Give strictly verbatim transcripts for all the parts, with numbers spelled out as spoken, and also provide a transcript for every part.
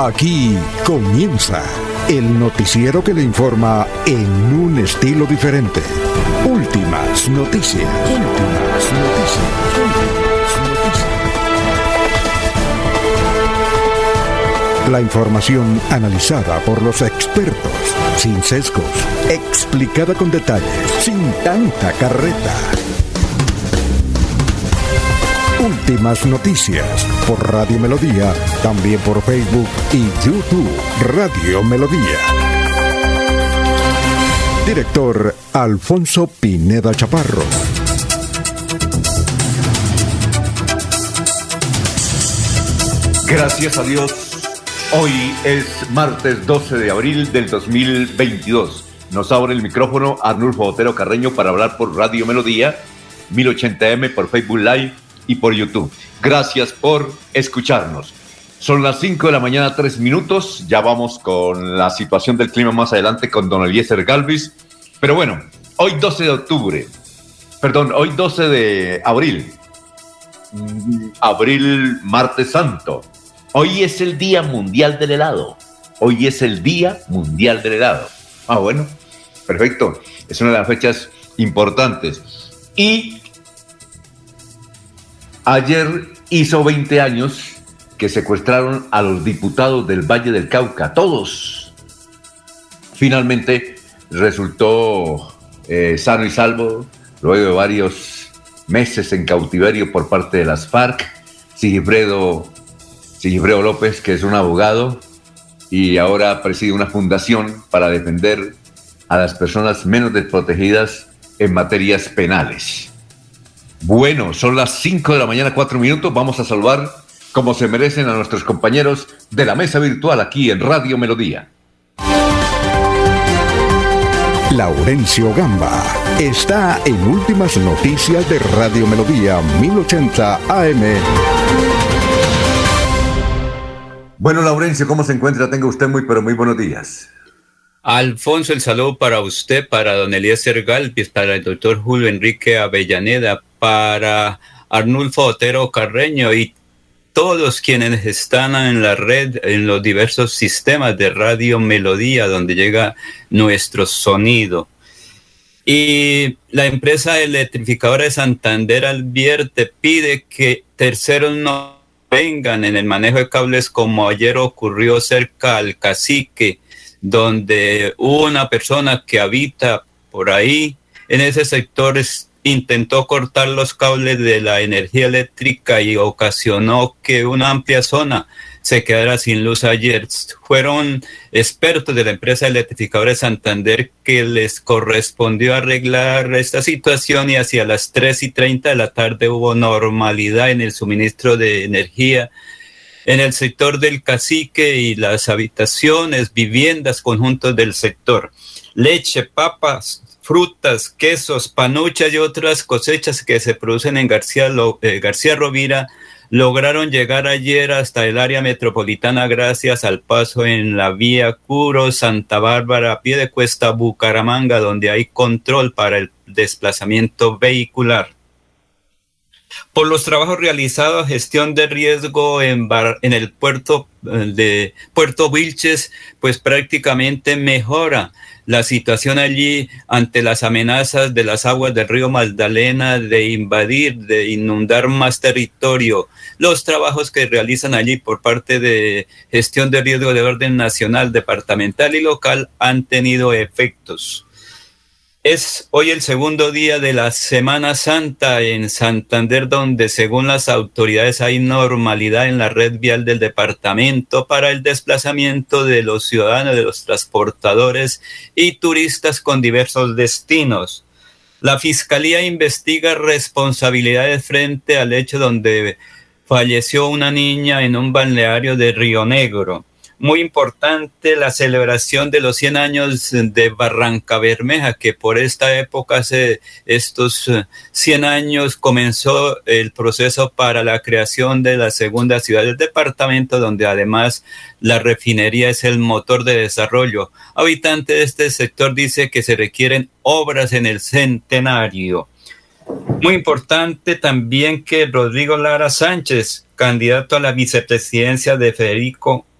Aquí comienza el noticiero que le informa en un estilo diferente. Últimas noticias. Últimas noticias. Últimas noticias. La información analizada por los expertos, sin sesgos, explicada con detalles, sin tanta carreta. Últimas noticias por Radio Melodía, también por Facebook y YouTube Radio Melodía. Director Alfonso Pineda Chaparro. Gracias a Dios. Hoy es martes doce de abril del dos mil veintidós. Nos abre el micrófono Arnulfo Otero Carreño para hablar por Radio Melodía, mil ochenta eme, por Facebook Live y por YouTube. Gracias por escucharnos. Son las cinco de la mañana, tres minutos. Ya vamos con la situación del clima más adelante con don Eliezer Galvis. Pero bueno, hoy doce de octubre, perdón, hoy doce de abril, abril, martes santo. Hoy es el Día Mundial del Helado. Hoy es el Día Mundial del Helado. Ah, bueno, perfecto. Es una de las fechas importantes. Y ayer hizo veinte años que secuestraron a los diputados del Valle del Cauca, todos. Finalmente resultó eh, sano y salvo, luego de varios meses en cautiverio por parte de las FARC. Sigifredo, Sigifredo López, que es un abogado y ahora preside una fundación para defender a las personas menos desprotegidas en materias penales. Bueno, son las cinco de la mañana, cuatro minutos. Vamos a saludar, como se merecen, a nuestros compañeros de la mesa virtual aquí en Radio Melodía. Laurencio Gamba está en Últimas Noticias de Radio Melodía, mil ochenta A M. Bueno, Laurencio, ¿cómo se encuentra? Tenga usted muy, pero muy buenos días. Alfonso, el saludo para usted, para don Eliezer Galvis, para el doctor Julio Enrique Avellaneda, para Arnulfo Otero Carreño y todos quienes están en la red, en los diversos sistemas de Radio Melodía, donde llega nuestro sonido. Y la empresa electrificadora de Santander advierte, pide que terceros no vengan en el manejo de cables, como ayer ocurrió cerca al Cacique, donde una persona que habita por ahí, en ese sector, es, intentó cortar los cables de la energía eléctrica y ocasionó que una amplia zona se quedara sin luz ayer. Fueron expertos de la empresa electrificadora de Santander que les correspondió arreglar esta situación, y hacia las tres y treinta de la tarde hubo normalidad en el suministro de energía en el sector del Cacique y las habitaciones, viviendas, conjuntos del sector. Leche, papas, frutas, quesos, panuchas y otras cosechas que se producen en García, eh, García Rovira lograron llegar ayer hasta el área metropolitana gracias al paso en la vía Curo, Santa Bárbara, Piedecuesta, Bucaramanga, donde hay control para el desplazamiento vehicular. Por los trabajos realizados, gestión de riesgo en, bar, en el puerto de Puerto Wilches, pues prácticamente mejora la situación allí ante las amenazas de las aguas del río Magdalena de invadir, de inundar más territorio. Los trabajos que realizan allí por parte de gestión de riesgo de orden nacional, departamental y local han tenido efectos. Es hoy el segundo día de la Semana Santa en Santander, donde según las autoridades hay normalidad en la red vial del departamento para el desplazamiento de los ciudadanos, de los transportadores y turistas con diversos destinos. La Fiscalía investiga responsabilidades frente al hecho donde falleció una niña en un balneario de Río Negro. Muy importante la celebración de los cien años de Barrancabermeja, que por esta época, hace estos cien años, comenzó el proceso para la creación de la segunda ciudad del departamento, donde además la refinería es el motor de desarrollo. Habitante de este sector dice que se requieren obras en el centenario. Muy importante también que Rodrigo Lara Sánchez, candidato a la vicepresidencia de Federico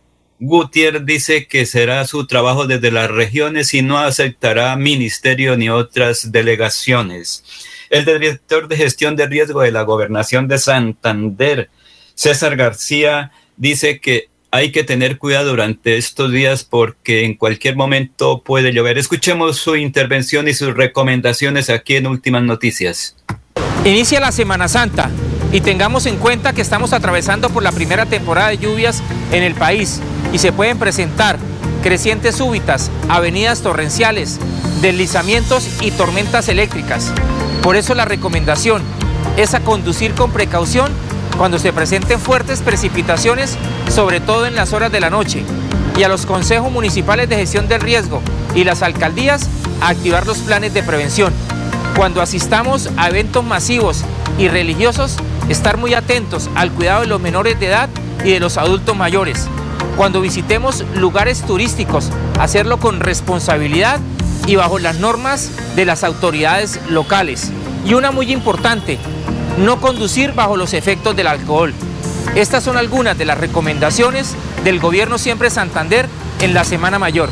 Gutiérrez dice que será su trabajo desde las regiones y no aceptará ministerio ni otras delegaciones. El director de gestión de riesgo de la Gobernación de Santander, César García, dice que hay que tener cuidado durante estos días porque en cualquier momento puede llover. Escuchemos su intervención y sus recomendaciones aquí en Últimas Noticias. Inicia la Semana Santa y tengamos en cuenta que estamos atravesando por la primera temporada de lluvias en el país y se pueden presentar crecientes súbitas, avenidas torrenciales, deslizamientos y tormentas eléctricas. Por eso la recomendación es a conducir con precaución cuando se presenten fuertes precipitaciones, sobre todo en las horas de la noche, y a los consejos municipales de gestión del riesgo y las alcaldías a activar los planes de prevención. Cuando asistamos a eventos masivos y religiosos, estar muy atentos al cuidado de los menores de edad y de los adultos mayores. Cuando visitemos lugares turísticos, hacerlo con responsabilidad y bajo las normas de las autoridades locales. Y una muy importante, no conducir bajo los efectos del alcohol. Estas son algunas de las recomendaciones del Gobierno Siempre Santander en la Semana Mayor.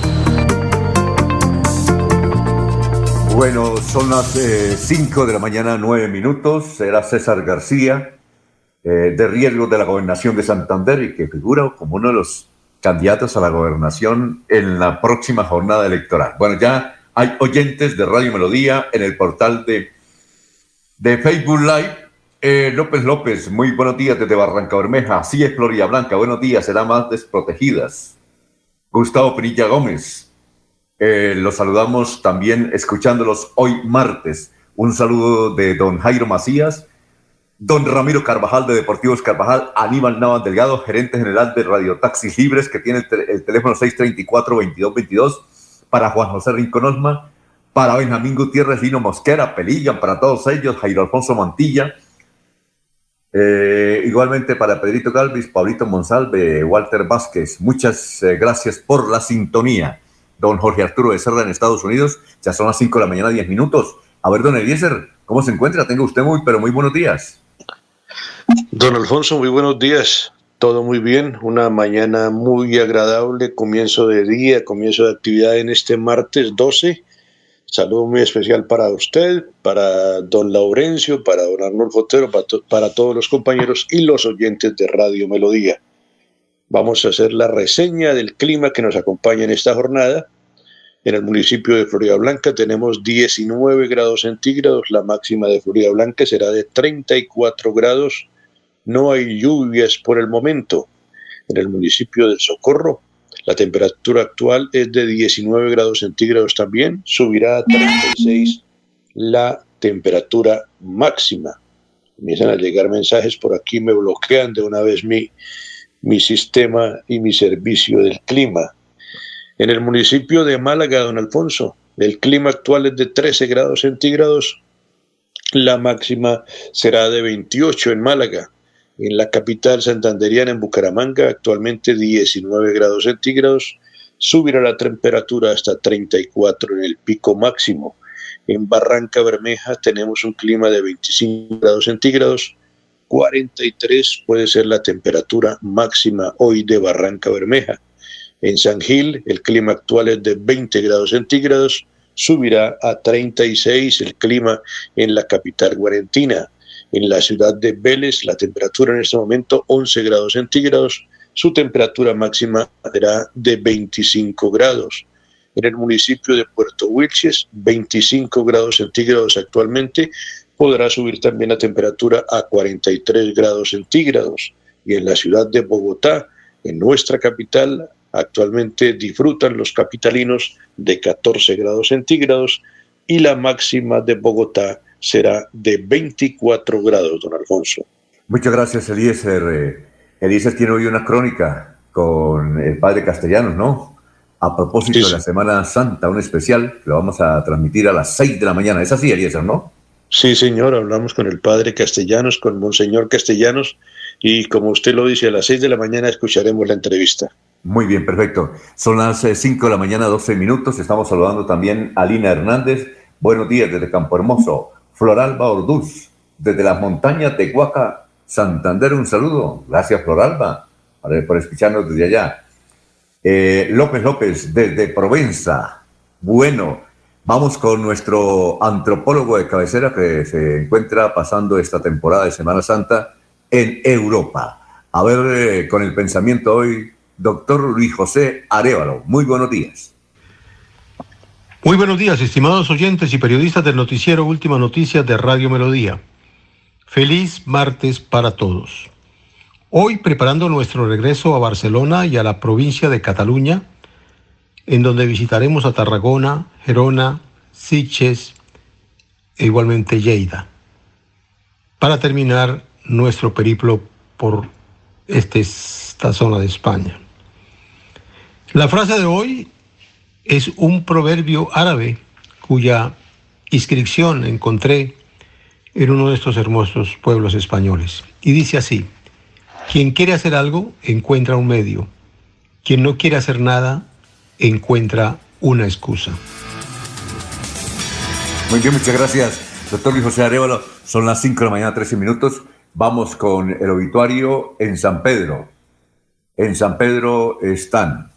Bueno, son las cinco eh, de la mañana, nueve minutos. Era César García, eh, de riesgo de la Gobernación de Santander y que figura como uno de los candidatos a la gobernación en la próxima jornada electoral. Bueno, ya hay oyentes de Radio Melodía en el portal de, de Facebook Live. Eh, López López, muy buenos días desde Barranca Bermeja. Así es, Florida Blanca, buenos días, serán más desprotegidas. Gustavo Pinilla Gómez, eh, los saludamos también escuchándolos hoy martes. Un saludo de don Jairo Macías, don Ramiro Carvajal de Deportivos Carvajal, Aníbal Navas Delgado, gerente general de Radio Taxis Libres, que tiene el, te- el teléfono seis tres cuatro, veintidós veintidós, para Juan José Rincón Osma, para Benjamín Gutiérrez, Lino Mosquera, Pelillan, para todos ellos, Jairo Alfonso Mantilla, eh, igualmente para Pedrito Galvis, Pablito Monsalve, Walter Vázquez, muchas eh, gracias por la sintonía. Don Jorge Arturo de Cerda en Estados Unidos, ya son las cinco de la mañana, diez minutos. A ver, don Eliezer, ¿cómo se encuentra? Tenga usted muy, pero muy buenos días. Don Alfonso, muy buenos días. Todo muy bien, una mañana muy agradable, comienzo de día, comienzo de actividad en este martes doce. Saludo muy especial para usted, para don Laurencio, para don Arnulfo Otero, para, to- para todos los compañeros y los oyentes de Radio Melodía. Vamos a hacer la reseña del clima que nos acompaña en esta jornada. En el municipio de Florida Blanca tenemos diecinueve grados centígrados, la máxima de Florida Blanca será de treinta y cuatro grados, no hay lluvias por el momento. En el municipio del Socorro, la temperatura actual es de diecinueve grados centígrados también, subirá a treinta y seis la temperatura máxima. Comienzan a llegar mensajes por aquí, me bloquean de una vez mi, mi sistema y mi servicio del clima. En el municipio de Málaga, don Alfonso, el clima actual es de trece grados centígrados, la máxima será de veintiocho en Málaga. En la capital santanderiana, en Bucaramanga, actualmente diecinueve grados centígrados, subirá la temperatura hasta treinta y cuatro en el pico máximo. En Barranca Bermeja tenemos un clima de veinticinco grados centígrados, cuarenta y tres puede ser la temperatura máxima hoy de Barranca Bermeja. En San Gil, el clima actual es de veinte grados centígrados, subirá a treinta y seis el clima en la capital guarentina. En la ciudad de Vélez, la temperatura en este momento once grados centígrados, su temperatura máxima será de veinticinco grados. En el municipio de Puerto Wilches, veinticinco grados centígrados actualmente, podrá subir también la temperatura a cuarenta y tres grados centígrados. Y en la ciudad de Bogotá, en nuestra capital, actualmente disfrutan los capitalinos de catorce grados centígrados y la máxima de Bogotá será de veinticuatro grados, don Alfonso. Muchas gracias, Eliezer. Eh, Eliezer tiene hoy una crónica con el padre Castellanos, ¿no? A propósito sí, de la Semana Santa, un especial que lo vamos a transmitir a las seis de la mañana. ¿Es así, Eliezer, no? Sí, señor, hablamos con el padre Castellanos, con Monseñor Castellanos, y como usted lo dice, a las seis de la mañana escucharemos la entrevista. Muy bien, perfecto. Son las cinco de la mañana, doce minutos. Estamos saludando también a Lina Hernández. Buenos días desde Campo Hermoso. Floralba Orduz, desde las montañas de Huaca, Santander, un saludo. Gracias, Floralba, por escucharnos desde allá. Eh, López López, desde Provenza. Bueno, vamos con nuestro antropólogo de cabecera que se encuentra pasando esta temporada de Semana Santa en Europa. A ver, eh, con el pensamiento hoy, doctor Luis José Arévalo. Muy buenos días. Muy buenos días, estimados oyentes y periodistas del noticiero Última Noticias de Radio Melodía. Feliz martes para todos. Hoy preparando nuestro regreso a Barcelona y a la provincia de Cataluña, en donde visitaremos a Tarragona, Gerona, Sitges e igualmente Lleida, para terminar nuestro periplo por este, esta zona de España. La frase de hoy es un proverbio árabe cuya inscripción encontré en uno de estos hermosos pueblos españoles. Y dice así: quien quiere hacer algo, encuentra un medio. Quien no quiere hacer nada, encuentra una excusa. Muy bien, muchas gracias, doctor Luis José Arévalo. Son las cinco de la mañana, trece minutos. Vamos con el obituario en San Pedro. En San Pedro están...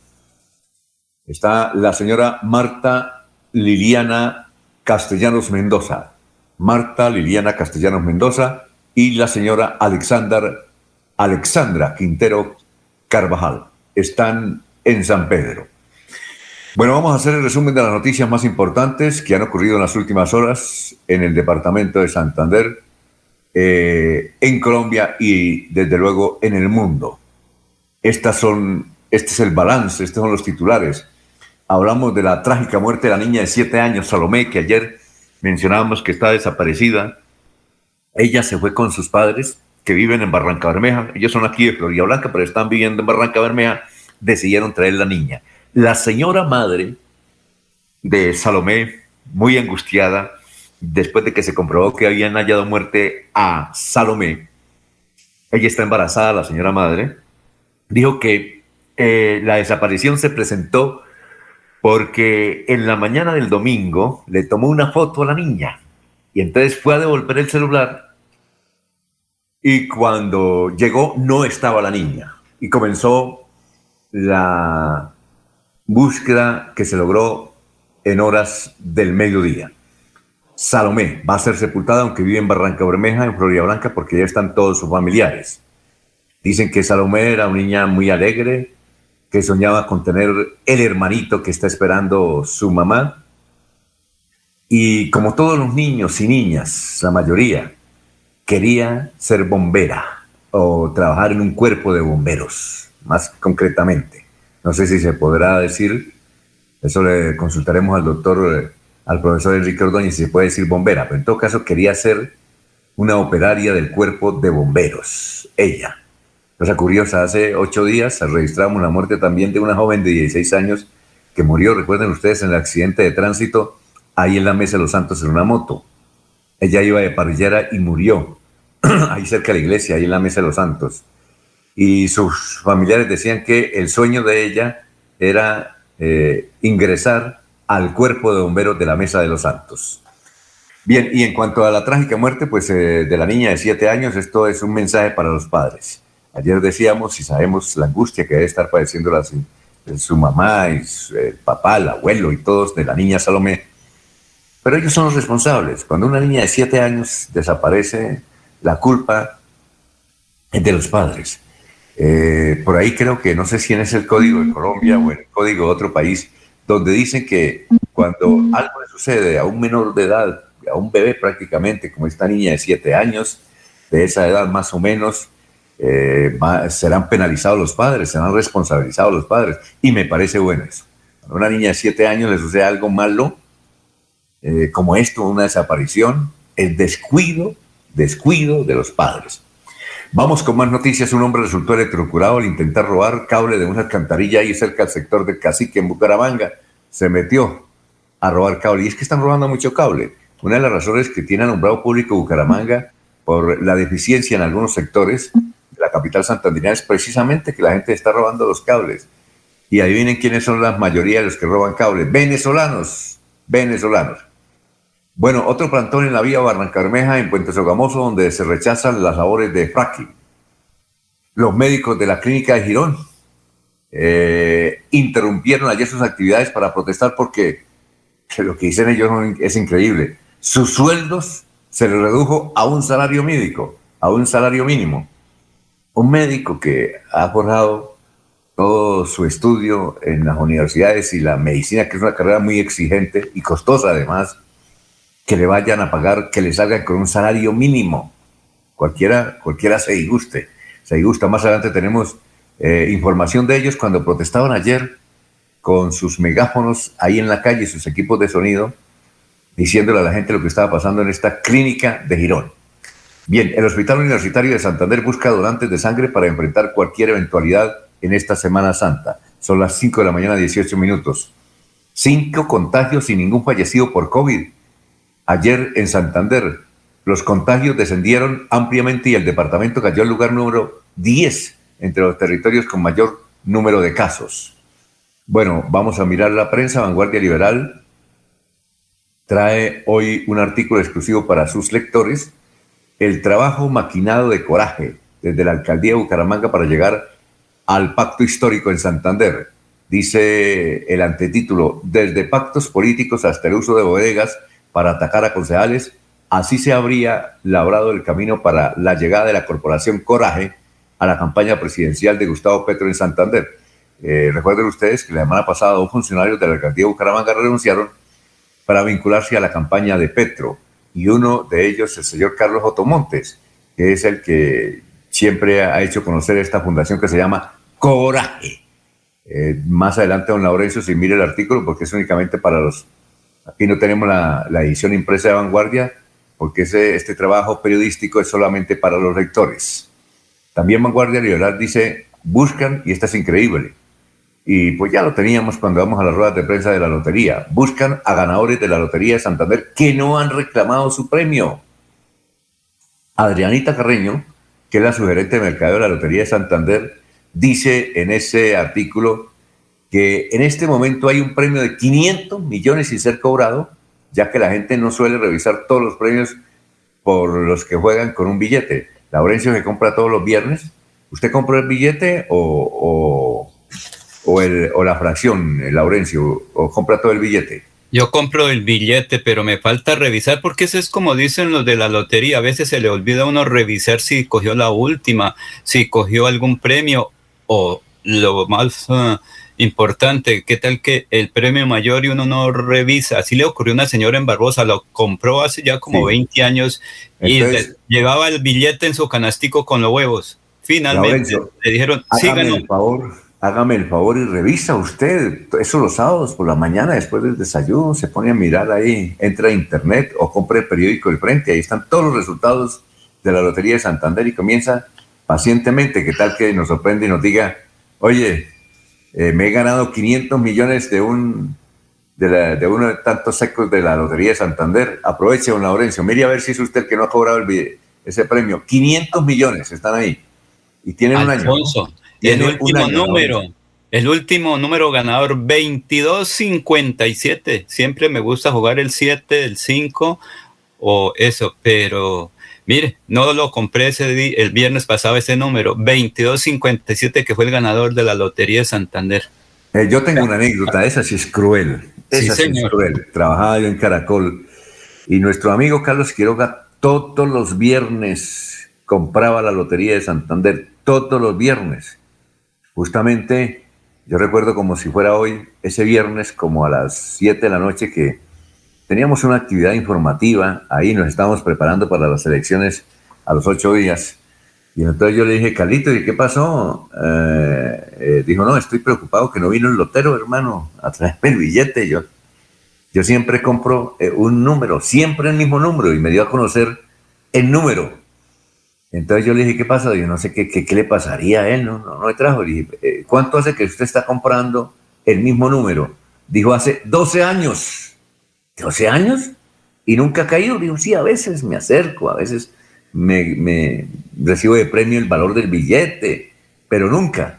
Está la señora Marta Liliana Castellanos Mendoza. Marta Liliana Castellanos Mendoza y la señora Alexandra, Alexandra Quintero Carvajal. Están en San Pedro. Bueno, vamos a hacer el resumen de las noticias más importantes que han ocurrido en las últimas horas en el departamento de Santander, eh, en Colombia y desde luego en el mundo. Estas son, este es el balance, estos son los titulares. Hablamos de la trágica muerte de la niña de siete años, Salomé, que ayer mencionábamos que está desaparecida. Ella se fue con sus padres, que viven en Barranca Bermeja. Ellos son aquí de Florida Blanca, pero están viviendo en Barranca Bermeja. Decidieron traer la niña. La señora madre de Salomé, muy angustiada, después de que se comprobó que habían hallado muerte a Salomé, ella está embarazada, la señora madre, dijo que eh, la desaparición se presentó porque en la mañana del domingo le tomó una foto a la niña y entonces fue a devolver el celular y cuando llegó no estaba la niña y comenzó la búsqueda que se logró en horas del mediodía. Salomé va a ser sepultada, aunque vive en Barranca Bermeja, en Florida Blanca, porque ya están todos sus familiares. Dicen que Salomé era una niña muy alegre, que soñaba con tener el hermanito que está esperando su mamá. Y como todos los niños y niñas, la mayoría, quería ser bombera o trabajar en un cuerpo de bomberos, más concretamente. No sé si se podrá decir, eso le consultaremos al doctor, al profesor Enrique Ordóñez, si se puede decir bombera, pero en todo caso quería ser una operaria del cuerpo de bomberos, ella. Cosa curiosa, hace ocho días registramos la muerte también de una joven de dieciséis años que murió, recuerden ustedes, en el accidente de tránsito ahí en la Mesa de los Santos en una moto. Ella iba de parrillera y murió ahí cerca de la iglesia, ahí en la Mesa de los Santos. Y sus familiares decían que el sueño de ella era eh, ingresar al cuerpo de bomberos de la Mesa de los Santos. Bien, y en cuanto a la trágica muerte pues, eh, de la niña de siete años, esto es un mensaje para los padres. Ayer decíamos, y sabemos la angustia que debe estar padeciendo la, su mamá, y su, el papá, el abuelo y todos de la niña Salomé, pero ellos son los responsables. Cuando una niña de siete años desaparece, la culpa es de los padres. Eh, por ahí creo que, no sé si es el código de Colombia o el código de otro país, donde dicen que cuando algo le sucede a un menor de edad, a un bebé prácticamente, como esta niña de siete años, de esa edad más o menos, eh, va, serán penalizados los padres, serán responsabilizados los padres, y me parece bueno eso. Cuando a una niña de siete años le sucede algo malo, eh, como esto, una desaparición, el descuido, descuido de los padres. Vamos con más noticias. Un hombre resultó electrocutado al intentar robar cable de una alcantarilla ahí cerca del sector del Cacique en Bucaramanga. Se metió a robar cable. Y es que están robando mucho cable. Una de las razones que tiene alumbrado público Bucaramanga por la deficiencia en algunos sectores de la capital santandereana es precisamente que la gente está robando los cables. Y adivinen quiénes son la mayoría de los que roban cables. Venezolanos. Venezolanos. Bueno, otro plantón en la vía Barranca Bermeja, en Puente Sogamoso, donde se rechazan las labores de fracking. Los médicos de la clínica de Girón eh, interrumpieron ayer sus actividades para protestar porque lo que dicen ellos es increíble. Sus sueldos se les redujo a un salario mínimo, a un salario mínimo. Un médico que ha forjado todo su estudio en las universidades y la medicina, que es una carrera muy exigente y costosa además, que le vayan a pagar, que le salgan con un salario mínimo. Cualquiera, cualquiera se disguste, se disgusta. Más adelante tenemos eh, información de ellos cuando protestaban ayer con sus megáfonos ahí en la calle, sus equipos de sonido, diciéndole a la gente lo que estaba pasando en esta clínica de Girón. Bien, el Hospital Universitario de Santander busca donantes de sangre para enfrentar cualquier eventualidad en esta Semana Santa. Son las cinco de la mañana, dieciocho minutos. Cinco contagios y ningún fallecido por COVID. Ayer en Santander los contagios descendieron ampliamente y el departamento cayó al lugar número diez entre los territorios con mayor número de casos. Bueno, vamos a mirar la prensa. Vanguardia Liberal trae hoy un artículo exclusivo para sus lectores. El trabajo maquinado de Coraje desde la alcaldía de Bucaramanga para llegar al pacto histórico en Santander. Dice el antetítulo: desde pactos políticos hasta el uso de bodegas para atacar a concejales, así se habría labrado el camino para la llegada de la corporación Coraje a la campaña presidencial de Gustavo Petro en Santander. Eh, recuerden ustedes que la semana pasada dos funcionarios de la alcaldía de Bucaramanga renunciaron para vincularse a la campaña de Petro, y uno de ellos, el señor Carlos Otomontes, que es el que siempre ha hecho conocer esta fundación que se llama Coraje. Eh, más adelante, don Laurencio, si mire el artículo, porque es únicamente para los... Aquí no tenemos la, la edición impresa de Vanguardia, porque ese, este trabajo periodístico es solamente para los lectores. También Vanguardia Liberal dice, buscan, y esta es increíble, y pues ya lo teníamos cuando vamos a las ruedas de prensa de la lotería, buscan a ganadores de la Lotería de Santander que no han reclamado su premio. Adrianita Carreño, que es la sugerente de mercadeo de la Lotería de Santander, dice en ese artículo que en este momento hay un premio de quinientos millones sin ser cobrado, ya que la gente no suele revisar todos los premios por los que juegan con un billete. Laurencio, que compra todos los viernes, ¿usted compró el billete o, o, o, el, o la fracción, Laurencio, o compra todo el billete? Yo compro el billete, pero me falta revisar, porque eso es como dicen los de la lotería. A veces se le olvida a uno revisar si cogió la última, si cogió algún premio, o lo más uh, importante, qué tal que el premio mayor y uno no revisa. Así le ocurrió a una señora en Barbosa, lo compró hace ya como sí. veinte años y Entonces, le, llevaba el billete en su canastico con los huevos. Finalmente Laurencio, le dijeron, síganos. El favor. Hágame el favor y revisa usted, eso los sábados por la mañana después del desayuno, se pone a mirar ahí, entra a internet o compra el periódico El Frente, ahí están todos los resultados de la Lotería de Santander y comienza pacientemente, que tal que nos sorprende y nos diga, oye, eh, me he ganado quinientos millones de un de, la, de uno de tantos secos de la Lotería de Santander. Aproveche, don Laurencio, mire a ver si es usted el que no ha cobrado el, ese premio. quinientos millones están ahí y tienen Alfonso. un año. El último número, el último número ganador, veintidós cincuenta y siete. Siempre me gusta jugar el siete, el cinco o eso, pero mire, no lo compré ese día, el viernes pasado ese número, veintidós cincuenta y siete, que fue el ganador de la Lotería de Santander. Eh, yo tengo una anécdota, esa sí es cruel, esa sí, sí es cruel. Trabajaba yo en Caracol y nuestro amigo Carlos Quiroga todos los viernes compraba la Lotería de Santander, todos los viernes. Justamente, yo recuerdo como si fuera hoy, ese viernes, como a las siete de la noche, que teníamos una actividad informativa, ahí nos estábamos preparando para las elecciones a los ocho días, y entonces yo le dije, Carlito, ¿y qué pasó? Eh, eh, dijo, no, estoy preocupado que no vino el lotero, hermano, a traerme el billete. Yo, yo siempre compro eh, un número, siempre el mismo número, y me dio a conocer el número. Entonces yo le dije, ¿qué pasa? Yo no sé qué, qué, qué le pasaría a él, no, no, no me trajo. Le dije, eh, ¿cuánto hace que usted está comprando el mismo número? Dijo, hace doce años. ¿doce años? ¿Y nunca ha caído? Dijo, sí, a veces me acerco, a veces me, me recibo de premio el valor del billete, pero nunca.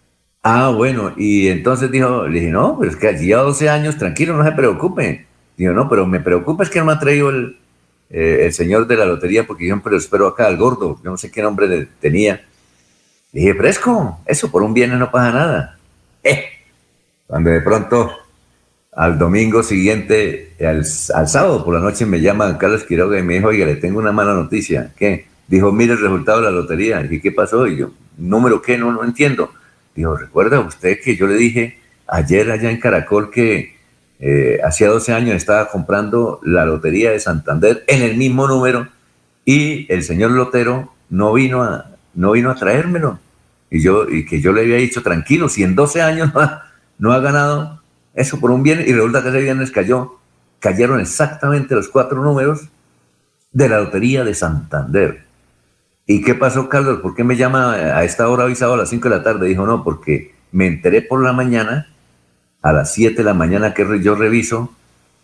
Ah, bueno, y entonces dijo, le dije, no, pero es que allí ya doce años, tranquilo, no se preocupe. Dijo, no, pero me preocupa es que no me ha traído el... Eh, el señor de la lotería, porque yo pero espero acá al gordo, yo no sé qué nombre le tenía. Le dije, fresco, eso por un viernes no pasa nada. Eh, cuando de pronto al domingo siguiente, al, al sábado por la noche me llama Carlos Quiroga y me dijo, oiga, le tengo una mala noticia. ¿Qué? Dijo, mire el resultado de la lotería. ¿Y qué pasó? Y yo, ¿número qué? No, no entiendo. Dijo, ¿recuerda usted que yo le dije ayer allá en Caracol que eh, hacía doce años estaba comprando la lotería de Santander en el mismo número y el señor lotero no vino a, no vino a traérmelo? Y yo, y que yo le había dicho, tranquilo, si en doce años no ha, no ha ganado eso por un viernes, y resulta que ese viernes cayó, cayeron exactamente los cuatro números de la lotería de Santander. ¿Y qué pasó, Carlos? ¿Por qué me llama a esta hora hoy sábado a las cinco de la tarde? Dijo, no, porque me enteré por la mañana, a las siete de la mañana que yo reviso,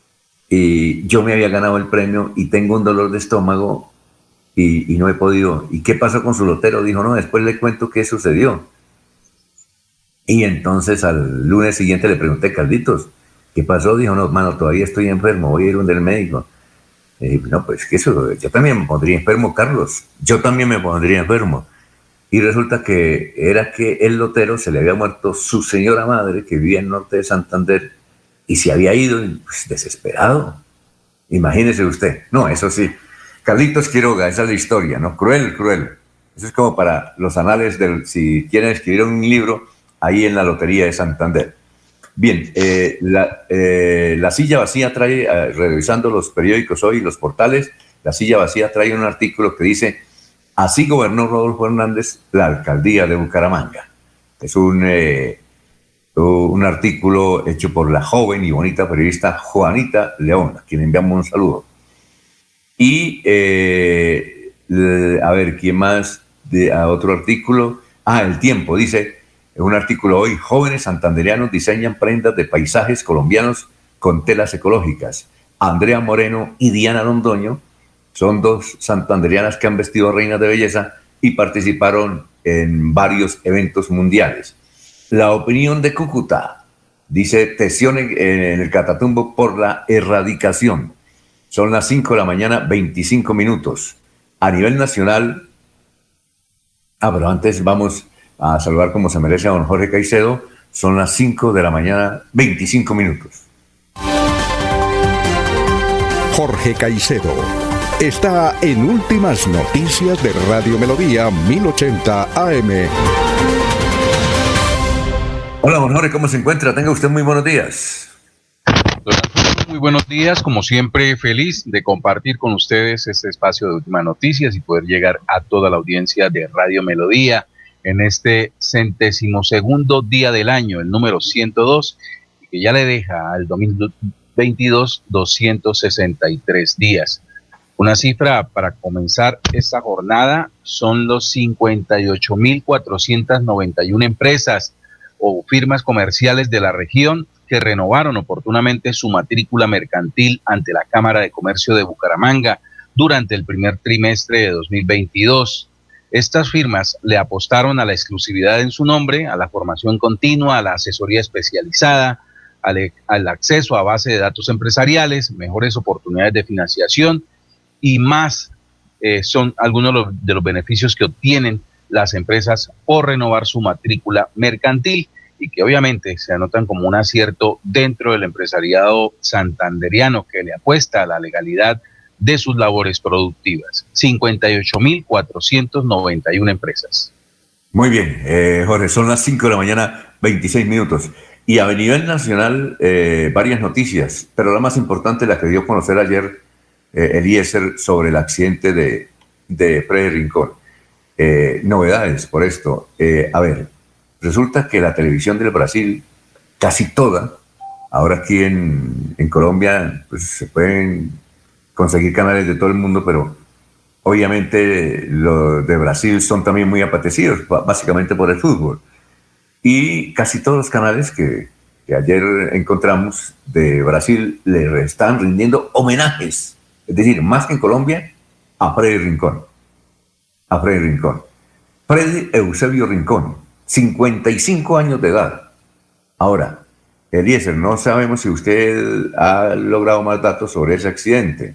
y yo me había ganado el premio y tengo un dolor de estómago y, y no he podido. ¿Y qué pasó con su lotero? Dijo, no, después le cuento qué sucedió. Y entonces al lunes siguiente le pregunté, Carlitos, ¿qué pasó? Dijo, no, mano, todavía estoy enfermo, voy a ir donde el médico. Y dije, no, pues que eso, yo también me pondría enfermo, Carlos, yo también me pondría enfermo. Y resulta que era que el lotero se le había muerto su señora madre, que vivía en el norte de Santander, y se había ido, pues, desesperado. Imagínese usted. No, eso sí, Carlitos Quiroga, esa es la historia, ¿no? Cruel, cruel. Eso es como para los anales del, si quieren escribir un libro, ahí en la lotería de Santander. Bien, eh, la, eh, la silla vacía trae, eh, revisando los periódicos hoy, los portales, la silla vacía trae un artículo que dice, así gobernó Rodolfo Hernández la alcaldía de Bucaramanga. Es un, eh, un artículo hecho por la joven y bonita periodista Juanita León, a quien enviamos un saludo. Y, eh, a ver, ¿quién más? De, a otro artículo. Ah, El Tiempo, dice... Un artículo hoy, jóvenes santanderianos diseñan prendas de paisajes colombianos con telas ecológicas. Andrea Moreno y Diana Londoño son dos santanderianas que han vestido reinas de belleza y participaron en varios eventos mundiales. La opinión de Cúcuta, dice, tensión en el Catatumbo por la erradicación. Son las cinco de la mañana, veinticinco minutos. A nivel nacional, ah, pero antes vamos a saludar como se merece a don Jorge Caicedo. Son las cinco de la mañana, veinticinco minutos. Jorge Caicedo está en Últimas Noticias de Radio Melodía mil ochenta A M. Hola, don Jorge, ¿cómo se encuentra? Tenga usted muy buenos días. Muy buenos días, como siempre feliz de compartir con ustedes este espacio de Últimas Noticias y poder llegar a toda la audiencia de Radio Melodía en este centésimo segundo día del año, el número ciento dos, que ya le deja al dos mil veintidós doscientos sesenta y tres días. Una cifra para comenzar esta jornada son los cincuenta y ocho mil cuatrocientas noventa y una empresas o firmas comerciales de la región que renovaron oportunamente su matrícula mercantil ante la Cámara de Comercio de Bucaramanga durante el primer trimestre de dos mil veintidós. Estas firmas le apostaron a la exclusividad en su nombre, a la formación continua, a la asesoría especializada, al, al acceso a base de datos empresariales, mejores oportunidades de financiación y más eh, son algunos de los, de los beneficios que obtienen las empresas por renovar su matrícula mercantil y que obviamente se anotan como un acierto dentro del empresariado santanderiano que le apuesta a la legalidad de sus labores productivas. cincuenta y ocho mil cuatrocientas noventa y una empresas. Muy bien, eh, Jorge, son las cinco de la mañana, veintiséis minutos. Y a nivel nacional, eh, varias noticias, pero la más importante, la que dio a conocer ayer eh, Eliezer sobre el accidente de, de Freddy Rincón. Eh, novedades por esto. Eh, a ver, resulta que la televisión del Brasil, casi toda, ahora aquí en, en Colombia, pues se pueden conseguir canales de todo el mundo, pero obviamente los de Brasil son también muy apetecidos, básicamente por el fútbol. Y casi todos los canales que, que ayer encontramos de Brasil le están rindiendo homenajes, es decir, más que en Colombia, a Freddy Rincón. A Freddy Rincón. Freddy Eusebio Rincón, cincuenta y cinco años de edad. Ahora, Eliezer, no sabemos si usted ha logrado más datos sobre ese accidente.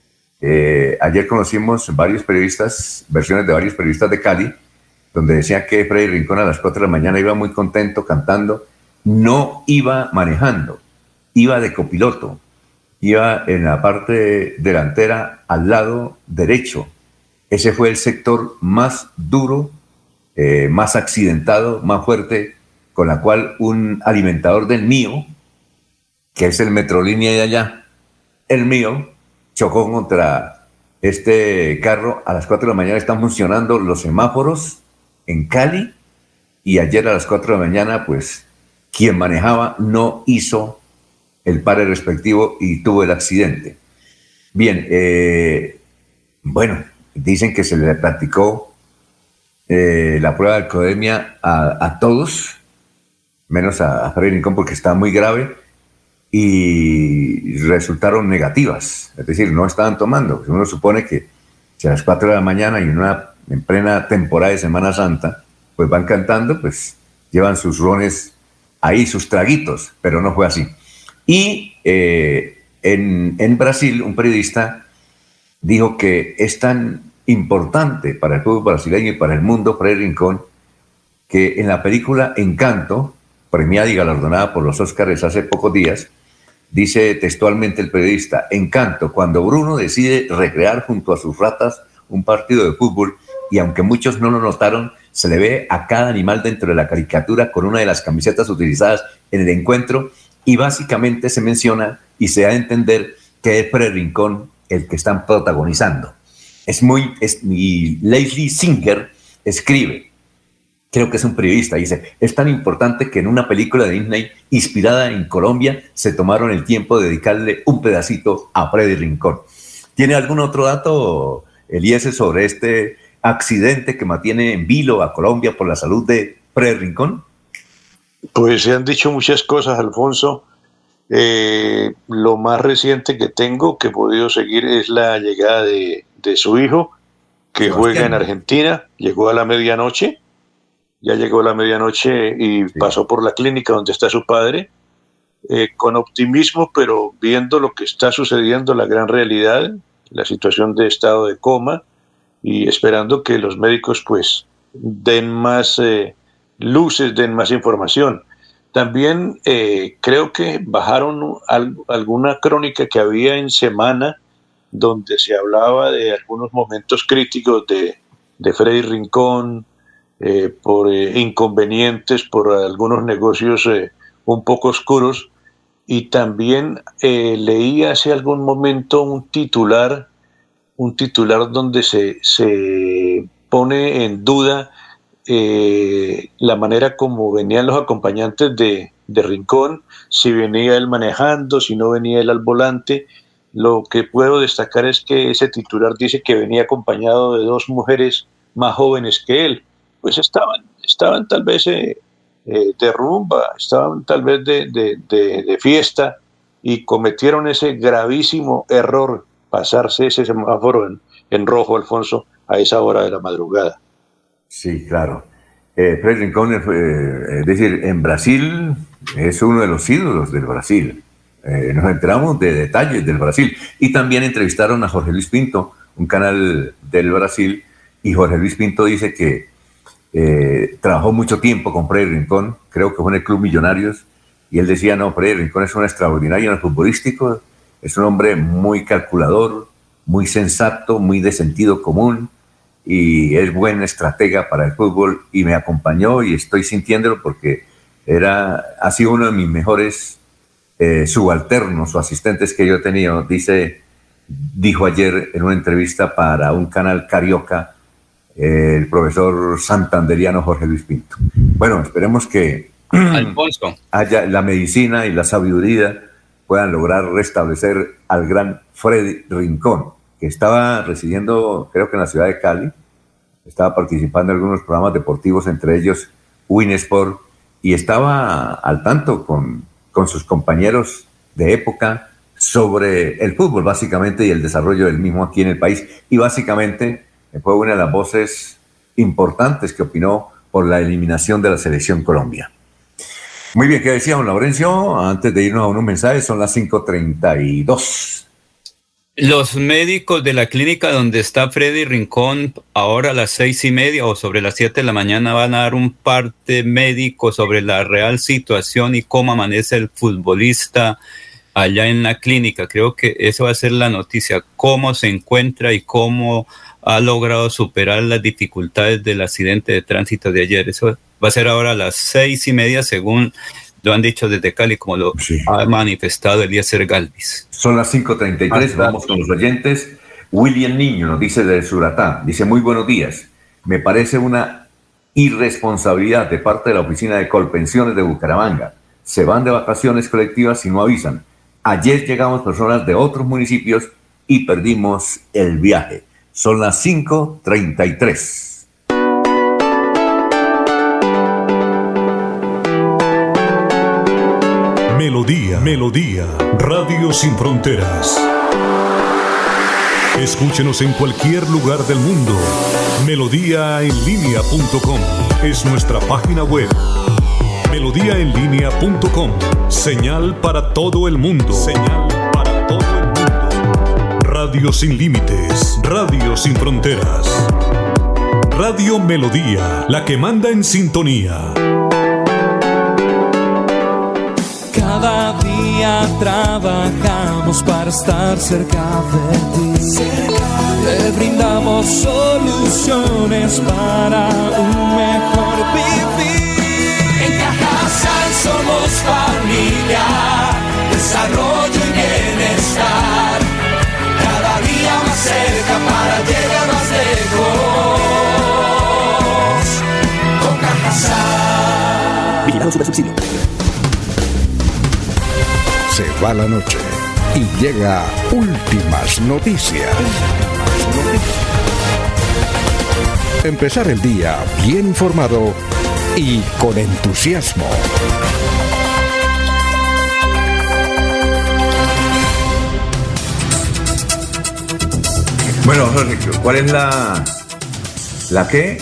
Eh, ayer conocimos varios periodistas, versiones de varios periodistas de Cali, donde decían que Freddy Rincón a las cuatro de la mañana iba muy contento cantando no iba manejando, iba de copiloto, iba en la parte delantera al lado derecho. Ese fue el sector más duro, eh, más accidentado, más fuerte, con la cual un alimentador del mío, que es el Metrolínea de allá, el mío, chocó contra este carro. A las cuatro de la mañana están funcionando los semáforos en Cali, y ayer a las cuatro de la mañana, pues, quien manejaba no hizo el pare respectivo y tuvo el accidente. Bien, eh, bueno, dicen que se le practicó eh, la prueba de alcoholemia a, a todos, menos a, a Freddy Rincón, porque estaba muy grave, y resultaron negativas, es decir, no estaban tomando. Uno supone que si a las cuatro de la mañana y en, una, en plena temporada de Semana Santa, pues van cantando, pues llevan sus rones ahí, sus traguitos, pero no fue así. Y eh, en, en Brasil, un periodista dijo que es tan importante para el fútbol brasileño y para el mundo, Freddy Rincón, que en la película Encanto, premiada y galardonada por los Óscares hace pocos días, dice textualmente el periodista: Encanto, cuando Bruno decide recrear junto a sus ratas un partido de fútbol, y aunque muchos no lo notaron, se le ve a cada animal dentro de la caricatura con una de las camisetas utilizadas en el encuentro, y básicamente se menciona y se da a entender que es Freddy Rincón el que están protagonizando. Es muy, es, y Leslie Singer escribe, creo que es un periodista, dice: es tan importante que en una película de Disney inspirada en Colombia se tomaron el tiempo de dedicarle un pedacito a Freddy Rincón. ¿Tiene algún otro dato, Eliezer, sobre este accidente que mantiene en vilo a Colombia por la salud de Freddy Rincón? Pues se han dicho muchas cosas, Alfonso. Eh, lo más reciente que tengo, que he podido seguir, es la llegada de, de su hijo, que Sebastián juega en Argentina. Llegó a la medianoche, ya llegó a la medianoche y sí. pasó por la clínica donde está su padre, eh, con optimismo, pero viendo lo que está sucediendo, la gran realidad, la situación de estado de coma, y esperando que los médicos pues den más eh, luces, den más información. También eh, creo que bajaron al, alguna crónica que había en Semana, donde se hablaba de algunos momentos críticos de, de Freddy Rincón, eh, por eh, inconvenientes, por algunos negocios eh, un poco oscuros. Y también eh, leí hace algún momento un titular, un titular donde se, se pone en duda eh, la manera como venían los acompañantes de, de Rincón, si venía él manejando, si no venía él al volante. Lo que puedo destacar es que ese titular dice que venía acompañado de dos mujeres más jóvenes que él. Pues estaban, estaban tal vez eh, eh, de rumba, estaban tal vez de, de, de, de fiesta, y cometieron ese gravísimo error, pasarse ese semáforo en, en rojo, Alfonso, a esa hora de la madrugada. Sí, claro. Eh, Freddy Rincón, eh, es decir, en Brasil es uno de los ídolos del Brasil. Eh, nos enteramos de detalles del Brasil. Y también entrevistaron a Jorge Luis Pinto, un canal del Brasil, y Jorge Luis Pinto dice que eh, trabajó mucho tiempo con Freddy Rincón, creo que fue en el Club Millonarios, y él decía: no, Freddy Rincón es un extraordinario en el futbolístico, es un hombre muy calculador, muy sensato, muy de sentido común, y es buen estratega para el fútbol, y me acompañó y estoy sintiéndolo porque era, ha sido uno de mis mejores eh, subalternos o asistentes que yo he tenido, dice, dijo ayer en una entrevista para un canal carioca eh, el profesor santanderiano Jorge Luis Pinto. Bueno, esperemos que Alfonso. haya la medicina y la sabiduría puedan lograr restablecer al gran Freddy Rincón, que estaba residiendo, creo que en la ciudad de Cali, estaba participando en algunos programas deportivos, entre ellos Winsport, y estaba al tanto con, con sus compañeros de época sobre el fútbol, básicamente, y el desarrollo del mismo aquí en el país, y básicamente fue una de las voces importantes que opinó por la eliminación de la Selección Colombia. Muy bien, ¿qué decía don Laurencio? Antes de irnos a unos mensajes, son las cinco treinta y dos. Los médicos de la clínica donde está Freddy Rincón, ahora a las seis y media o sobre las siete de la mañana, van a dar un parte médico sobre la real situación y cómo amanece el futbolista allá en la clínica. Creo que eso va a ser la noticia, cómo se encuentra y cómo ha logrado superar las dificultades del accidente de tránsito de ayer. Eso va a ser ahora a las seis y media, según lo han dicho desde Cali, como lo sí. ha manifestado Eliezer Galvis. Son las cinco treinta y tres, vamos con los oyentes. William Niño nos dice de Suratá, dice: muy buenos días, me parece una irresponsabilidad de parte de la oficina de Colpensiones de Bucaramanga. Se van de vacaciones colectivas y no avisan. Ayer llegamos personas de otros municipios y perdimos el viaje. Son las cinco treinta y tres. Melodía, Melodía, Radio Sin Fronteras. Escúchenos en cualquier lugar del mundo. melodía en línea punto com es nuestra página web. melodía en línea punto com, señal para todo el mundo. Señal para todo el mundo. Radio sin límites, Radio sin fronteras. Radio Melodía, la que manda en sintonía. Cada día trabajamos para estar cerca de ti. Te brindamos soluciones para un mejor vivir. En Cajasal somos familia, desarrollo y bienestar. Cada día más cerca para llegar más lejos. Con Cajasal. Vigilamos Super Subsidio. Se va la noche y llega Últimas Noticias. Empezar el día bien informado y con entusiasmo. Bueno, Jorge, ¿cuál es la la qué?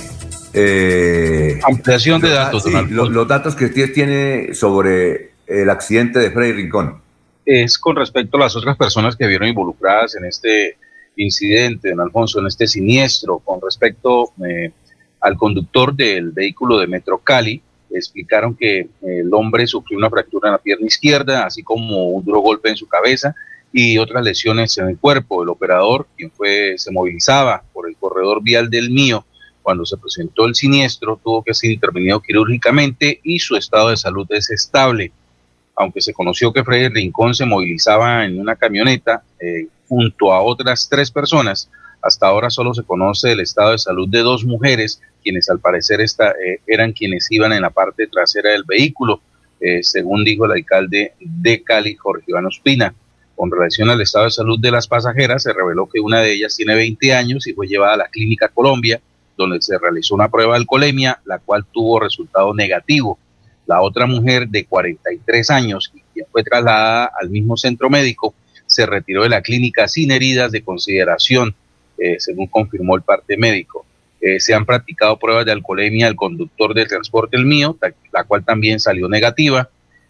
Eh, Ampliación de datos. Sí, los, los datos que usted tiene sobre el accidente de Freddy Rincón. Es con respecto a las otras personas que vieron involucradas en este incidente, don Alfonso, en este siniestro, con respecto eh, al conductor del vehículo de Metro Cali. Explicaron que el hombre sufrió una fractura en la pierna izquierda, así como un duro golpe en su cabeza y otras lesiones en el cuerpo. El operador, quien fue, se movilizaba por el corredor vial del Mío cuando se presentó el siniestro, tuvo que ser intervenido quirúrgicamente y su estado de salud es estable. Aunque se conoció que Freddy Rincón se movilizaba en una camioneta eh, junto a otras tres personas, hasta ahora solo se conoce el estado de salud de dos mujeres, quienes al parecer esta, eh, eran quienes iban en la parte trasera del vehículo, eh, según dijo el alcalde de Cali, Jorge Iván Ospina. Con relación al estado de salud de las pasajeras, se reveló que una de ellas tiene veinte años y fue llevada a la Clínica Colombia, donde se realizó una prueba de alcoholemia, la cual tuvo resultado negativo. La otra mujer de cuarenta y tres años, quien fue trasladada al mismo centro médico, se retiró de la clínica sin heridas de consideración, eh, según confirmó el parte médico. Eh, se han practicado pruebas de alcoholemia al conductor del transporte El Mío, la cual también salió negativa,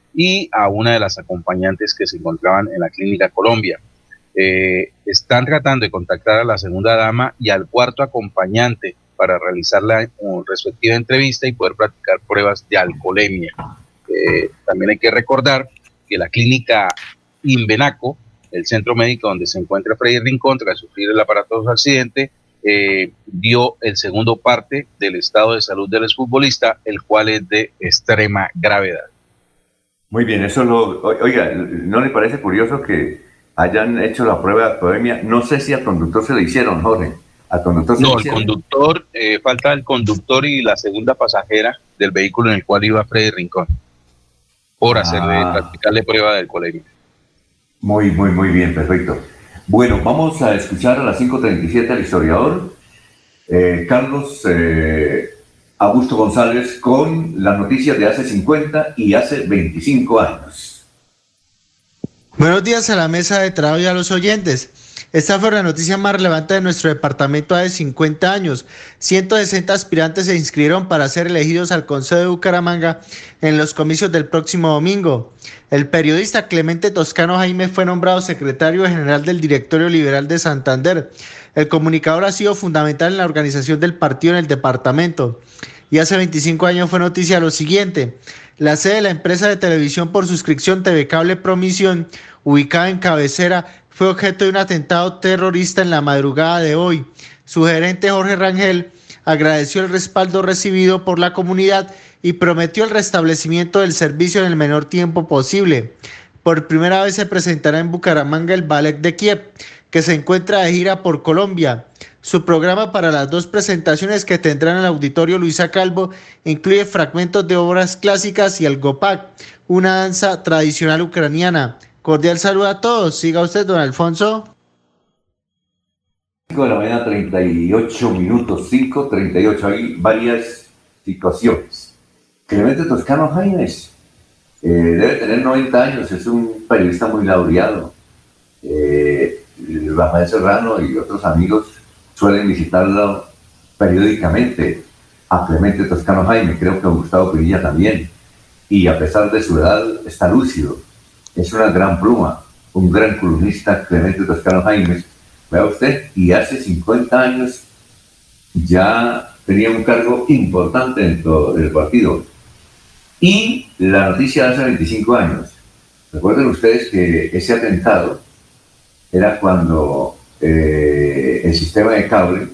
y a una de las acompañantes que se encontraban en la Clínica Colombia. Eh, están tratando de contactar a la segunda dama y al cuarto acompañante para realizar la uh, respectiva entrevista y poder practicar pruebas de alcoholemia. Eh, también hay que recordar que la clínica Invenaco, el centro médico donde se encuentra Freddy Rincón tras sufrir el aparatoso accidente, eh, dio el segundo parte del estado de salud del exfutbolista, el cual es de extrema gravedad. Muy bien, eso lo... Oiga, ¿no le parece curioso que hayan hecho la prueba de alcoholemia? No sé si al conductor se le hicieron, Jorge. ¿Al conductor se no, le hicieron? el conductor, eh, falta el conductor y la segunda pasajera del vehículo en el cual iba Freddy Rincón, por ah. hacerle, practicarle prueba de alcoholemia. Muy, muy, muy bien, perfecto. Bueno, vamos a escuchar a las cinco treinta y siete al historiador eh, Carlos eh, Augusto González con las noticias de hace cincuenta y hace veinticinco años. Buenos días a la mesa de trabajo y a los oyentes. Esta fue la noticia más relevante de nuestro departamento hace cincuenta años. ciento sesenta aspirantes se inscribieron para ser elegidos al Consejo de Bucaramanga en los comicios del próximo domingo. El periodista Clemente Toscano Jaime fue nombrado secretario general del Directorio Liberal de Santander. El comunicador ha sido fundamental en la organización del partido en el departamento. Y hace veinticinco años fue noticia lo siguiente: la sede de la empresa de televisión por suscripción T V Cable Promisión, ubicada en Cabecera, fue objeto de un atentado terrorista en la madrugada de hoy. Su gerente Jorge Rangel agradeció el respaldo recibido por la comunidad y prometió el restablecimiento del servicio en el menor tiempo posible. Por primera vez se presentará en Bucaramanga el Ballet de Kiev, que se encuentra de gira por Colombia. Su programa para las dos presentaciones que tendrán en el Auditorio Luisa Calvo incluye fragmentos de obras clásicas y el Gopak, una danza tradicional ucraniana. Cordial saludo a todos. Siga usted, don Alfonso. cinco de la mañana, treinta y ocho minutos, cinco treinta y ocho. Hay varias situaciones. Clemente Toscano Jaimes eh, debe tener noventa años, es un periodista muy laureado. Eh, Rafael Serrano y otros amigos suelen visitarlo periódicamente a Clemente Toscano Jaime, creo que a Gustavo Pinilla también, y a pesar de su edad está lúcido, es una gran pluma, un gran columnista Clemente Toscano Jaime, vea usted, y hace cincuenta años ya tenía un cargo importante dentro del partido. Y la noticia de hace veinticinco años, recuerden ustedes que ese atentado era cuando eh, el sistema de cable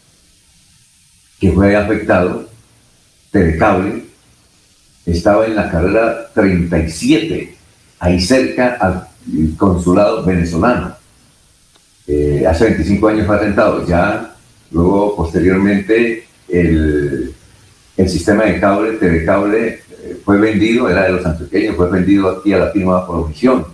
que fue afectado, Telecable, estaba en la carrera treinta y siete, ahí cerca al consulado venezolano. Eh, hace veinticinco años fue atentado, ya luego posteriormente el, el sistema de cable, Telecable, eh, fue vendido, era de los antioqueños, fue vendido aquí a la firma Provisión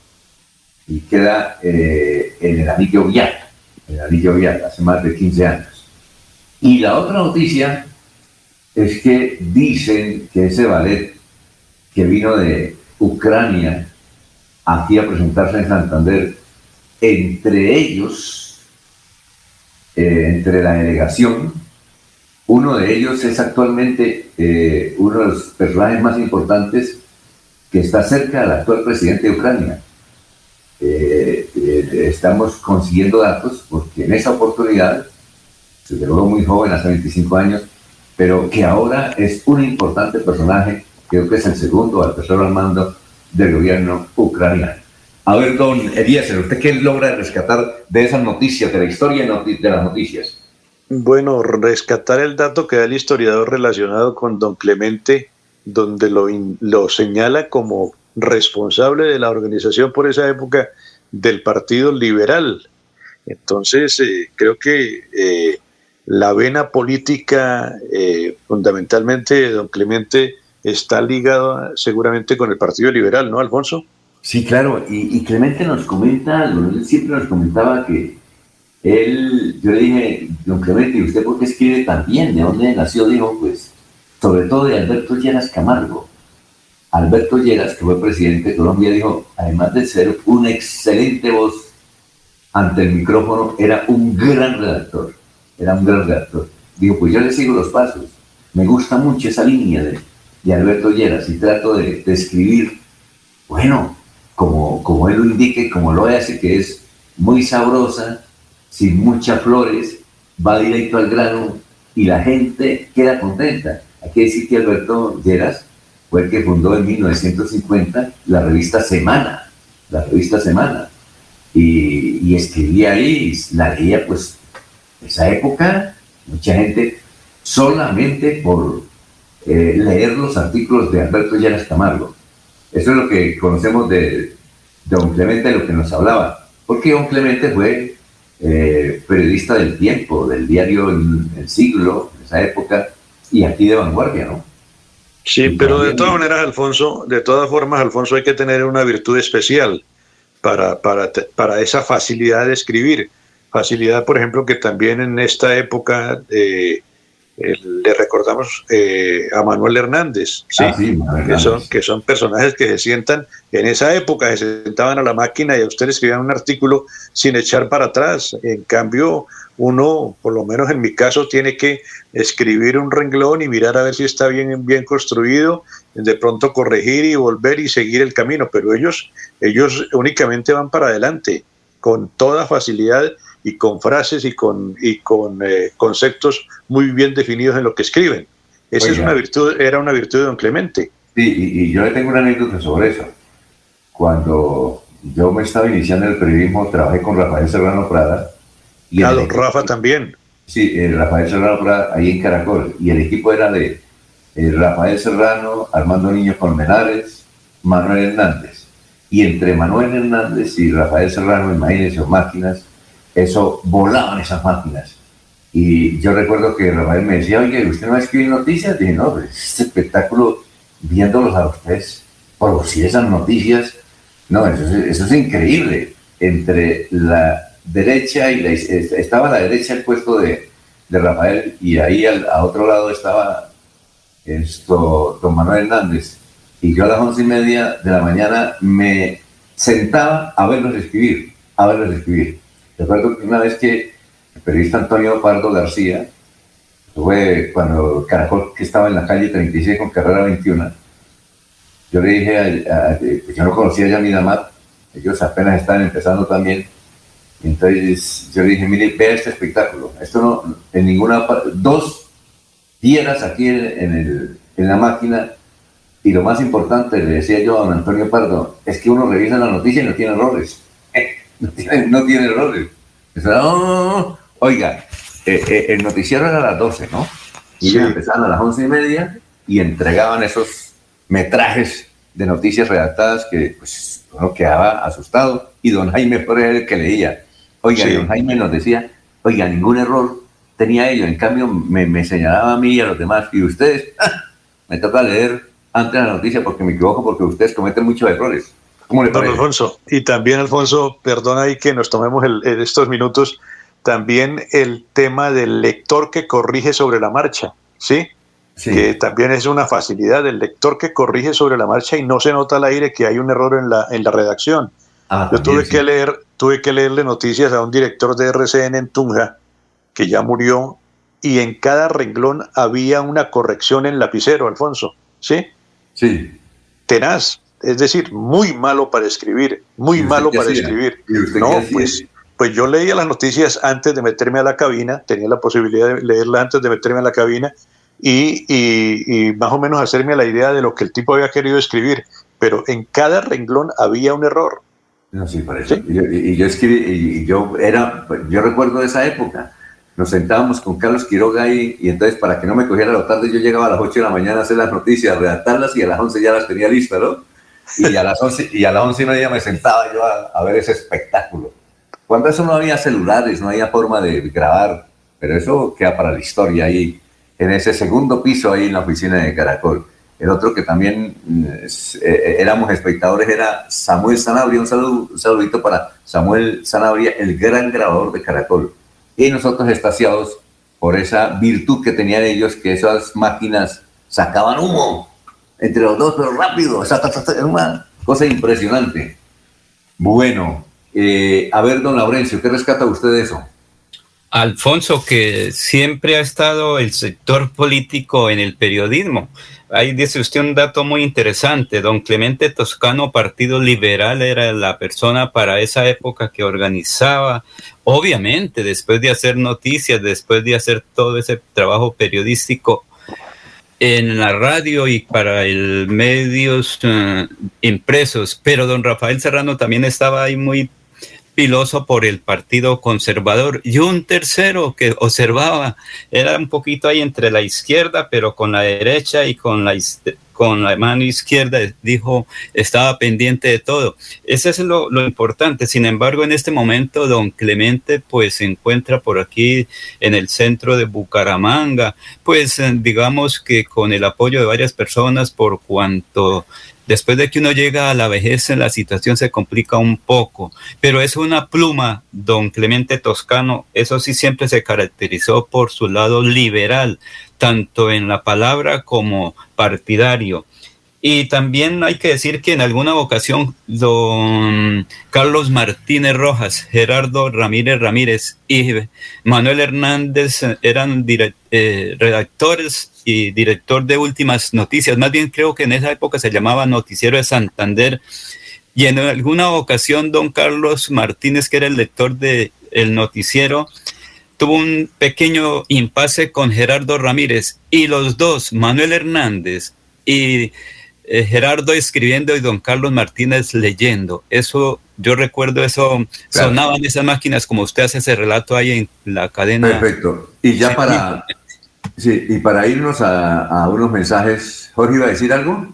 y queda eh, en el anillo vial, en el anillo vial, hace más de quince años. Y la otra noticia es que dicen que ese ballet que vino de Ucrania aquí a presentarse en Santander, entre ellos, eh, entre la delegación, uno de ellos es actualmente eh, uno de los personajes más importantes que está cerca del actual presidente de Ucrania. Eh, eh, estamos consiguiendo datos porque en esa oportunidad se logró muy joven, hace veinticinco años, pero que ahora es un importante personaje, creo que es el segundo al tercero al mando del gobierno ucraniano. A ver, don Eliezer, ¿usted qué logra rescatar de esas noticias, de la historia de las noticias? Bueno, rescatar el dato que da el historiador relacionado con don Clemente, donde lo, in, lo señala como responsable de la organización por esa época del Partido Liberal. Entonces, eh, creo que eh, la vena política eh, fundamentalmente de don Clemente está ligada seguramente con el Partido Liberal, ¿no, Alfonso? Sí, claro, y, y Clemente nos comenta, él siempre nos comentaba que él, yo le dije, don Clemente, ¿y usted por qué escribe tan bien? ¿De dónde nació? Dijo, pues, sobre todo de Alberto Lleras Camargo. Alberto Lleras, que fue presidente de Colombia, dijo, además de ser una excelente voz ante el micrófono, era un gran redactor, era un gran redactor. Dijo, pues yo le sigo los pasos, me gusta mucho esa línea de, de Alberto Lleras y trato de, de escribir, bueno, como, como él lo indique, como lo hace, que es muy sabrosa, sin muchas flores, va directo al grano y la gente queda contenta. Hay que decir que Alberto Lleras fue el que fundó en mil novecientos cincuenta la revista Semana, la revista Semana, y, y escribía ahí, y la leía pues, en esa época, mucha gente, solamente por eh, leer los artículos de Alberto Lleras Camargo. Eso es lo que conocemos de, de don Clemente, de lo que nos hablaba, porque don Clemente fue eh, periodista del Tiempo, del diario El, el Siglo, en esa época, y aquí de vanguardia, ¿no? Sí, pero de todas maneras, Alfonso, de todas formas, Alfonso, hay que tener una virtud especial para, para, para esa facilidad de escribir. Facilidad, por ejemplo, que también en esta época eh, eh, le recordamos eh, a Manuel Hernández, ¿sí? Ah, sí, Manuel que, son, que son personajes que se sientan, en esa época se sentaban a la máquina y a usted escribían un artículo sin echar para atrás. En cambio, uno, por lo menos en mi caso, tiene que escribir un renglón y mirar a ver si está bien, bien construido, de pronto corregir y volver y seguir el camino, pero ellos, ellos únicamente van para adelante, con toda facilidad y con frases y con, y con eh, conceptos muy bien definidos en lo que escriben. Esa Oiga, es una virtud, era una virtud de don Clemente. Sí, y, y yo le tengo una anécdota sobre eso. Cuando yo me estaba iniciando en el periodismo, trabajé con Rafael Serrano Prada. Y ah, don Rafa también. Sí, eh, Rafael Serrano Prada, ahí en Caracol. Y el equipo era de eh, Rafael Serrano, Armando Niño Colmenares, Manuel Hernández. Y entre Manuel Hernández y Rafael Serrano, imagínense, máquinas, eso, volaban esas máquinas. Y yo recuerdo que Rafael me decía, oye, ¿usted no va a escribir noticias? Dije, no, pues este espectáculo, viéndolos a ustedes, producir esas noticias, no, eso es, eso es increíble. Entre la derecha y la estaba a la derecha el puesto de, de Rafael, y ahí al, a otro lado estaba esto, don Manuel Hernández. Y yo a las once y media de la mañana me sentaba a verlos escribir, a verlos escribir. Recuerdo que una vez que el periodista Antonio Pardo García, fue cuando Caracol, que estaba en la calle treinta y seis con carrera veintiuno, yo le dije, a, a, pues yo no conocía ya a Miramar, ellos apenas estaban empezando también, y entonces yo le dije, mire, vea este espectáculo, esto no, en ninguna parte, dos tierras aquí en, en, el, en la máquina, y lo más importante, le decía yo a don Antonio Pardo, es que uno revisa la noticia y no tiene errores. No tiene, no tiene errores. Oh, oiga, eh, eh, el noticiero era a las doce, ¿no? Y sí. Ellos empezaban a las once y media y entregaban esos metrajes de noticias redactadas que pues uno quedaba asustado. Y don Jaime fue el que leía. Oiga, sí. Don Jaime nos decía, oiga, ningún error tenía ellos. En cambio, me, me señalaba a mí y a los demás. Y ustedes, ¡ah! Me toca leer antes la noticia porque me equivoco, porque ustedes cometen muchos errores. ¿Cómo le Don Alfonso, y también, Alfonso, perdona ahí que nos tomemos el, el, estos minutos, también el tema del lector que corrige sobre la marcha, ¿sí? Sí. Que también es una facilidad, el lector que corrige sobre la marcha y no se nota al aire que hay un error en la, en la redacción. Ah, Yo tuve, sí. que leer, tuve que leerle noticias a un director de R C N en Tunja, que ya murió, y en cada renglón había una corrección en lapicero, Alfonso, ¿sí? Sí. Tenaz. Es decir, muy malo para escribir, muy malo para hacía? escribir. No, pues, pues yo leía las noticias antes de meterme a la cabina, tenía la posibilidad de leerlas antes de meterme a la cabina y, y, y más o menos hacerme la idea de lo que el tipo había querido escribir, pero en cada renglón había un error. No, sí, por eso. ¿Sí? Y, yo, y yo escribí, y yo era, yo recuerdo de esa época, nos sentábamos con Carlos Quiroga ahí, y entonces para que no me cogiera la tarde yo llegaba a las ocho de la mañana a hacer las noticias, a redactarlas, y a las once ya las tenía listas, ¿no? Y a las once y a las once y media me sentaba yo a, a ver ese espectáculo. Cuando eso no había celulares, no había forma de grabar, pero eso queda para la historia ahí, en ese segundo piso ahí en la oficina de Caracol. El otro que también eh, éramos espectadores era Samuel Sanabria, un, saludo, un saludito para Samuel Sanabria, el gran grabador de Caracol. Y nosotros extasiados por esa virtud que tenían ellos, que esas máquinas sacaban humo entre los dos, pero rápido, es una cosa impresionante. Bueno, eh, a ver, don Laurencio, ¿qué rescata usted de eso? Alfonso, que siempre ha estado el sector político en el periodismo. Ahí dice usted un dato muy interesante. Don Clemente Toscano, Partido Liberal, era la persona para esa época que organizaba, obviamente, después de hacer noticias, después de hacer todo ese trabajo periodístico en la radio y para el medios uh, impresos, pero don Rafael Serrano también estaba ahí muy piloso por el Partido Conservador, y un tercero que observaba, era un poquito ahí entre la izquierda, pero con la derecha y con la, con la mano izquierda, dijo, estaba pendiente de todo. Ese es lo, lo importante. Sin embargo, en este momento, don Clemente, pues se encuentra por aquí en el centro de Bucaramanga, pues digamos que con el apoyo de varias personas, por cuanto Después de que uno llega a la vejez, la situación se complica un poco, pero es una pluma, don Clemente Toscano, eso sí siempre se caracterizó por su lado liberal, tanto en la palabra como partidario. Y también hay que decir que en alguna ocasión don Carlos Martínez Rojas, Gerardo Ramírez Ramírez y Manuel Hernández eran direct, eh, redactores y director de Últimas Noticias. Más bien creo que en esa época se llamaba Noticiero de Santander. Y en alguna ocasión don Carlos Martínez, que era el lector de El Noticiero, tuvo un pequeño impasse con Gerardo Ramírez. Y los dos, Manuel Hernández y Eh, Gerardo escribiendo y don Carlos Martínez leyendo. Eso, yo recuerdo eso, claro. Sonaban esas máquinas como usted hace ese relato ahí en la cadena. Perfecto. Y ya sí, para, sí, y para irnos a, a unos mensajes, ¿Jorge iba a decir algo?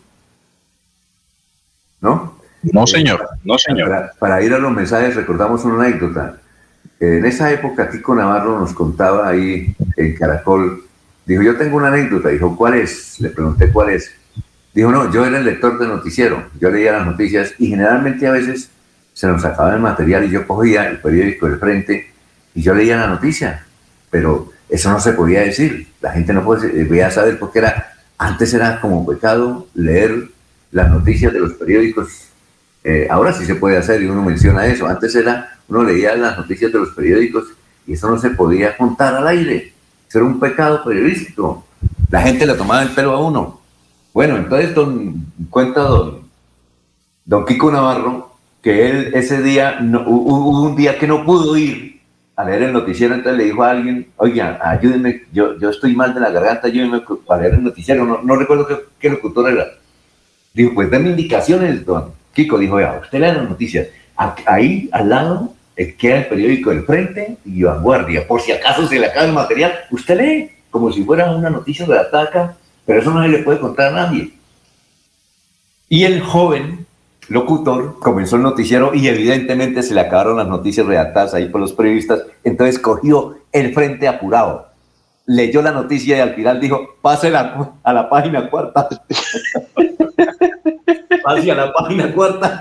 ¿No? No, señor, eh, no, señor. Para, para ir a los mensajes recordamos una anécdota. En esa época Kiko Navarro nos contaba ahí en Caracol, dijo, yo tengo una anécdota. Dijo, ¿cuál es? Le pregunté, ¿cuál es? Dijo, no, yo era el lector de noticiero, yo leía las noticias y generalmente a veces se nos sacaba el material y yo cogía el periódico del Frente y yo leía la noticia, pero eso no se podía decir, la gente no podía saber porque era, antes era como pecado leer las noticias de los periódicos, eh, ahora sí se puede hacer y uno menciona eso, antes era, uno leía las noticias de los periódicos y eso no se podía contar al aire, eso era un pecado periodístico, la gente le tomaba el pelo a uno. Bueno, entonces don, cuenta don, don Kiko Navarro que él ese día, no, hubo un día que no pudo ir a leer el noticiero, entonces le dijo a alguien, oiga, ayúdenme, yo, yo estoy mal de la garganta, ayúdenme a leer el noticiero, no, no recuerdo qué, qué locutor era. Dijo, pues denme indicaciones, don Kiko, dijo, ya, usted lee las noticias, ahí al lado queda el periódico del Frente y Vanguardia, por si acaso se le acaba el material, usted lee, como si fuera una noticia redactada acá, pero eso no se le puede contar a nadie. Y el joven locutor comenzó el noticiero y evidentemente se le acabaron las noticias redactadas ahí por los periodistas, entonces cogió el Frente apurado, leyó la noticia y al final dijo, pase la, a la página cuarta. Pase a la página cuarta.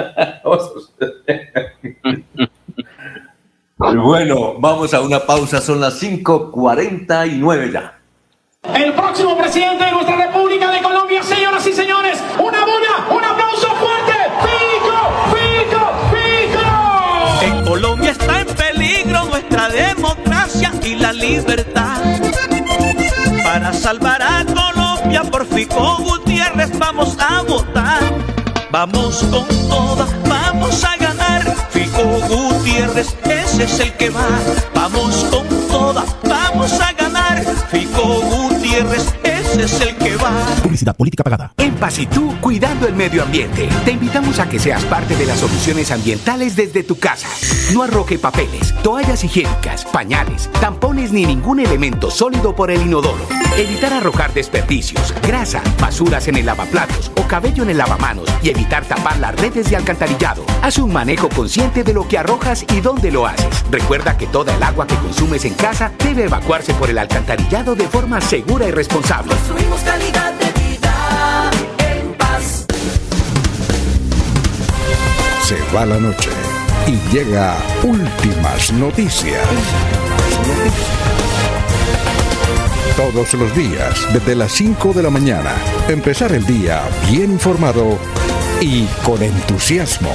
Bueno, vamos a una pausa, son las cinco cuarenta y nueve ya. El próximo presidente de nuestra República de Colombia, señoras y señores, una bulla, un aplauso fuerte. ¡Pico, pico, pico! En Colombia está en peligro nuestra democracia y la libertad. Para salvar a Colombia por Fico Gutiérrez vamos a votar. Vamos con toda, vamos a ganar. Fico Gutiérrez, ese es el que va. Vamos con toda, vamos a ganar. Fico Gutiérrez, ese es el que va. Publicidad política pagada. En Pasitú, cuidando el medio ambiente. Te invitamos a que seas parte de las soluciones ambientales desde tu casa. No arroje papeles, toallas higiénicas, pañales, tampones ni ningún elemento sólido por el inodoro. Evitar arrojar desperdicios, grasa, basuras en el lavaplatos o cabello en el lavamanos y evitar tapar las redes de alcantarillado. Haz un manejo consciente de lo que arrojas y dónde lo haces. Recuerda que toda el agua que consumes en casa debe evacuarse por el alcantarillado de forma segura y responsable. Construimos calidad de vida en paz. Se va la noche y llega Últimas Noticias. Todos los días, desde las cinco de la mañana, empezar el día bien informado y con entusiasmo.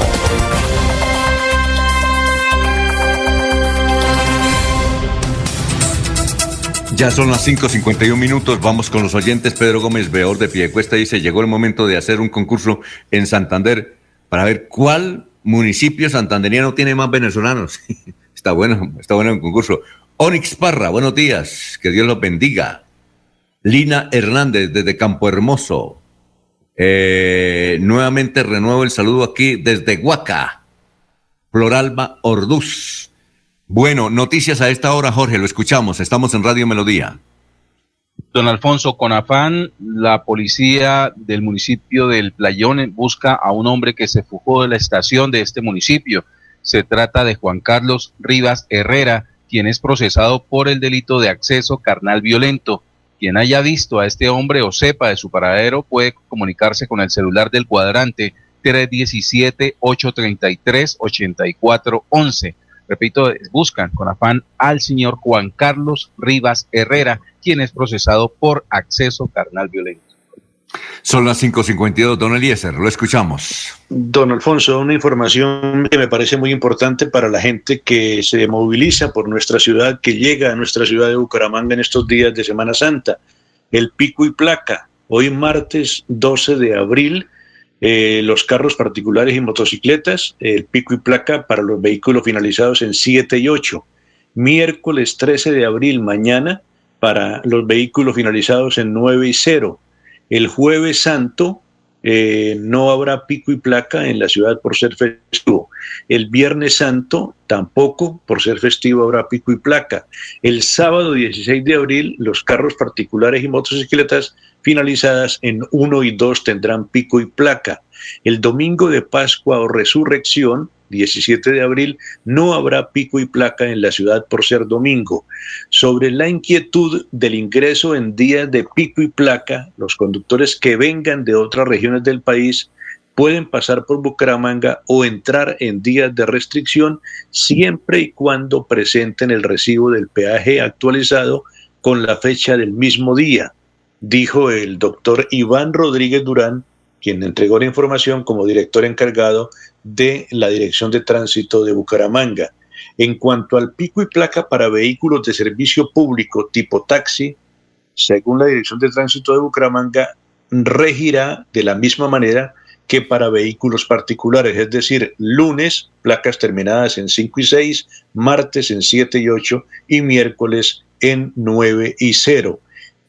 Ya son las cinco cincuenta y un minutos, vamos con los oyentes. Pedro Gómez Beor de Piedecuesta dice, llegó el momento de hacer un concurso en Santander para ver cuál municipio santanderiano tiene más venezolanos. Está bueno, está bueno el concurso. Onix Parra, buenos días, que Dios los bendiga. Lina Hernández desde Campo Hermoso. Eh, nuevamente renuevo el saludo aquí desde Huaca. Floralba Orduz. Bueno, noticias a esta hora, Jorge, lo escuchamos, estamos en Radio Melodía. Don Alfonso, con afán, la policía del municipio del Playón busca a un hombre que se fugó de la estación de este municipio. Se trata de Juan Carlos Rivas Herrera, quien es procesado por el delito de acceso carnal violento. Quien haya visto a este hombre o sepa de su paradero puede comunicarse con el celular del cuadrante tres uno siete, ocho tres tres, ocho cuatro uno uno. Repito, buscan con afán al señor Juan Carlos Rivas Herrera, quien es procesado por acceso carnal violento. Son las cinco cincuenta y dos, don Eliezer, lo escuchamos. Don Alfonso, una información que me parece muy importante para la gente que se moviliza por nuestra ciudad, que llega a nuestra ciudad de Bucaramanga en estos días de Semana Santa. El pico y placa, hoy martes doce de abril, eh, los carros particulares y motocicletas, el pico y placa para los vehículos finalizados en siete y ocho. Miércoles trece de abril, mañana, para los vehículos finalizados en nueve y cero. El jueves santo eh, no habrá pico y placa en la ciudad por ser festivo. El viernes santo tampoco, por ser festivo, habrá pico y placa. El sábado dieciséis de abril los carros particulares y motocicletas finalizadas en uno y dos tendrán pico y placa. El domingo de Pascua o Resurrección, diecisiete de abril, no habrá pico y placa en la ciudad por ser domingo. Sobre la inquietud del ingreso en días de pico y placa, los conductores que vengan de otras regiones del país pueden pasar por Bucaramanga o entrar en días de restricción siempre y cuando presenten el recibo del peaje actualizado con la fecha del mismo día, dijo el doctor Iván Rodríguez Durán, quien entregó la información como director encargado de la Dirección de Tránsito de Bucaramanga. En cuanto al pico y placa para vehículos de servicio público tipo taxi, según la Dirección de Tránsito de Bucaramanga, regirá de la misma manera que para vehículos particulares, es decir, lunes, placas terminadas en cinco y seis, martes en siete y ocho y miércoles en nueve y cero.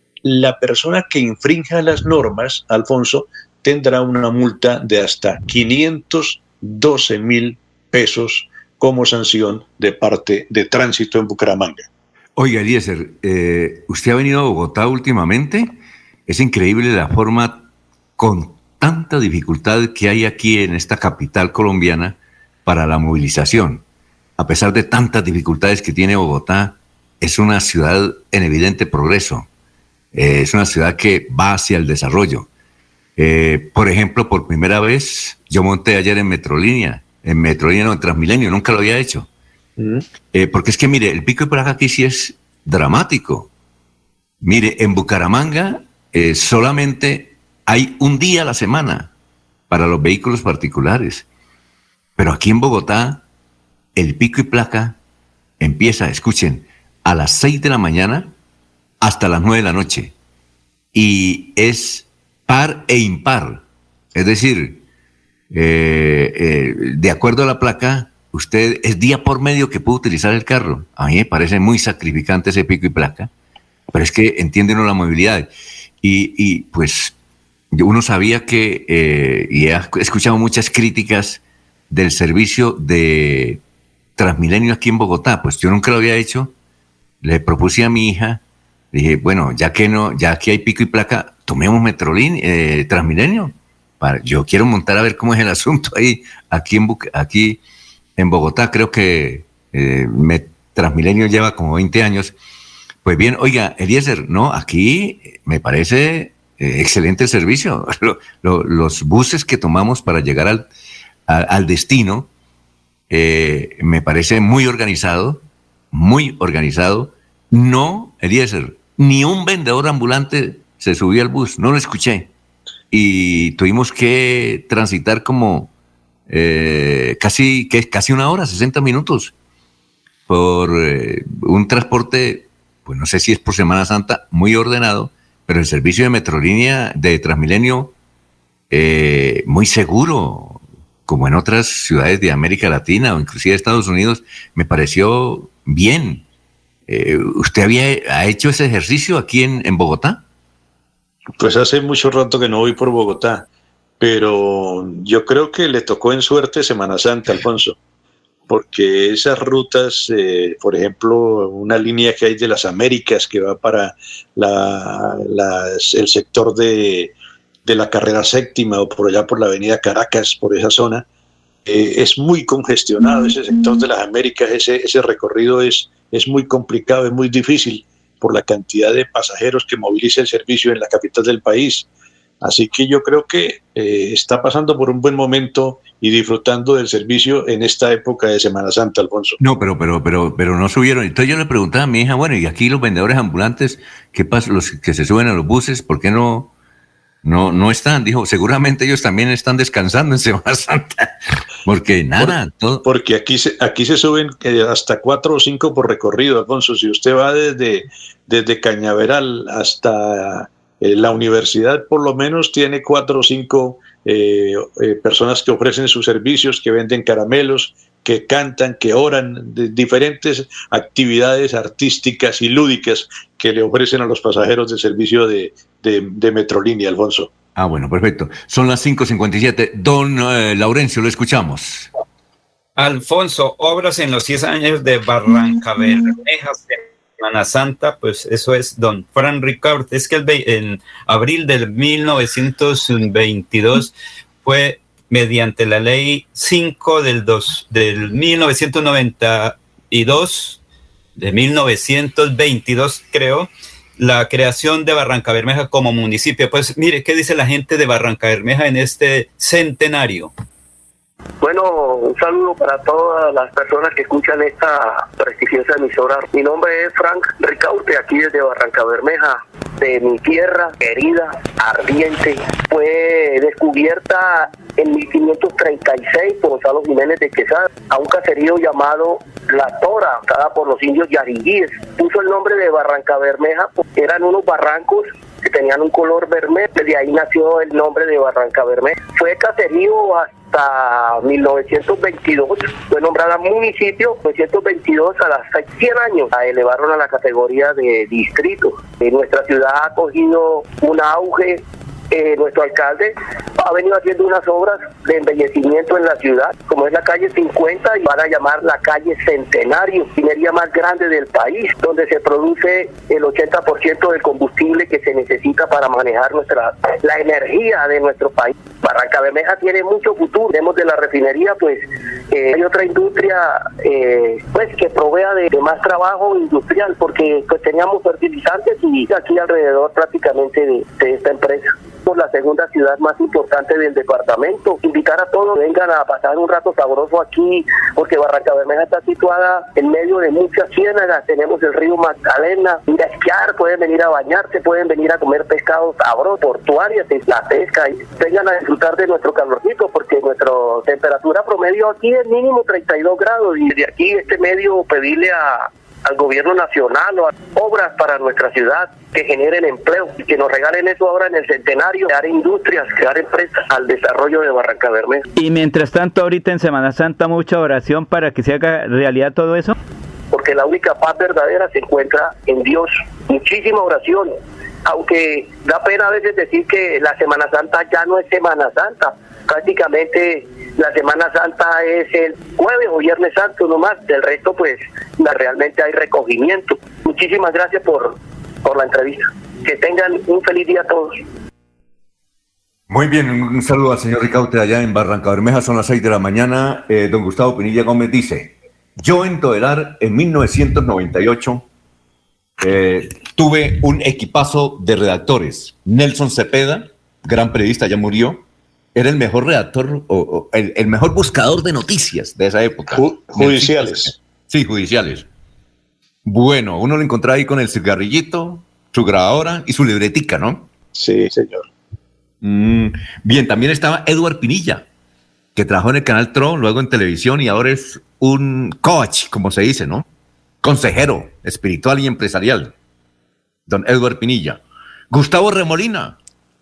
La persona que infrinja las normas, Alfonso, tendrá una multa de hasta quinientos doce mil pesos como sanción de parte de Tránsito en Bucaramanga. Oiga, Eliezer, eh, ¿usted ha venido a Bogotá últimamente? Es increíble la forma, con tanta dificultad que hay aquí en esta capital colombiana para la movilización. A pesar de tantas dificultades que tiene Bogotá, es una ciudad en evidente progreso. Eh, es una ciudad que va hacia el desarrollo. Eh, por ejemplo, por primera vez, yo monté ayer en Metrolínea, en Metrolínea, no, en Transmilenio, nunca lo había hecho. Mm. Eh, porque es que, mire, el pico y placa aquí sí es dramático. Mire, en Bucaramanga eh, solamente hay un día a la semana para los vehículos particulares. Pero aquí en Bogotá, el pico y placa empieza, escuchen, a las seis de la mañana hasta las nueve de la noche. Y es par e impar. Es decir, eh, eh, de acuerdo a la placa, usted es día por medio que puede utilizar el carro. A mí me parece muy sacrificante ese pico y placa, pero es que entiende uno la movilidad. Y, y pues uno sabía que, eh, y he escuchado muchas críticas del servicio de Transmilenio aquí en Bogotá, pues yo nunca lo había hecho. Le propuse a mi hija, dije, bueno, ya que no, ya aquí hay pico y placa, tomemos Metrolínea, eh, Transmilenio. Para, yo quiero montar a ver cómo es el asunto ahí, aquí en, aquí en Bogotá. Creo que eh, me, Transmilenio lleva como veinte años. Pues bien, oiga, Eliezer, no, aquí me parece eh, excelente el servicio. Lo, lo, los buses que tomamos para llegar al, a, al destino, eh, me parece muy organizado, muy organizado. No, Eliezer, ni un vendedor ambulante se subió al bus, no lo escuché. Y tuvimos que transitar como eh, casi, que, casi una hora, sesenta minutos, por eh, un transporte, pues no sé si es por Semana Santa, muy ordenado, pero el servicio de Metrolínea, de Transmilenio, eh, muy seguro, como en otras ciudades de América Latina o inclusive de Estados Unidos, me pareció bien. Eh, ¿Usted había ha hecho ese ejercicio aquí en, en Bogotá? Pues hace mucho rato que no voy por Bogotá, pero yo creo que le tocó en suerte Semana Santa, Alfonso, porque esas rutas, eh, por ejemplo, una línea que hay de las Américas que va para la, las, el sector de, de la carrera séptima o por allá por la avenida Caracas, por esa zona, eh, es muy congestionado ese sector de las Américas, ese, ese recorrido es, es muy complicado, es muy difícil. por la cantidad de pasajeros que moviliza el servicio en la capital del país. Así que yo creo que eh, está pasando por un buen momento y disfrutando del servicio en esta época de Semana Santa, Alfonso. No, pero, pero, pero, pero no subieron. Entonces yo le preguntaba a mi hija, bueno, y aquí los vendedores ambulantes, ¿qué pasa? Los que se suben a los buses, ¿por qué no, no, no están? Dijo, seguramente ellos también están descansando en Semana Santa, porque nada. Por, todo. Porque aquí se, aquí se suben eh, hasta cuatro o cinco por recorrido, Alfonso. Si usted va desde, desde Cañaveral hasta eh, la universidad, por lo menos tiene cuatro o cinco eh, eh, personas que ofrecen sus servicios, que venden caramelos, que cantan, que oran, de diferentes actividades artísticas y lúdicas que le ofrecen a los pasajeros del servicio de, de, de Metrolínea, Alfonso. Ah, bueno, perfecto. Son las cinco cincuenta y siete. Don eh, Laurencio, lo escuchamos. Alfonso, obras en los cien años de Barrancabermeja, Semana Santa, pues eso es don Fran Ricard. Es que el, en abril del mil novecientos veintidós fue mediante la ley cinco del, dos, del mil novecientos noventa y dos, de mil novecientos veintidós creo, la creación de Barrancabermeja como municipio. Pues mire, ¿qué dice la gente de Barrancabermeja en este centenario? Bueno, un saludo para todas las personas que escuchan esta prestigiosa emisora. Mi nombre es Frank Ricaurte, aquí desde Barrancabermeja, de mi tierra querida, ardiente. Fue descubierta en mil quinientos treinta y seis por Gonzalo Jiménez de Quesada, a un caserío llamado La Tora, dada por los indios yariguíes. Puso el nombre de Barrancabermeja porque eran unos barrancos que tenían un color vermelho. De ahí nació el nombre de Barrancabermeja. Fue caserío hasta mil novecientos veintidós, fue nombrada municipio. mil novecientos veintidós, a las cien años, la elevaron a la categoría de distrito. Eh, nuestra ciudad ha cogido un auge. Eh, nuestro alcalde ha venido haciendo unas obras de embellecimiento en la ciudad, como es la calle cincuenta, y van a llamar la calle Centenario, minería más grande del país, donde se produce el ochenta por ciento del combustible que se necesita para manejar nuestra la energía de nuestro país. Barrancabermeja tiene mucho futuro. Tenemos de la refinería, pues eh, hay otra industria eh, pues que provea de, de más trabajo industrial, porque pues, teníamos fertilizantes y aquí alrededor prácticamente de, de esta empresa. La segunda ciudad más importante del departamento. Invitar a todos, vengan a pasar un rato sabroso aquí, porque Barrancabermeja está situada en medio de muchas ciénagas. Tenemos el río Magdalena, ir a esquiar, pueden venir a bañarse, pueden venir a comer pescado sabroso, portuarias, la pesca, y vengan a disfrutar de nuestro calorcito, porque nuestra temperatura promedio aquí es mínimo treinta y dos grados, y de aquí este medio pedirle a al gobierno nacional o a obras para nuestra ciudad que generen empleo y que nos regalen eso ahora en el centenario, crear industrias, crear empresas al desarrollo de Barrancabermeja. Y mientras tanto, ahorita en Semana Santa, mucha oración para que se haga realidad todo eso. Porque la única paz verdadera se encuentra en Dios. Muchísima oración, aunque da pena a veces decir que la Semana Santa ya no es Semana Santa, prácticamente la Semana Santa es el jueves o viernes santo nomás, del resto pues la, realmente hay recogimiento. Muchísimas gracias por, por la entrevista. Que tengan un feliz día a todos. Muy bien, un saludo al señor Ricaurte allá en Barrancabermeja, son las seis de la mañana. Eh, don Gustavo Pinilla Gómez dice, yo en Todelar en mil novecientos noventa y ocho eh, tuve un equipazo de redactores. Nelson Cepeda, gran periodista, ya murió. Era el mejor redactor o, o el, el mejor buscador de noticias de esa época. Ju- judiciales. Sí, judiciales. Bueno, uno lo encontraba ahí con el cigarrillito, su grabadora y su libretica, ¿no? Sí, señor. Mm, bien, también estaba Edward Pinilla, que trabajó en el canal Tro, luego en televisión y ahora es un coach, como se dice, ¿no? Consejero espiritual y empresarial. Don Edward Pinilla. Gustavo Remolina.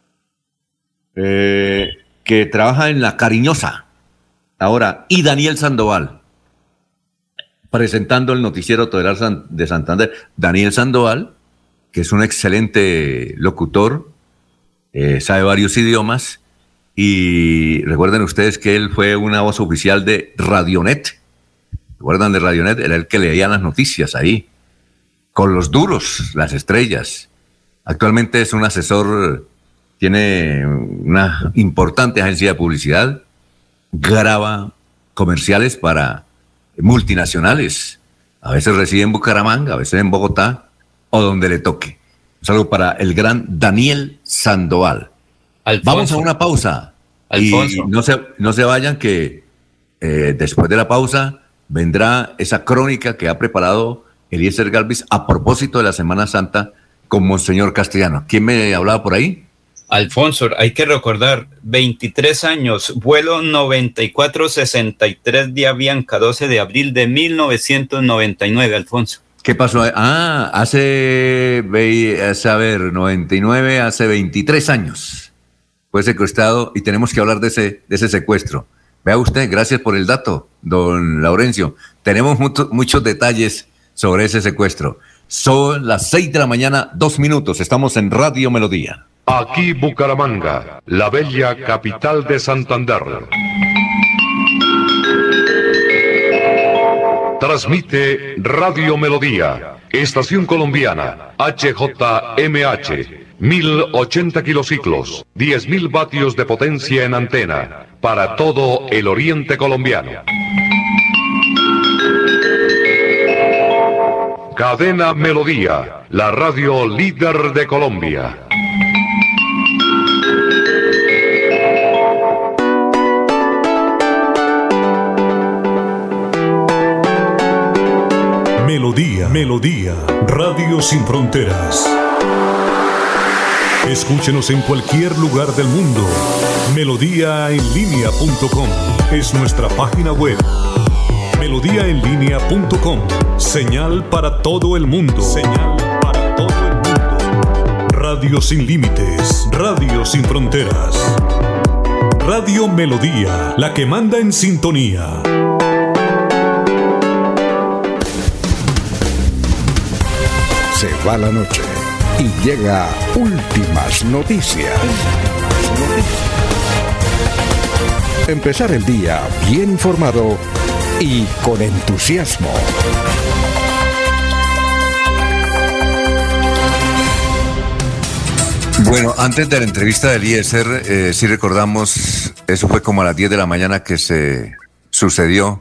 Eh... que trabaja en La Cariñosa, ahora, y Daniel Sandoval, presentando el noticiero Todelar de Santander. Daniel Sandoval, que es un excelente locutor, eh, sabe varios idiomas, y recuerden ustedes que él fue una voz oficial de Radionet. ¿Recuerdan de Radionet? Era el que leía las noticias ahí, con los duros, las estrellas. Actualmente es un asesor... Tiene una importante agencia de publicidad, graba comerciales para multinacionales. A veces reside en Bucaramanga, a veces en Bogotá, o donde le toque. Un saludo para el gran Daniel Sandoval. Alfonso. Vamos a una pausa. Alfonso. Y no se, no se vayan que eh, después de la pausa vendrá esa crónica que ha preparado Eliezer Galvis a propósito de la Semana Santa con Monseñor Castellano. ¿Quién me hablaba por ahí? Alfonso, hay que recordar, veintitrés años, vuelo noventa y cuatro sesenta y tres de Avianca, doce de abril de mil novecientos noventa y nueve, Alfonso. ¿Qué pasó? Ah, hace, hace, a ver, noventa y nueve, hace veintitrés años fue secuestrado y tenemos que hablar de ese, de ese secuestro. Vea usted, gracias por el dato, don Laurencio. Tenemos mucho, muchos detalles sobre ese secuestro. Son las seis de la mañana, dos minutos. Estamos en Radio Melodía. Aquí Bucaramanga, la bella capital de Santander. Transmite Radio Melodía, estación colombiana, H J M H, mil ochenta kilociclos, diez mil vatios de potencia en antena, para todo el oriente colombiano. Cadena Melodía, la radio líder de Colombia. Melodía, Melodía, Radio Sin Fronteras. Escúchenos en cualquier lugar del mundo. melodía en línea punto com es nuestra página web. melodía en línea punto com, señal para todo el mundo. Señal para todo el mundo. Radio sin límites, Radio sin fronteras. Radio Melodía, la que manda en sintonía. Se va la noche y llega Últimas Noticias. Empezar el día bien informado y con entusiasmo. Bueno, antes de la entrevista de Eliezer, eh, sí recordamos, eso fue como a las diez de la mañana que se sucedió.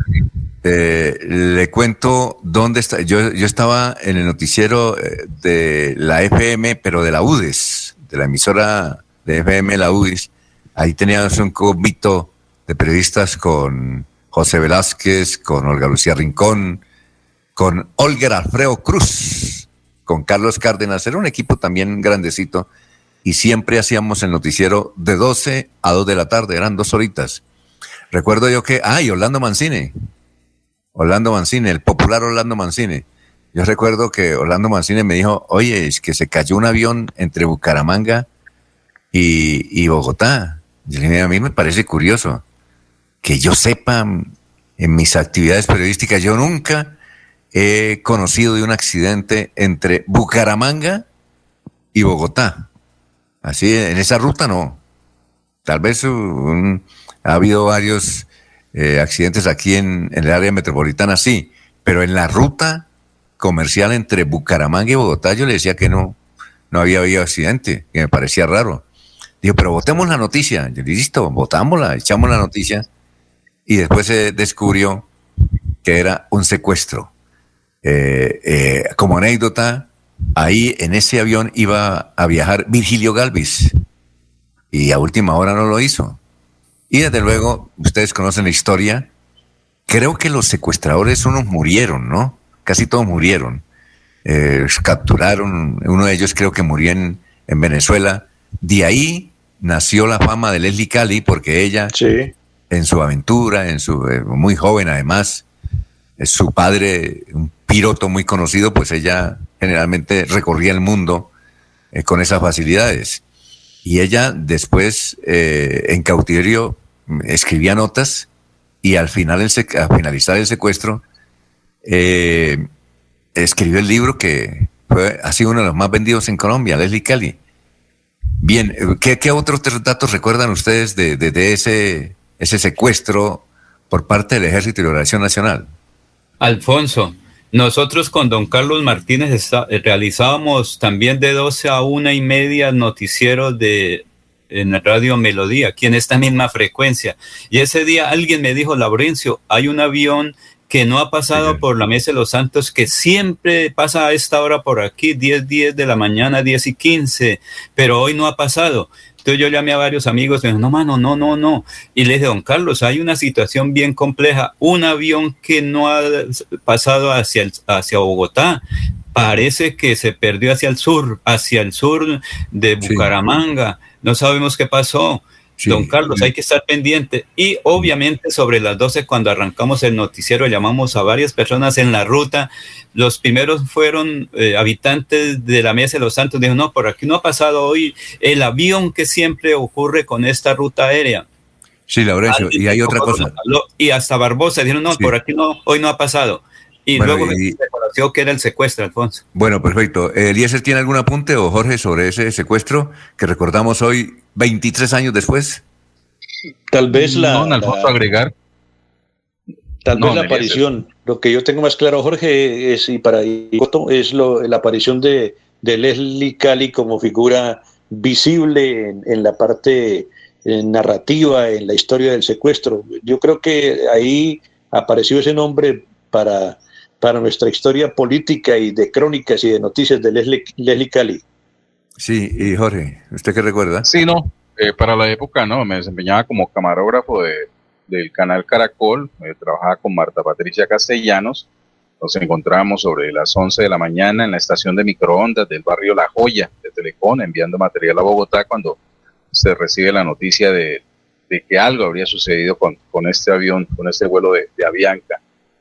Eh, le cuento dónde está. Yo, yo estaba en el noticiero de la F M, pero de la U D E S, de la emisora de F M, la U D E S. Ahí teníamos un convito de periodistas con José Velázquez, con Olga Lucía Rincón, con Olga Alfredo Cruz, con Carlos Cárdenas. Era un equipo también grandecito y siempre hacíamos el noticiero de doce a dos de la tarde, eran dos horitas. Recuerdo yo que, ay, Orlando Mancini. Orlando Mancini, el popular Orlando Mancini. Yo recuerdo que Orlando Mancini me dijo, oye, es que se cayó un avión entre Bucaramanga y, y Bogotá. Y le dije, a mí me parece curioso que yo sepa, en mis actividades periodísticas, yo nunca he conocido de un accidente entre Bucaramanga y Bogotá. Así, en esa ruta no. Tal vez un, ha habido varios Eh, accidentes aquí en, en el área metropolitana, sí, pero en la ruta comercial entre Bucaramanga y Bogotá yo le decía que no, no había habido accidente, que me parecía raro. Digo, pero votemos la noticia. Yo dije, listo, votámosla, echamos la noticia, y después se descubrió que era un secuestro. Eh, eh, como anécdota, ahí en ese avión iba a viajar Virgilio Galvis, y a última hora no lo hizo. Y desde luego, ustedes conocen la historia, creo que los secuestradores unos murieron, ¿no? Casi todos murieron. Eh, capturaron, uno de ellos creo que murió en, en Venezuela. De ahí nació la fama de Leslie Cali, porque ella, sí, en su aventura, en su eh, muy joven además, eh, su padre, un piloto muy conocido, pues ella generalmente recorría el mundo eh, con esas facilidades. Y ella después, eh, en cautiverio, escribía notas, y al final, el sec- al finalizar el secuestro, eh, escribió el libro que fue, ha sido uno de los más vendidos en Colombia, Leslie Cali. Bien, ¿qué, qué otros datos recuerdan ustedes de, de, de ese, ese secuestro por parte del Ejército y la Liberación Nacional? Alfonso, nosotros con don Carlos Martínez está, realizábamos también de doce a una y media noticieros de en Radio Melodía, aquí en esta misma frecuencia. Y ese día alguien me dijo, Laurencio, hay un avión que no ha pasado por la Mesa de los Santos, que siempre pasa a esta hora por aquí, diez, diez de la mañana, diez y quince, pero hoy no ha pasado. Entonces yo llamé a varios amigos, me dijeron, no, mano, no, no, no. Y le dije, don Carlos, hay una situación bien compleja, un avión que no ha pasado hacia, el, hacia Bogotá, parece que se perdió hacia el sur, hacia el sur de Bucaramanga, sí. No sabemos qué pasó. Sí. Don Carlos, hay que estar pendiente. Y obviamente sobre las doce, cuando arrancamos el noticiero, llamamos a varias personas en la ruta. Los primeros fueron eh, habitantes de la Mesa de los Santos. Dijeron, no, por aquí no ha pasado hoy el avión que siempre ocurre con esta ruta aérea. Sí, Laurencio, y hay otra cosa. Y hasta Barbosa dijeron, no, sí. por aquí no, hoy no ha pasado. Y bueno, luego y... se conoció que era el secuestro, Alfonso. Bueno, perfecto. ¿Eliezer tiene algún apunte o Jorge sobre ese secuestro que recordamos hoy, veintitrés años después? Tal vez la... No, Alfonso, la, agregar. Tal no, vez la aparición, lo que yo tengo más claro, Jorge, es, y para es lo, la aparición de, de Leslie Cali como figura visible en, en la parte en narrativa, en la historia del secuestro. Yo creo que ahí apareció ese nombre para... para nuestra historia política y de crónicas y de noticias de Leslie, Leslie Cali. Sí, y Jorge, ¿usted qué recuerda? Sí, no, eh, para la época, no, me desempeñaba como camarógrafo de, del canal Caracol, eh, trabajaba con Marta Patricia Castellanos, nos encontrábamos sobre las once de la mañana en la estación de microondas del barrio La Joya de Telecom, enviando material a Bogotá cuando se recibe la noticia de, de que algo habría sucedido con, con este avión, con este vuelo de, de Avianca.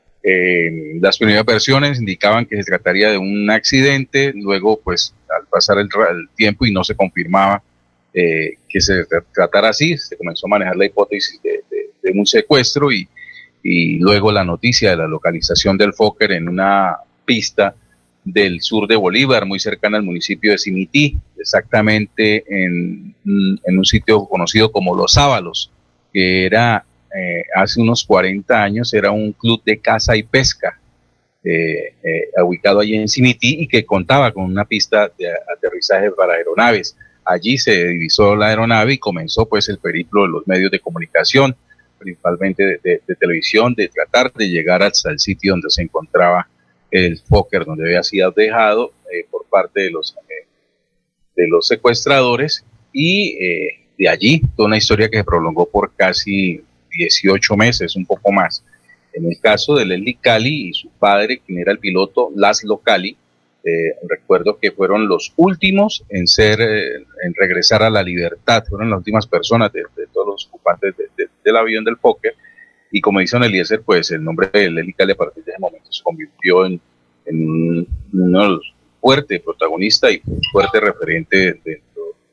Eh, las primeras versiones indicaban que se trataría de un accidente, luego pues al pasar el, el tiempo y no se confirmaba eh, que se tratara así, se comenzó a manejar la hipótesis de, de, de un secuestro y, y luego la noticia de la localización del Fokker en una pista del sur de Bolívar, muy cercana al municipio de Simití, exactamente en, en un sitio conocido como Los Ábalos, que era Eh, hace unos cuarenta años era un club de caza y pesca eh, eh, ubicado allí en Simití y que contaba con una pista de aterrizaje para aeronaves. Allí se divisó la aeronave y comenzó pues el periplo de los medios de comunicación, principalmente de, de, de televisión, de tratar de llegar hasta el sitio donde se encontraba el Fokker, donde había sido dejado eh, por parte de los, eh, de los secuestradores y eh, de allí toda una historia que se prolongó por casi dieciocho meses, un poco más. En el caso de Leslie Cali y su padre, quien era el piloto Laszlo Cali, eh, recuerdo que fueron los últimos en ser, eh, en regresar a la libertad, fueron las últimas personas de, de todos los ocupantes de, de, del avión del Fokker, y como dice Eliezer, pues el nombre de Leslie Cali a partir de ese momento se convirtió en, en uno de los fuertes protagonistas y fuerte referente dentro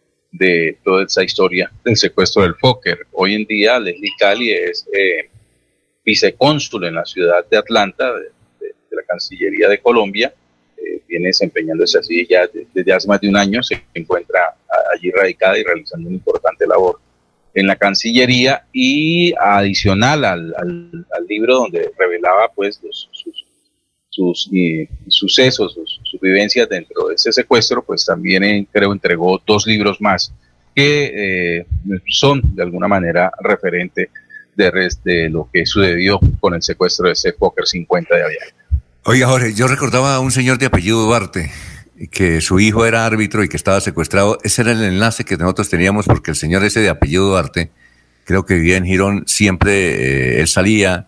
de toda esa historia del secuestro del Fokker. Hoy en día Leslie Cali es eh, vicecónsul en la ciudad de Atlanta, de, de, de la Cancillería de Colombia, eh, viene desempeñándose así ya desde, desde hace más de un año, se encuentra allí radicada y realizando una importante labor en la Cancillería, y adicional al, al, al libro donde revelaba pues los, sus, sus y, sucesos, sus, sus vivencias dentro de ese secuestro, pues también eh, creo entregó dos libros más que eh, son de alguna manera referente de, de lo que sucedió con el secuestro de ese Fokker cincuenta de Avianca. Oiga, Jorge, yo recordaba a un señor de apellido Duarte, que su hijo era árbitro y que estaba secuestrado. Ese era el enlace que nosotros teníamos, porque el señor ese de apellido Duarte, creo que vivía en Girón, siempre eh, él salía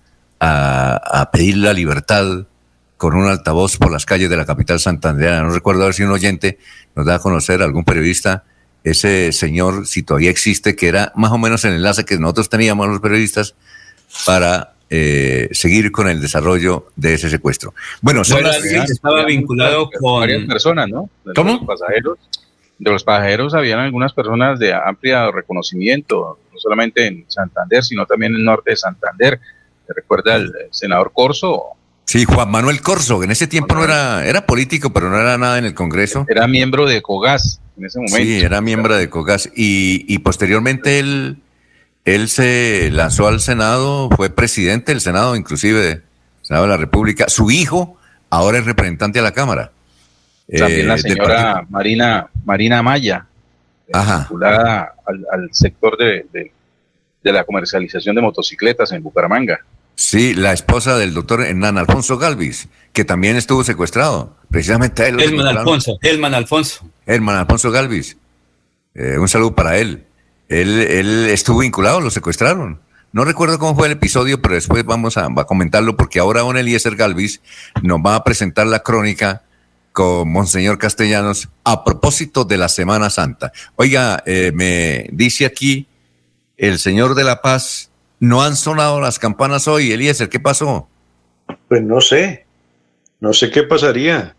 a, a pedir la libertad con un altavoz por las calles de la capital santandereana. No recuerdo a ver si un oyente nos da a conocer, algún periodista, ese señor, si todavía existe, que era más o menos el enlace que nosotros teníamos los periodistas para eh, seguir con el desarrollo de ese secuestro. Bueno, son bueno, las... estaba vinculado con varias personas, ¿no? De ¿Cómo? Los pasajeros, de los pasajeros habían algunas personas de amplio reconocimiento, no solamente en Santander, sino también en el norte de Santander. ¿Se recuerda el senador Corso? Sí, Juan Manuel Corso, en ese tiempo no era, era político, pero no era nada en el Congreso. Era miembro de COGAS en ese momento. Sí, era miembro de COGAS, y, y posteriormente él, él se lanzó al Senado, fue presidente del Senado, inclusive del Senado de la República. Su hijo ahora es representante a la Cámara. También eh, la señora Marina, Marina Maya, Ajá. vinculada al, al sector de, de, de la comercialización de motocicletas en Bucaramanga. Sí, la esposa del doctor Hernán Alfonso Galvis, que también estuvo secuestrado. Precisamente a él. Herman Alfonso, Herman Alfonso. Herman Alfonso Galvis. Eh, un saludo para él. él. Él estuvo vinculado, lo secuestraron. No recuerdo cómo fue el episodio, pero después vamos a, a comentarlo, porque ahora don Eliezer Galvis nos va a presentar la crónica con Monseñor Castellanos a propósito de la Semana Santa. Oiga, eh, me dice aquí el señor de la Paz, ¿no han sonado las campanas hoy, Eliezer? ¿Qué pasó? Pues no sé, no sé qué pasaría.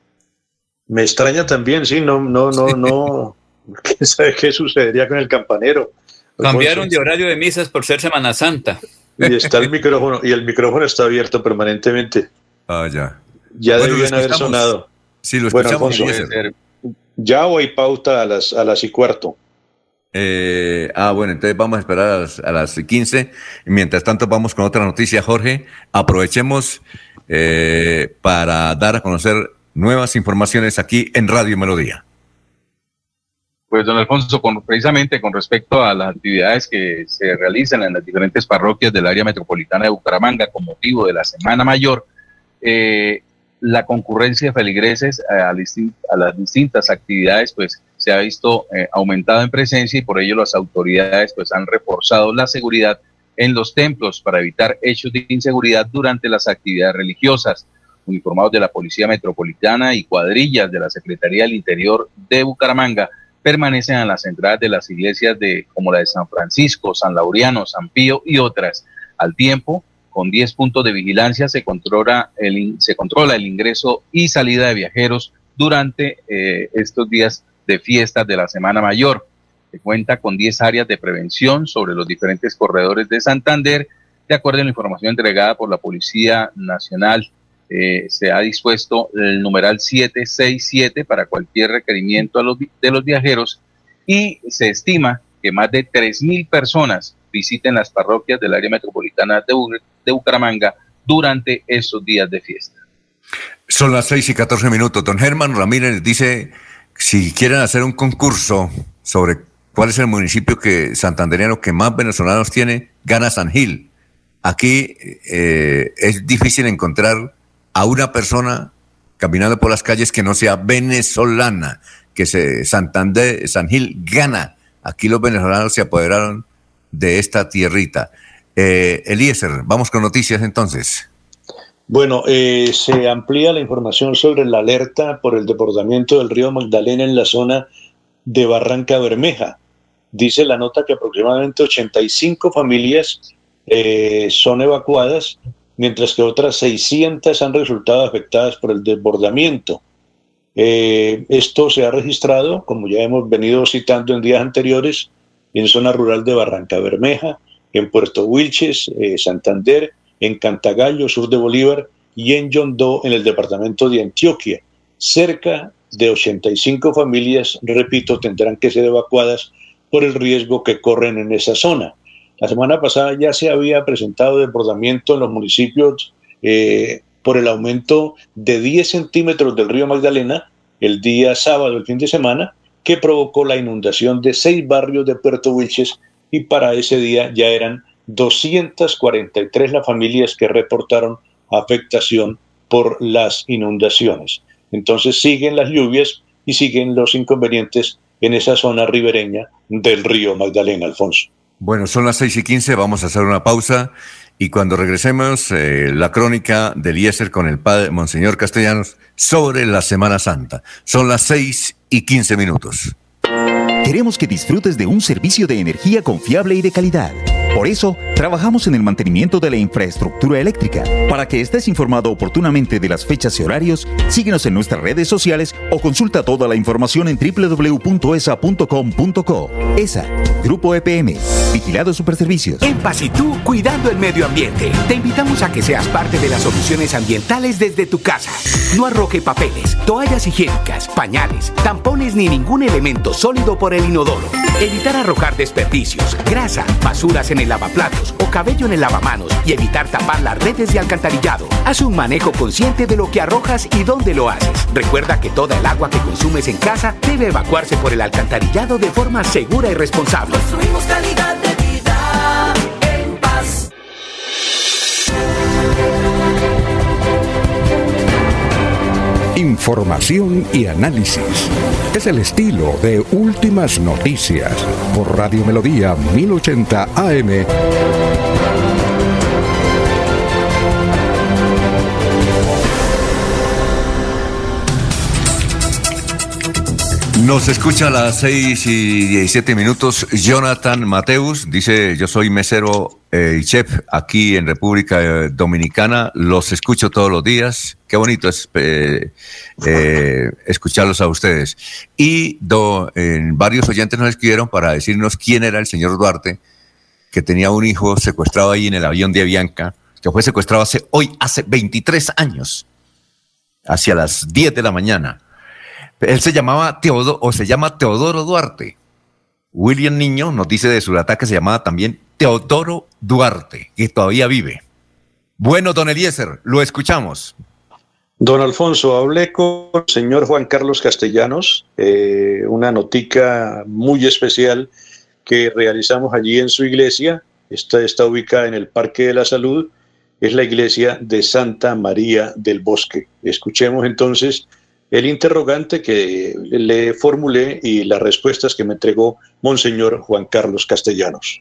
Me extraña también, sí, no, no, no, no. ¿Quién sabe qué sucedería con el campanero? Cambiaron de horario de misas por ser Semana Santa. Y está el micrófono, y el micrófono está abierto permanentemente. Ah, ya. Ya bueno, debían haber sonado. Sí, lo bueno, escuchamos. Alfonso, ya o hay pauta a las, a las y cuarto. Eh, ah, bueno, entonces vamos a esperar a las, a las quince. Mientras tanto, vamos con otra noticia, Jorge. Aprovechemos eh, para dar a conocer nuevas informaciones aquí en Radio Melodía. Pues, don Alfonso, con, precisamente con respecto a las actividades que se realizan en las diferentes parroquias del área metropolitana de Bucaramanga con motivo de la Semana Mayor, eh, la concurrencia de feligreses a, a las distintas actividades pues se ha visto eh, aumentada en presencia, y por ello las autoridades pues han reforzado la seguridad en los templos para evitar hechos de inseguridad durante las actividades religiosas. Uniformados de la Policía Metropolitana y cuadrillas de la Secretaría del Interior de Bucaramanga permanecen en las entradas de las iglesias de como la de San Francisco, San Laureano, San Pío y otras. Al tiempo, con diez puntos de vigilancia se controla el, se controla el ingreso y salida de viajeros durante eh, estos días de fiestas de la Semana Mayor. Se cuenta con diez áreas de prevención sobre los diferentes corredores de Santander. De acuerdo a la información entregada por la Policía Nacional, eh, se ha dispuesto el numeral siete seis siete para cualquier requerimiento a los, de los viajeros, y se estima que más de tres mil personas visiten las parroquias del área metropolitana de, Bu- de Bucaramanga durante estos días de fiesta. Son las seis y catorce minutos. Don Germán Ramírez dice, si quieren hacer un concurso sobre cuál es el municipio que santandereano que más venezolanos tiene, gana San Gil. Aquí eh, es difícil encontrar a una persona caminando por las calles que no sea venezolana, que se Santander, San Gil gana. Aquí los venezolanos se apoderaron de esta tierrita. Eh, Eliezer, vamos con noticias entonces. Bueno, eh, se amplía la información sobre la alerta por el desbordamiento del río Magdalena en la zona de Barranca Bermeja. Dice la nota que aproximadamente ochenta y cinco familias eh, son evacuadas, mientras que otras seiscientas han resultado afectadas por el desbordamiento. Eh, esto se ha registrado, como ya hemos venido citando en días anteriores, en zona rural de Barranca Bermeja, en Puerto Wilches, eh, Santander, en Cantagallo, sur de Bolívar, y en Yondó, en el departamento de Antioquia. Cerca de ochenta y cinco familias, repito, tendrán que ser evacuadas por el riesgo que corren en esa zona. La semana pasada ya se había presentado desbordamiento en los municipios eh, por el aumento de diez centímetros del río Magdalena el día sábado, el fin de semana, que provocó la inundación de seis barrios de Puerto Wilches, y para ese día ya eran doscientas cuarenta y tres las familias que reportaron afectación por las inundaciones. Entonces siguen las lluvias y siguen los inconvenientes en esa zona ribereña del río Magdalena, Alfonso. Bueno, son las seis y quince, vamos a hacer una pausa, y cuando regresemos, eh, la crónica de Eliezer con el padre Monseñor Castellanos sobre la Semana Santa. Son las seis y quince minutos. Queremos que disfrutes de un servicio de energía confiable y de calidad. Por eso, trabajamos en el mantenimiento de la infraestructura eléctrica. Para que estés informado oportunamente de las fechas y horarios, síguenos en nuestras redes sociales o consulta toda la información en doble u doble u doble u punto e s a punto com punto co. E S A, Grupo E P M, Vigilado Superservicios. En Pacitú, cuidando el medio ambiente. Te invitamos a que seas parte de las soluciones ambientales desde tu casa. No arroje papeles, toallas higiénicas, pañales, tampones ni ningún elemento sólido por el inodoro. Evitar arrojar desperdicios, grasa, basuras en el lavaplatos o cabello en el lavamanos, y evitar tapar las redes de alcantarillado. Haz un manejo consciente de lo que arrojas y dónde lo haces. Recuerda que toda el agua que consumes en casa debe evacuarse por el alcantarillado de forma segura y responsable. Construimos calidad de vida en paz. Información y análisis. Es el estilo de Últimas Noticias por Radio Melodía mil ochenta A M. Nos escucha a las seis y diecisiete minutos Jonathan Mateus, dice: yo soy mesero eh, y chef aquí en República Dominicana, los escucho todos los días, qué bonito es eh, eh, escucharlos a ustedes. Y do, eh, varios oyentes nos escribieron para decirnos quién era el señor Duarte, que tenía un hijo secuestrado ahí en el avión de Avianca, que fue secuestrado hace, hoy hace veintitrés años, hacia las diez de la mañana. Él se llamaba Teodoro, o se llama Teodoro Duarte. William Niño nos dice de su ataque se llamaba también Teodoro Duarte, que todavía vive. Bueno, don Eliezer, lo escuchamos. Don Alfonso, hablé con el señor Juan Carlos Castellanos, eh, una notica muy especial que realizamos allí en su iglesia. Esta está ubicada en el Parque de la Salud, es la iglesia de Santa María del Bosque. Escuchemos entonces el interrogante que le formulé y las respuestas que me entregó Monseñor Juan Carlos Castellanos.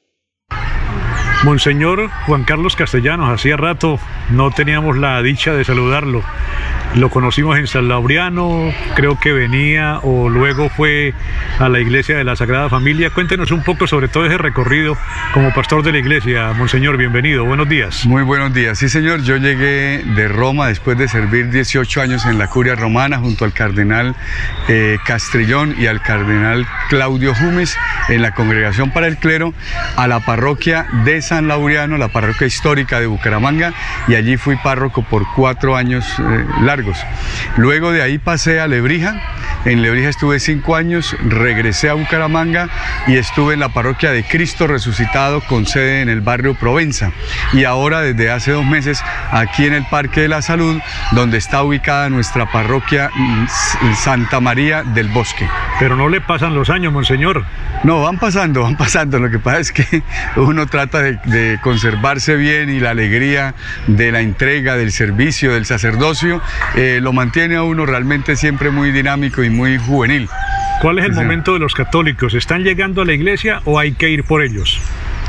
Monseñor Juan Carlos Castellanos, hacía rato no teníamos la dicha de saludarlo. Lo conocimos en San Laureano, creo que venía o luego fue a la iglesia de la Sagrada Familia. Cuéntenos un poco sobre todo ese recorrido como pastor de la iglesia. Monseñor, bienvenido, buenos días. Muy buenos días, sí señor, yo llegué de Roma después de servir dieciocho años en la curia romana junto al cardenal eh, Castrillón y al cardenal Claudio Jumes en la Congregación para el Clero, a la parroquia de San Laureano, la parroquia histórica de Bucaramanga, y allí fui párroco por cuatro años eh, largos. Luego de ahí pasé a Lebrija, en Lebrija estuve cinco años, regresé a Bucaramanga y estuve en la parroquia de Cristo Resucitado con sede en el barrio Provenza, y ahora desde hace dos meses aquí en el Parque de la Salud, donde está ubicada nuestra parroquia Santa María del Bosque. Pero no le pasan los años, Monseñor. No, van pasando, van pasando. Lo que pasa es que uno trata de, de conservarse bien, y la alegría de la entrega, del servicio, del sacerdocio, eh, lo mantiene a uno realmente siempre muy dinámico y muy juvenil. ¿Cuál es el momento de los católicos? ¿Están llegando a la iglesia o hay que ir por ellos?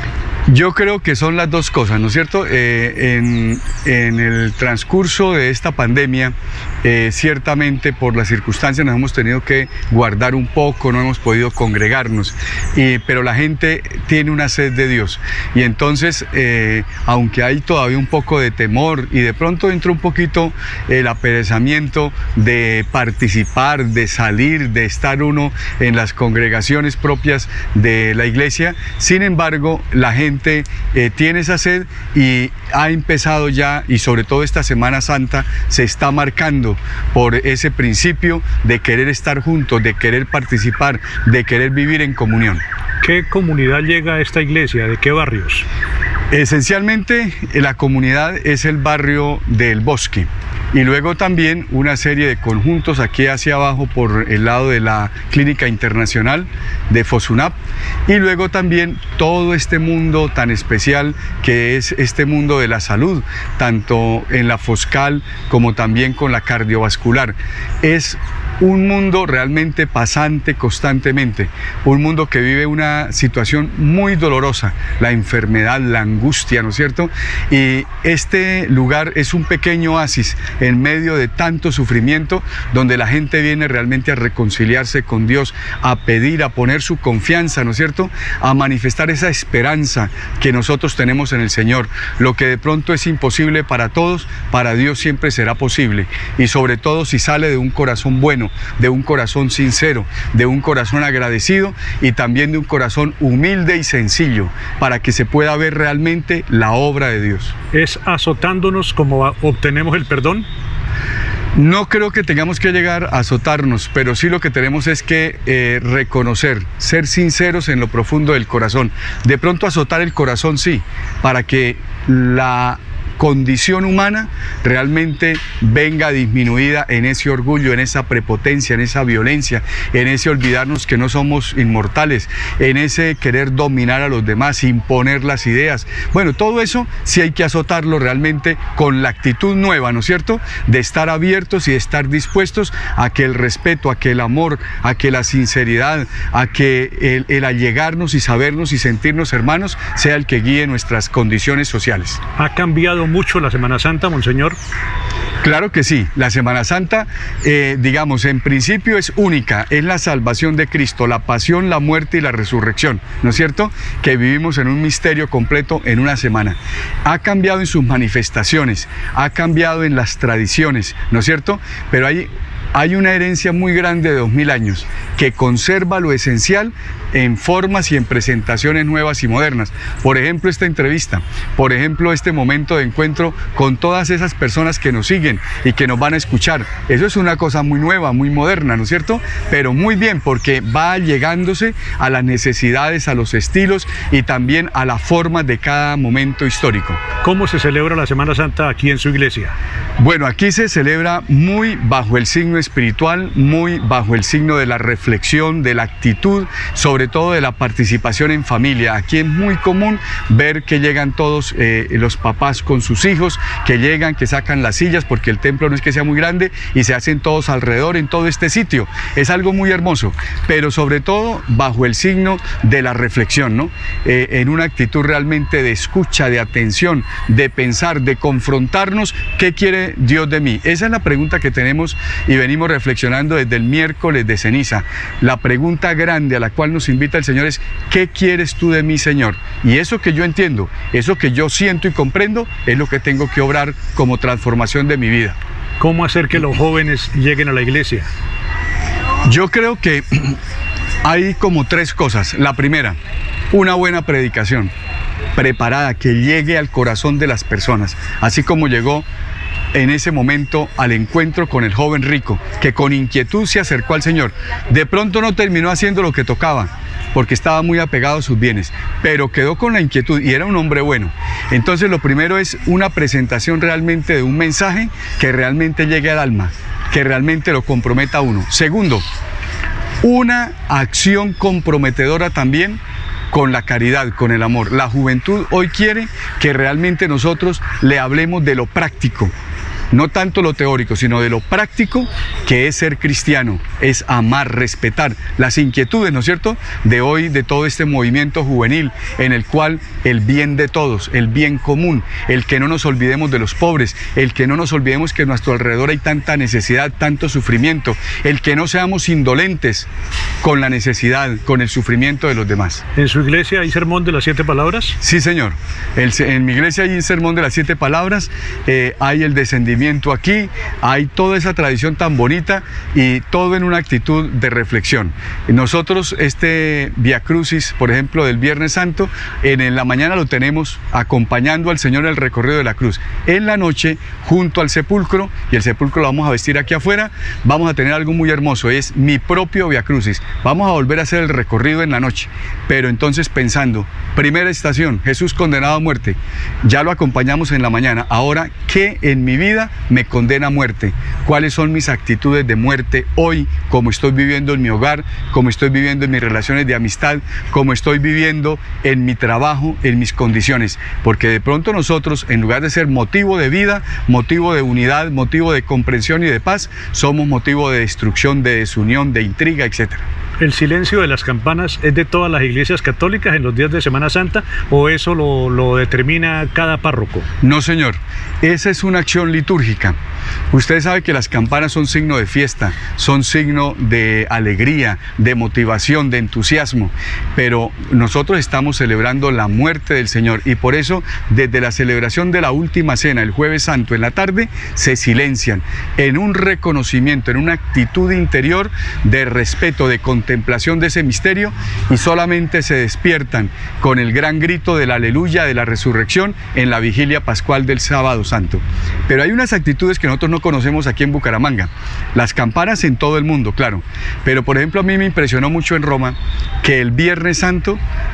Yo creo que son las dos cosas, ¿no es cierto? Eh, en, en el transcurso de esta pandemia, eh, ciertamente por las circunstancias nos hemos tenido que guardar un poco, no hemos podido congregarnos, y, pero la gente tiene una sed de Dios, y entonces, eh, aunque hay todavía un poco de temor y de pronto entra un poquito el aperezamiento de participar, de salir, de estar uno en las congregaciones propias de la iglesia, sin embargo, la gente Eh, tiene esa sed y ha empezado ya, y sobre todo esta Semana Santa se está marcando por ese principio de querer estar juntos, de querer participar, de querer vivir en comunión. ¿Qué comunidad llega a esta iglesia? ¿De qué barrios? Esencialmente la comunidad es el barrio del Bosque, y luego también una serie de conjuntos aquí hacia abajo por el lado de la Clínica Internacional de Fosunap, y luego también todo este mundo tan especial que es este mundo de la salud, tanto en la Foscal como también con la cardiovascular. Es un mundo realmente pasante constantemente, un mundo que vive una situación muy dolorosa, la enfermedad, la angustia, ¿no es cierto? Y este lugar es un pequeño oasis en medio de tanto sufrimiento, donde la gente viene realmente a reconciliarse con Dios, a pedir, a poner su confianza, ¿no es cierto?, a manifestar esa esperanza que nosotros tenemos en el Señor. Lo que de pronto es imposible para todos, para Dios siempre será posible, y sobre todo si sale de un corazón bueno, de un corazón sincero, de un corazón agradecido, y también de un corazón humilde y sencillo, para que se pueda ver realmente la obra de Dios. ¿Es azotándonos como obtenemos el perdón? No creo que tengamos que llegar a azotarnos, pero sí lo que tenemos es que eh, reconocer, ser sinceros en lo profundo del corazón. De pronto azotar el corazón sí, para que la condición humana realmente venga disminuida en ese orgullo, en esa prepotencia, en esa violencia, en ese olvidarnos que no somos inmortales, en ese querer dominar a los demás, imponer las ideas. Bueno, todo eso sí hay que azotarlo realmente con la actitud nueva, ¿no es cierto?, de estar abiertos y de estar dispuestos a que el respeto, a que el amor, a que la sinceridad, a que el, el allegarnos y sabernos y sentirnos hermanos sea el que guíe nuestras condiciones sociales. ¿Ha cambiado mucho la Semana Santa, monseñor? Claro que sí, la Semana Santa, eh, digamos, en principio es única, es la salvación de Cristo, la pasión, la muerte y la resurrección, ¿no es cierto?, que vivimos en un misterio completo en una semana. Ha cambiado en sus manifestaciones, ha cambiado en las tradiciones, ¿no es cierto?, pero hay... Hay una herencia muy grande de dos mil años que conserva lo esencial en formas y en presentaciones nuevas y modernas. Por ejemplo, esta entrevista, por ejemplo, este momento de encuentro con todas esas personas que nos siguen y que nos van a escuchar. Eso es una cosa muy nueva, muy moderna, ¿no es cierto? Pero muy bien, porque va llegándose a las necesidades, a los estilos y también a la forma de cada momento histórico. ¿Cómo se celebra la Semana Santa aquí en su iglesia? Bueno, aquí se celebra muy bajo el signo espiritual, muy bajo el signo de la reflexión, de la actitud, sobre todo de la participación en familia. Aquí es muy común ver que llegan todos eh, los papás con sus hijos, que llegan, que sacan las sillas, porque el templo no es que sea muy grande, y se hacen todos alrededor en todo este sitio. Es algo muy hermoso, pero sobre todo bajo el signo de la reflexión, ¿no? Eh, en una actitud realmente de escucha, de atención, de pensar, de confrontarnos, ¿qué quiere Dios de mí? Esa es la pregunta que tenemos y venimos reflexionando desde el miércoles de ceniza. La pregunta grande a la cual nos invita el Señor es: ¿qué quieres tú de mí, Señor? Y eso que yo entiendo, eso que yo siento y comprendo, es lo que tengo que obrar como transformación de mi vida. ¿Cómo hacer que los jóvenes lleguen a la iglesia? Yo creo que hay como tres cosas. La primera, una buena predicación preparada, que llegue al corazón de las personas, así como llegó en ese momento al encuentro con el joven rico, que con inquietud se acercó al Señor. De pronto no terminó haciendo lo que tocaba, porque estaba muy apegado a sus bienes, pero quedó con la inquietud y era un hombre bueno. Entonces lo primero es una presentación realmente de un mensaje que realmente llegue al alma, que realmente lo comprometa a uno. Segundo, una acción comprometedora también con la caridad, con el amor. La juventud hoy quiere que realmente nosotros le hablemos de lo práctico, no tanto lo teórico, sino de lo práctico, que es ser cristiano, es amar, respetar las inquietudes, ¿no es cierto?, de hoy, de todo este movimiento juvenil, en el cual el bien de todos, el bien común, el que no nos olvidemos de los pobres, el que no nos olvidemos que a nuestro alrededor hay tanta necesidad, tanto sufrimiento, el que no seamos indolentes con la necesidad, con el sufrimiento de los demás. ¿En su iglesia hay sermón de las siete palabras? Sí, señor. El, en mi iglesia hay un sermón de las siete palabras, eh, hay el descendimiento aquí, hay toda esa tradición tan bonita y todo en una actitud de reflexión. Nosotros este Via Crucis, por ejemplo, del Viernes Santo, en, en la mañana lo tenemos acompañando al Señor en el recorrido de la cruz. En la noche, junto al sepulcro, y el sepulcro lo vamos a vestir aquí afuera, vamos a tener algo muy hermoso, es mi propio Via Crucis. Vamos a volver a hacer el recorrido en la noche, pero entonces pensando, primera estación, Jesús condenado a muerte, ya lo acompañamos en la mañana. Ahora, ¿qué en mi vida me condena a muerte? ¿Cuáles son mis actitudes de muerte hoy, como estoy viviendo en mi hogar, como estoy viviendo en mis relaciones de amistad, como estoy viviendo en mi trabajo, en mis condiciones? Porque de pronto nosotros, en lugar de ser motivo de vida, motivo de unidad, motivo de comprensión y de paz, somos motivo de destrucción, de desunión, de intriga, etcétera. ¿El silencio de las campanas es de todas las iglesias católicas en los días de Semana Santa o eso lo, lo determina cada párroco? No, señor. Esa es una acción litúrgica. Usted sabe que las campanas son signo de fiesta, son signo de alegría, de motivación, de entusiasmo, pero nosotros estamos celebrando la muerte del Señor y por eso desde la celebración de la última cena, el Jueves Santo en la tarde, se silencian en un reconocimiento, en una actitud interior de respeto, de contemplación de ese misterio, y solamente se despiertan con el gran grito del aleluya de la resurrección en la vigilia pascual del Sábado Santo. Pero hay unas actitudes que nosotros no conocemos aquí en Bucaramanga. Las campanas en todo el mundo, claro, pero por ejemplo a mí me impresionó mucho en Roma que el Viernes Santo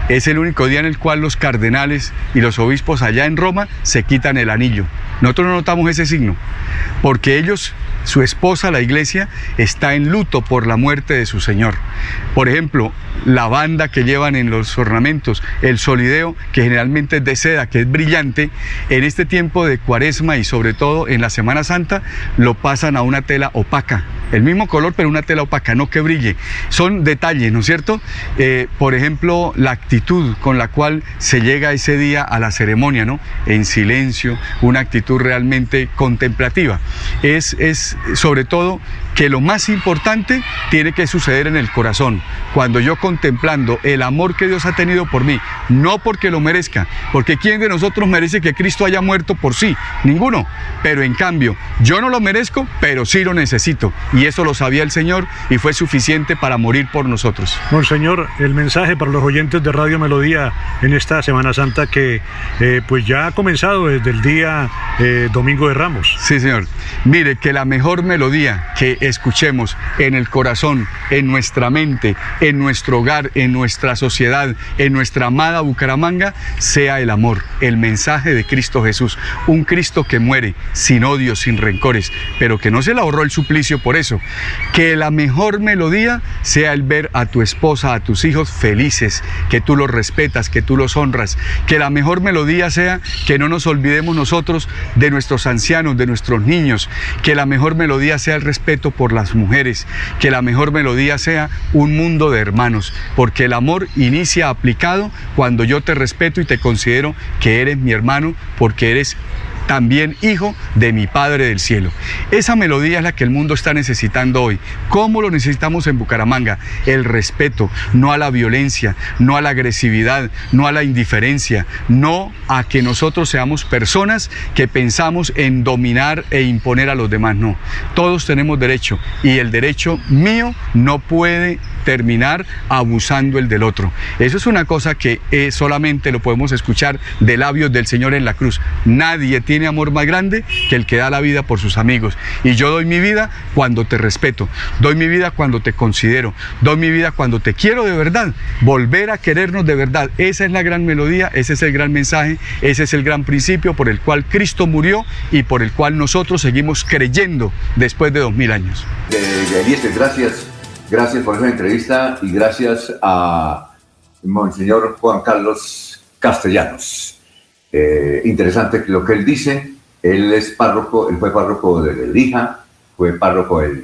Es el único día en el cual los cardenales y los obispos allá en Roma se quitan el anillo. Nosotros no notamos ese signo, porque ellos, su esposa, la iglesia, está en luto por la muerte de su Señor. Por ejemplo, la banda que llevan en los ornamentos, el solideo, que generalmente es de seda, que es brillante, en este tiempo de Cuaresma y sobre todo en la Semana Santa, lo pasan a una tela opaca. El mismo color, pero una tela opaca, no que brille. Son detalles, ¿no es cierto? Eh, por ejemplo, la actitud con la cual se llega ese día a la ceremonia, ¿no? En silencio, una actitud realmente contemplativa. Es, es sobre todo que lo más importante tiene que suceder en el corazón. Cuando yo contemplando el amor que Dios ha tenido por mí, no porque lo merezca, porque ¿quién de nosotros merece que Cristo haya muerto por sí? Ninguno. Pero en cambio, yo no lo merezco, pero sí lo necesito. Y eso lo sabía el Señor y fue suficiente para morir por nosotros. Monseñor, el mensaje para los oyentes de Radio Melodía en esta Semana Santa que eh, pues ya ha comenzado desde el día eh, Domingo de Ramos. Sí, señor. Mire, que la mejor melodía que escuchemos en el corazón, en nuestra mente, en nuestro hogar, en nuestra sociedad, en nuestra amada Bucaramanga, sea el amor, el mensaje de Cristo Jesús. Un Cristo que muere sin odio, sin rencores, pero que no se le ahorró el suplicio por eso. Que la mejor melodía sea el ver a tu esposa, a tus hijos felices, que tú los respetas, que tú los honras. Que la mejor melodía sea que no nos olvidemos nosotros de nuestros ancianos, de nuestros niños. Que la mejor melodía sea el respeto por las mujeres. Que la mejor melodía sea un mundo de hermanos, porque el amor inicia aplicado cuando yo te respeto y te considero que eres mi hermano, porque eres también hijo de mi Padre del cielo. Esa melodía es la que el mundo está necesitando hoy. ¿Cómo lo necesitamos en Bucaramanga? El respeto, no a la violencia, no a la agresividad, no a la indiferencia, no a que nosotros seamos personas que pensamos en dominar e imponer a los demás, no. Todos tenemos derecho y el derecho mío no puede terminar abusando el del otro. Eso es una cosa que eh, solamente lo podemos escuchar de labios del Señor en la cruz. Nadie tiene amor más grande que el que da la vida por sus amigos. Y yo doy mi vida cuando te respeto, doy mi vida cuando te considero, doy mi vida cuando te quiero de verdad. Volver a querernos de verdad. Esa es la gran melodía, ese es el gran mensaje, ese es el gran principio por el cual Cristo murió y por el cual nosotros seguimos creyendo después de dos mil años. Eh, Eliezer, gracias. Gracias por esa entrevista y gracias a Monseñor Juan Carlos Castellanos. Eh, interesante lo que él dice. Él es párroco, él fue párroco de Lebrija, fue párroco de,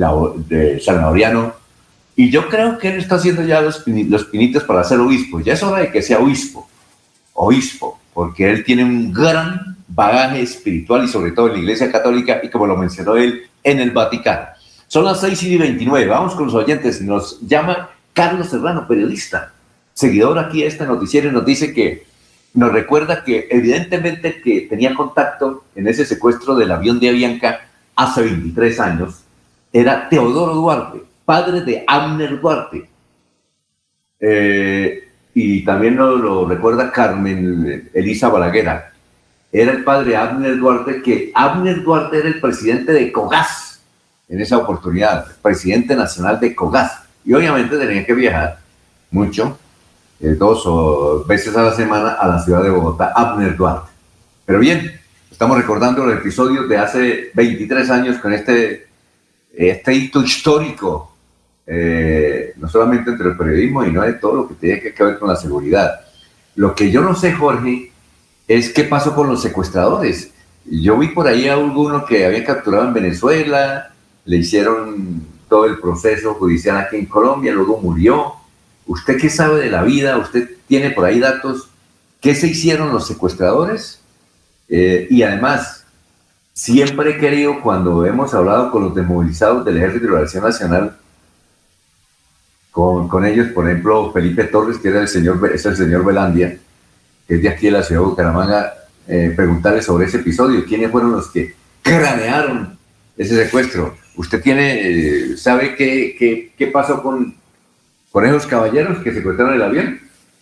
de San Laureano, y yo creo que él está haciendo ya los, los pinitos para ser obispo. Ya es hora de que sea obispo, obispo, porque él tiene un gran bagaje espiritual y sobre todo en la Iglesia Católica y como lo mencionó él, en el Vaticano. Son las seis y veintinueve, vamos con los oyentes. Nos llama Carlos Serrano, periodista, seguidor aquí de este noticiero, y nos dice que, nos recuerda que evidentemente que tenía contacto en ese secuestro del avión de Avianca hace veintitrés años, era Teodoro Duarte, padre de Abner Duarte. Eh, y también nos lo recuerda Carmen Elisa Balaguer, era el padre de Abner Duarte, que Abner Duarte era el presidente de COGAS, en esa oportunidad, presidente nacional de COGAS, y obviamente tenía que viajar mucho, eh, dos o veces a la semana a la ciudad de Bogotá, Abner Duarte. Pero bien, estamos recordando los episodios de hace veintitrés años con este, este hito histórico, eh, no solamente entre el periodismo y no de todo lo que tiene que ver con la seguridad. Lo que yo no sé, Jorge, es qué pasó con los secuestradores. Yo vi por ahí a alguno que habían capturado en Venezuela, le hicieron todo el proceso judicial aquí en Colombia, luego murió. ¿Usted qué sabe de la vida? ¿Usted tiene por ahí datos? ¿Qué se hicieron los secuestradores? Eh, y además, siempre he querido, cuando hemos hablado con los desmovilizados del Ejército de Liberación Nacional, con, con ellos, por ejemplo, Felipe Torres, que era el señor, es el señor Velandia, que es de aquí de la ciudad de Bucaramanga, eh, preguntarle sobre ese episodio, quiénes fueron los que cranearon ese secuestro. ¿Usted tiene, eh, sabe qué, qué, qué pasó con, con esos caballeros que secuestraron el avión?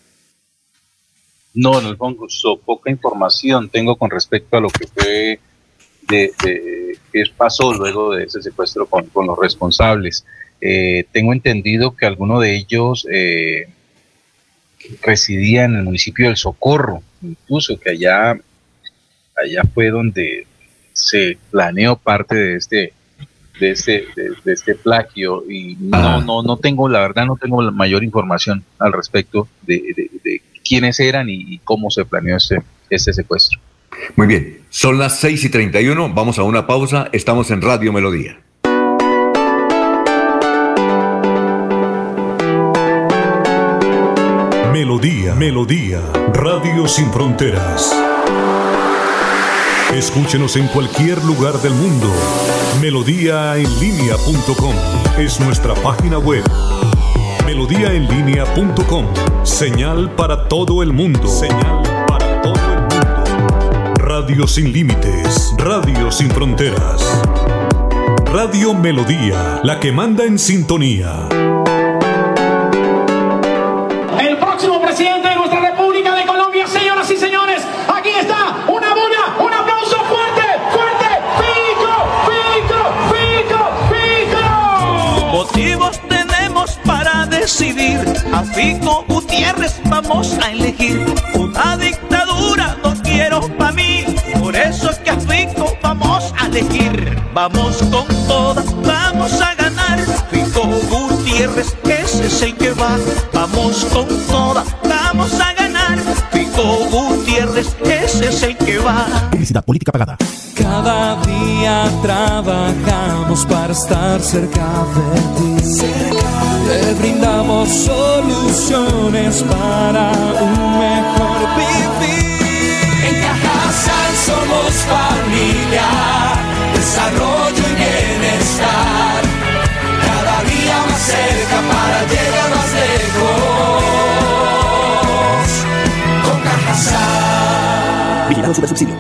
No, en el fondo, poca información tengo con respecto a lo que fue, de, de qué pasó luego de ese secuestro con, con los responsables. Eh, tengo entendido que alguno de ellos eh, residía en el municipio del Socorro, incluso que allá, allá fue donde se planeó parte de este de este de, de este plagio, y no no no tengo, la verdad no tengo la mayor información al respecto de, de, de quiénes eran y, y cómo se planeó este este secuestro. Muy bien, son las seis y treinta y uno, vamos a una pausa, estamos en Radio Melodía. Melodía, Melodía, Radio Sin Fronteras. Escúchenos en cualquier lugar del mundo. melodía en línea punto com es nuestra página web. melodía en línea punto com, señal para todo el mundo. Señal para todo el mundo. Radio sin límites, Radio sin fronteras. Radio Melodía, la que manda en sintonía. El próximo presidente de nuestra República de Colombia, señoras y señores, aquí está, una bulla, un aplauso fuerte, fuerte, Fico, Fico, Fico, Fico. Motivos tenemos para decidir, a Fico Gutiérrez vamos a elegir. Una dictadura no quiero pa' mí, por eso es que a Fico vamos a elegir. Vamos con todas, vamos a ganar. Fico Gutiérrez, ese es el que va. Vamos con todas, vamos a ganar. Fico Gutiérrez, ese es el que va. Publicidad política pagada. Cada día trabajamos para estar cerca de ti. Te brindamos soluciones para un mejor vivir. En Cajasal somos familia, desarrollo y bienestar. Cada día más cerca para llegar más lejos. Con Cajasal. Vigilado Supersubsidio.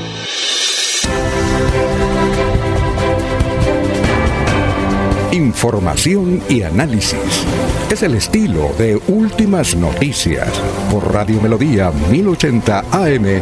Información y análisis. Es el estilo de Últimas Noticias por Radio Melodía mil ochenta A M.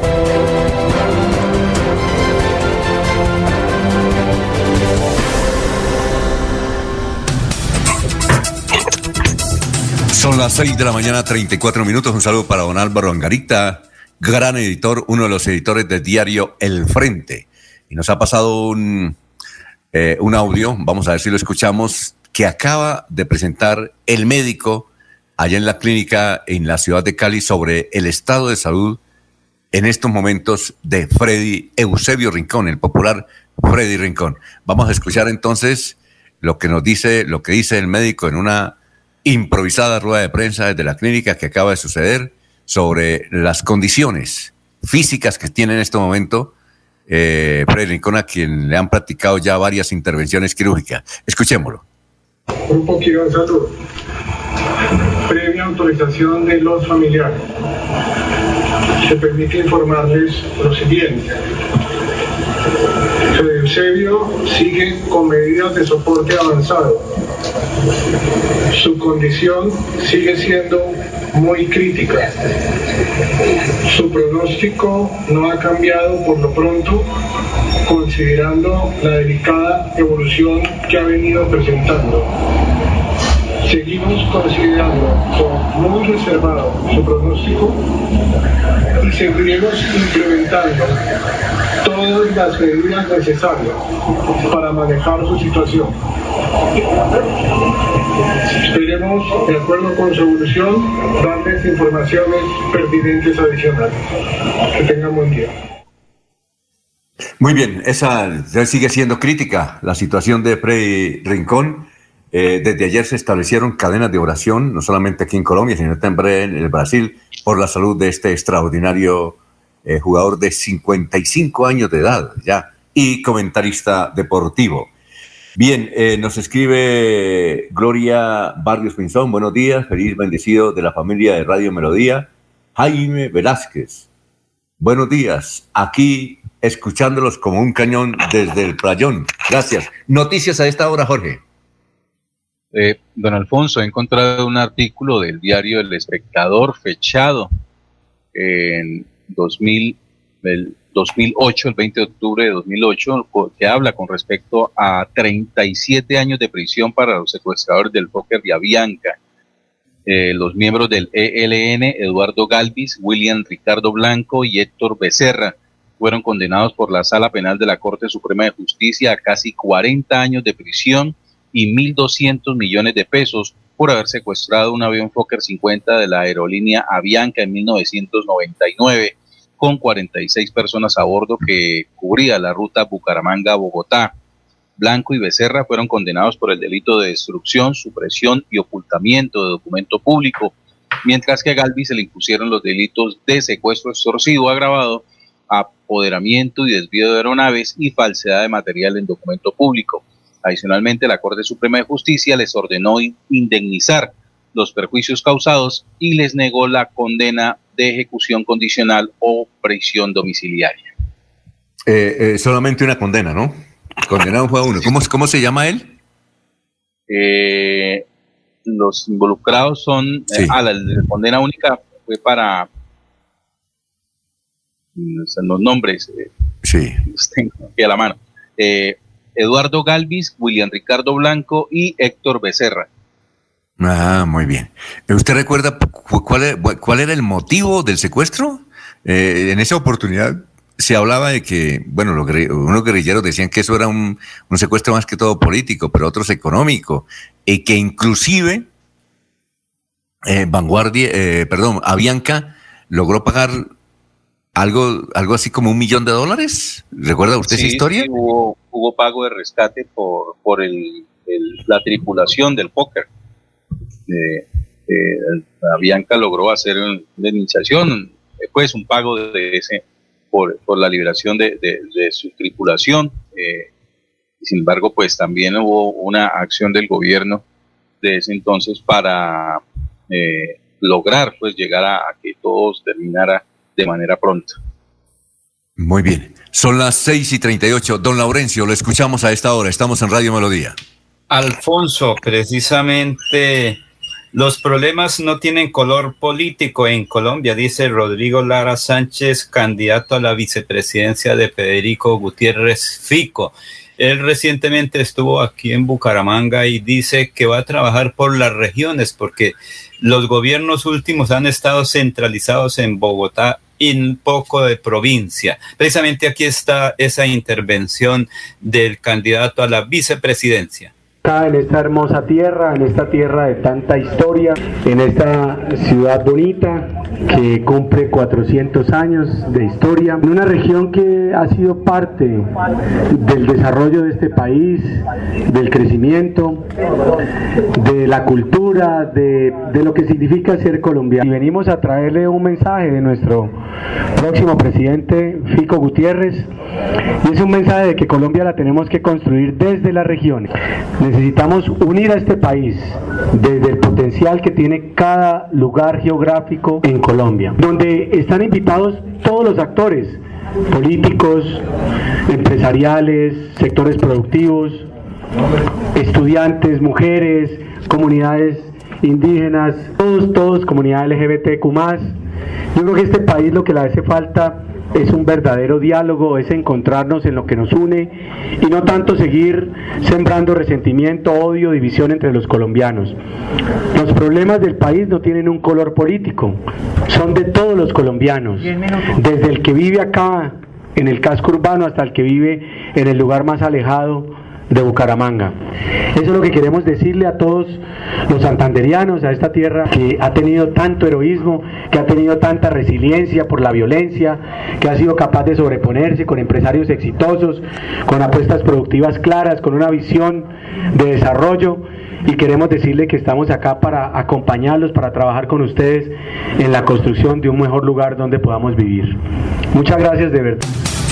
Son las seis de la mañana, treinta y cuatro minutos. Un saludo para don Álvaro Angarita, gran editor, uno de los editores del diario El Frente. Y nos ha pasado un... Eh, un audio, vamos a ver si lo escuchamos, que acaba de presentar el médico allá en la clínica en la ciudad de Cali sobre el estado de salud en estos momentos de Freddy Eusebio Rincón, el popular Freddy Rincón. Vamos a escuchar entonces lo que nos dice, lo que dice el médico en una improvisada rueda de prensa desde la clínica que acaba de suceder sobre las condiciones físicas que tiene en este momento Eh, Freddy Rincón, a quien le han practicado ya varias intervenciones quirúrgicas. Escuchémoslo. Grupo Quirón Salud, previa autorización de los familiares, se permite informarles lo siguiente. Freddy Eusebio sigue con medidas de soporte avanzado. Su condición sigue siendo muy crítica. Su pronóstico no ha cambiado por lo pronto, considerando la delicada evolución que ha venido presentando. Seguimos considerando como muy reservado su pronóstico y seguiremos implementando todas las medidas necesarias para manejar su situación. Esperemos, de acuerdo con su evolución, darles informaciones pertinentes adicionales. Que tengan buen día. Muy bien, esa sigue siendo crítica la situación de Freddy Rincón. Eh, desde ayer se establecieron cadenas de oración, no solamente aquí en Colombia, sino también en el Brasil, por la salud de este extraordinario eh, jugador de cincuenta y cinco años de edad ya y comentarista deportivo. Bien, eh, nos escribe Gloria Barrios Pinzón, buenos días, feliz bendecido de la familia de Radio Melodía. Jaime Velázquez, buenos días, aquí escuchándolos como un cañón desde el playón. Gracias. Noticias a esta hora, Jorge. Eh, don Alfonso, he encontrado un artículo del diario El Espectador fechado en dos mil, el dos mil ocho, el veinte de octubre de dos mil ocho, que habla con respecto a treinta y siete años de prisión para los secuestradores del Fokker de Avianca. eh, los miembros del E L N, Eduardo Galvis, William Ricardo Blanco y Héctor Becerra, fueron condenados por la Sala Penal de la Corte Suprema de Justicia a casi cuarenta años de prisión y mil doscientos millones de pesos por haber secuestrado un avión Fokker cincuenta de la aerolínea Avianca en mil novecientos noventa y nueve, con cuarenta y seis personas a bordo, que cubría la ruta Bucaramanga-Bogotá. Blanco y Becerra fueron condenados por el delito de destrucción, supresión y ocultamiento de documento público, mientras que a Galvis se le impusieron los delitos de secuestro extorsivo agravado, apoderamiento y desvío de aeronaves y falsedad de material en documento público. Adicionalmente, la Corte Suprema de Justicia les ordenó indemnizar los perjuicios causados y les negó la condena de ejecución condicional o prisión domiciliaria. Eh, eh, solamente una condena, ¿no? Condenado fue a uno. ¿Cómo, cómo se llama él? Eh, los involucrados son... Sí. Eh, ah, la, la condena única fue para... Los nombres. Eh, sí. Los tengo aquí a la mano. Eh, Eduardo Galvis, William Ricardo Blanco y Héctor Becerra. Ah, muy bien. ¿Usted recuerda cuál, cuál era el motivo del secuestro? Eh, en esa oportunidad se hablaba de que, bueno, los, unos guerrilleros decían que eso era un, un secuestro más que todo político, pero otros económico, y que inclusive eh, Vanguardia, eh, perdón, Avianca logró pagar algo, algo así como un millón de dólares. ¿Recuerda usted sí, esa historia? Sí, hubo, hubo pago de rescate por, por el, el, la tripulación del Fokker. Eh, eh, Avianca logró hacer una iniciación, pues un pago de ese por, por la liberación de, de, de su tripulación. Eh, sin embargo, pues también hubo una acción del gobierno de ese entonces para eh, lograr pues llegar a, a que todo terminara de manera pronta. Muy bien, son las seis y treinta y ocho. Don Laurencio, lo escuchamos a esta hora, estamos en Radio Melodía. Alfonso, precisamente los problemas no tienen color político en Colombia, dice Rodrigo Lara Sánchez, candidato a la vicepresidencia de Federico Gutiérrez Fico. Él recientemente estuvo aquí en Bucaramanga y dice que va a trabajar por las regiones porque los gobiernos últimos han estado centralizados en Bogotá y un poco de provincia. Precisamente aquí está esa intervención del candidato a la vicepresidencia. En esta hermosa tierra, en esta tierra de tanta historia, en esta ciudad bonita que cumple cuatrocientos años de historia, en una región que ha sido parte del desarrollo de este país, del crecimiento, de la cultura, de, de lo que significa ser colombiano. Y venimos a traerle un mensaje de nuestro próximo presidente, Fico Gutiérrez, y es un mensaje de que Colombia la tenemos que construir desde las regiones. Necesitamos unir a este país desde el potencial que tiene cada lugar geográfico en Colombia, donde están invitados todos los actores, políticos, empresariales, sectores productivos, estudiantes, mujeres, comunidades indígenas, todos, todos, comunidad L G B T Q más. Yo creo que este país lo que le hace falta es un verdadero diálogo, es encontrarnos en lo que nos une y no tanto seguir sembrando resentimiento, odio, división entre los colombianos. Los problemas del país no tienen un color político, son de todos los colombianos, desde el que vive acá en el casco urbano hasta el que vive en el lugar más alejado de Bucaramanga. Eso es lo que queremos decirle a todos los santanderianos, a esta tierra que ha tenido tanto heroísmo, que ha tenido tanta resiliencia por la violencia, que ha sido capaz de sobreponerse con empresarios exitosos, con apuestas productivas claras, con una visión de desarrollo, y queremos decirle que estamos acá para acompañarlos, para trabajar con ustedes en la construcción de un mejor lugar donde podamos vivir. Muchas gracias de verdad.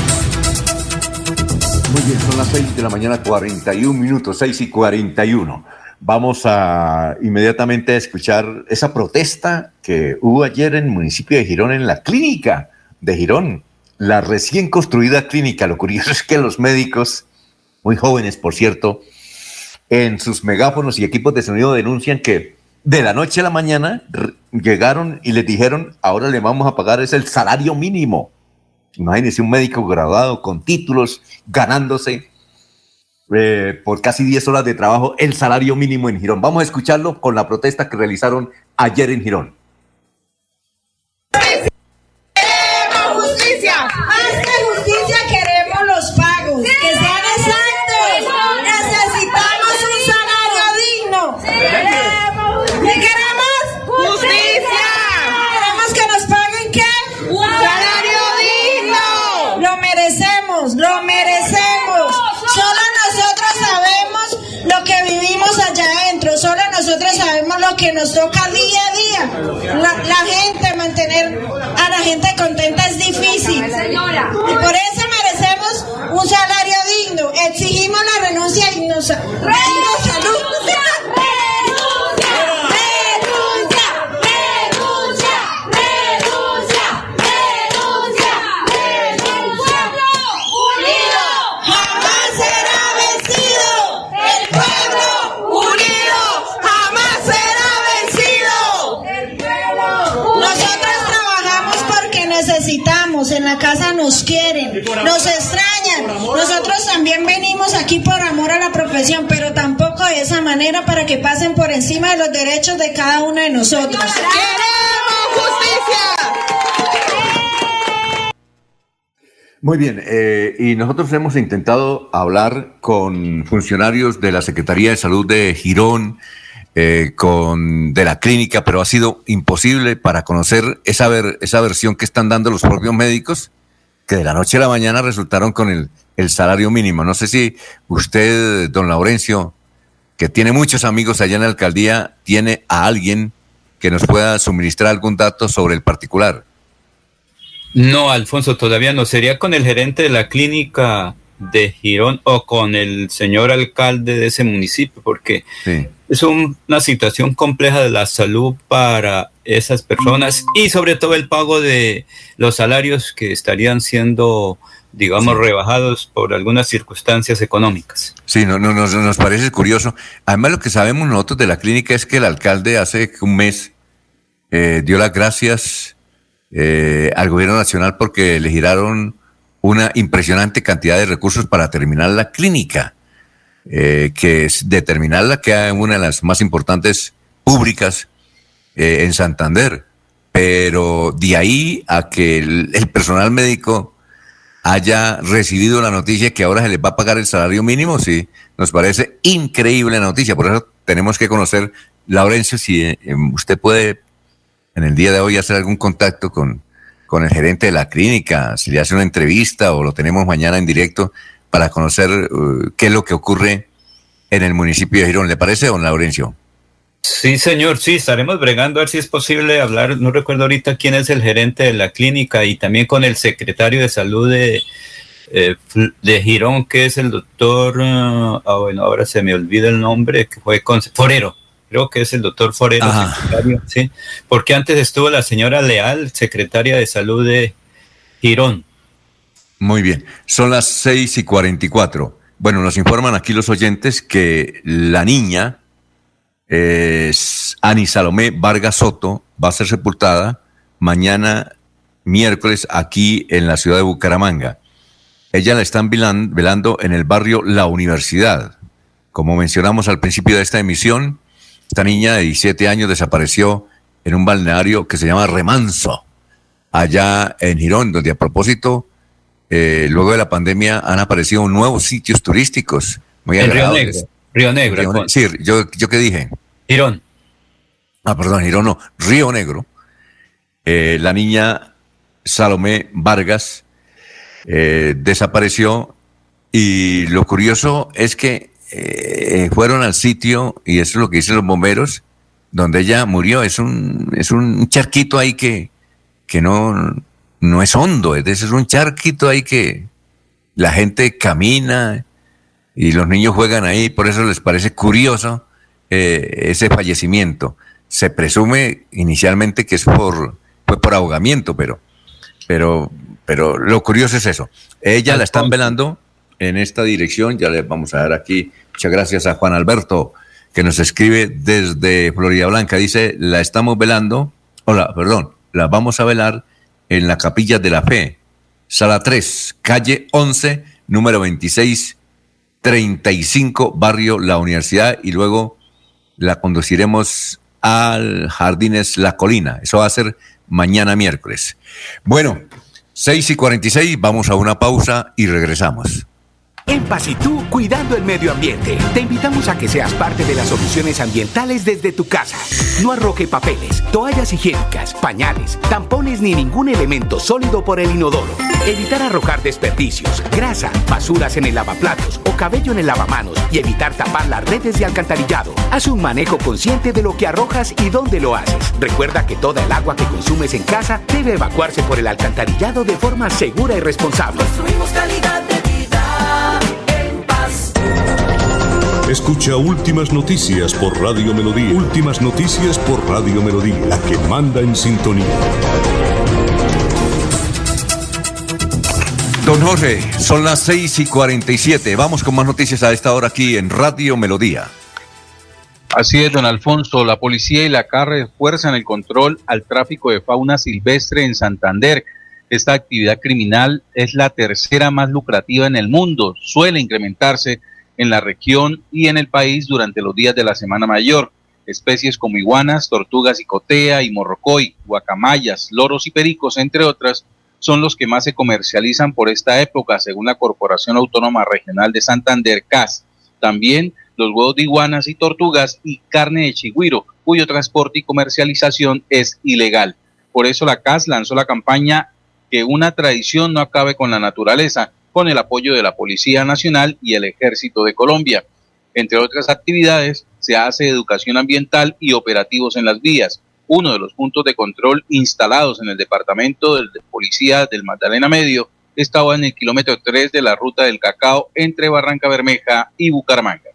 Muy bien, son las seis de la mañana, cuarenta y un minutos, seis y cuarenta y uno. Vamos a inmediatamente a escuchar esa protesta que hubo ayer en el municipio de Girón, en la clínica de Girón, la recién construida clínica. Lo curioso es que los médicos, muy jóvenes por cierto, en sus megáfonos y equipos de sonido denuncian que de la noche a la mañana llegaron y les dijeron, ahora le vamos a pagar es el salario mínimo. Imagínense un médico graduado con títulos ganándose eh, por casi diez horas de trabajo el salario mínimo en Girón. Vamos a escucharlo con la protesta que realizaron ayer en Girón. ¡Queremos justicia! ¡Más que justicia queremos los pagos! ¡Que sean exactos! ¡Necesitamos un salario digno! ¿Qué queremos? ¡Justicia! ¿Queremos que nos paguen qué? ¡Un salario digno! ¡Lo merecemos! ¡Lo merecemos! Solo nosotros sabemos lo que vivimos allá adentro. Solo nosotros sabemos lo que nos toca día a día. La, la gente, mantener a la gente contenta es difícil. Y por eso merecemos un salario digno. Exigimos la renuncia y nos... ¡Renuncia! ¡Renuncia! En la casa nos quieren, nos extrañan. Nosotros también venimos aquí por amor a la profesión, pero tampoco de esa manera para que pasen por encima de los derechos de cada uno de nosotros. ¡Queremos justicia! Muy bien, eh, y nosotros hemos intentado hablar con funcionarios de la Secretaría de Salud de Girón, Eh, con de la clínica, pero ha sido imposible para conocer esa, ver, esa versión que están dando los propios médicos, que de la noche a la mañana resultaron con el, el salario mínimo. No sé si usted, don Laurencio, que tiene muchos amigos allá en la alcaldía, tiene a alguien que nos pueda suministrar algún dato sobre el particular. No, Alfonso, todavía no. Sería con el gerente de la clínica de Girón o con el señor alcalde de ese municipio, porque sí. Es un, una situación compleja de la salud para esas personas y sobre todo el pago de los salarios que estarían siendo, digamos, sí. rebajados por algunas circunstancias económicas. Sí, no, no, nos, nos parece curioso. Además, lo que sabemos nosotros de la clínica es que el alcalde hace un mes eh, dio las gracias eh, al gobierno nacional porque le giraron una impresionante cantidad de recursos para terminar la clínica. Eh, que es determinarla que es una de las más importantes públicas eh, en Santander, pero de ahí a que el, el personal médico haya recibido la noticia que ahora se les va a pagar el salario mínimo, sí, nos parece increíble la noticia. Por eso tenemos que conocer, Laurencio, si eh, usted puede en el día de hoy hacer algún contacto con, con el gerente de la clínica, si le hace una entrevista o lo tenemos mañana en directo para conocer uh, qué es lo que ocurre en el municipio de Girón. ¿Le parece, don Laurencio? Sí, señor, sí, estaremos bregando a ver si es posible hablar, no recuerdo ahorita quién es el gerente de la clínica, y también con el secretario de salud de, eh, de Girón, que es el doctor, uh, ah, bueno, ahora se me olvida el nombre, que fue con, Forero, creo que es el doctor Forero, secretario, sí, porque antes estuvo la señora Leal, secretaria de salud de Girón. Muy bien, son las seis y cuarenta y cuatro. Bueno, nos informan aquí los oyentes que la niña, eh, Ani Salomé Vargas Soto, va a ser sepultada mañana miércoles aquí en la ciudad de Bucaramanga. Ella la están velando, velando en el barrio La Universidad. Como mencionamos al principio de esta emisión, esta niña de diecisiete años desapareció en un balneario que se llama Remanso, allá en Girón, donde a propósito... Eh, luego de la pandemia han aparecido nuevos sitios turísticos muy el agradables. Río Negro. Río Negro. Sí, yo, yo qué dije. Girón. Ah, perdón, Girón no. Río Negro. Eh, la niña Salomé Vargas eh, desapareció y lo curioso es que eh, fueron al sitio, y eso es lo que dicen los bomberos, donde ella murió. Es un, es un charquito ahí que, que no... no es hondo, es decir, es un charquito ahí que la gente camina y los niños juegan ahí, por eso les parece curioso eh, ese fallecimiento. Se presume inicialmente que es por fue por ahogamiento, pero pero pero lo curioso es eso. Ella la están velando en esta dirección, ya le vamos a dar aquí. Muchas gracias a Juan Alberto que nos escribe desde Florida Blanca, dice, la estamos velando, hola, perdón, la vamos a velar en la Capilla de la Fe, sala tres, calle once, número veintiséis, treinta y cinco, barrio La Universidad, y luego la conduciremos al Jardines La Colina. Eso va a ser mañana miércoles. Bueno, seis y cuarenta y seis, vamos a una pausa y regresamos. En Pacitú, cuidando el medio ambiente, te invitamos a que seas parte de las soluciones ambientales desde tu casa. No arroje papeles, toallas higiénicas, pañales, tampones ni ningún elemento sólido por el inodoro. Evitar arrojar desperdicios, grasa, basuras en el lavaplatos o cabello en el lavamanos y evitar tapar las redes de alcantarillado. Haz un manejo consciente de lo que arrojas y dónde lo haces. Recuerda que toda el agua que consumes en casa debe evacuarse por el alcantarillado de forma segura y responsable. Construimos calidad de vida en paz. Escucha Últimas Noticias por Radio Melodía. Últimas Noticias por Radio Melodía, la que manda en sintonía. Don Jorge, son las seis y cuarenta y siete. Vamos con más noticias a esta hora aquí en Radio Melodía. Así es, don Alfonso. La policía y la C A R refuerzan el control al tráfico de fauna silvestre en Santander. Esta actividad criminal es la tercera más lucrativa en el mundo. Suele incrementarse en la región y en el país durante los días de la Semana Mayor. Especies como iguanas, tortugas icotea y morrocoy, guacamayas, loros y pericos, entre otras, son los que más se comercializan por esta época, según la Corporación Autónoma Regional de Santander, C A S. También los huevos de iguanas y tortugas y carne de chigüiro, cuyo transporte y comercialización es ilegal. Por eso la C A S lanzó la campaña Que una tradición no acabe con la naturaleza, con el apoyo de la Policía Nacional y el Ejército de Colombia. Entre otras actividades, se hace educación ambiental y operativos en las vías. Uno de los puntos de control instalados en el departamento de policía del Magdalena Medio estaba en el kilómetro tres de la ruta del cacao entre Barranca Bermeja y Bucaramanga.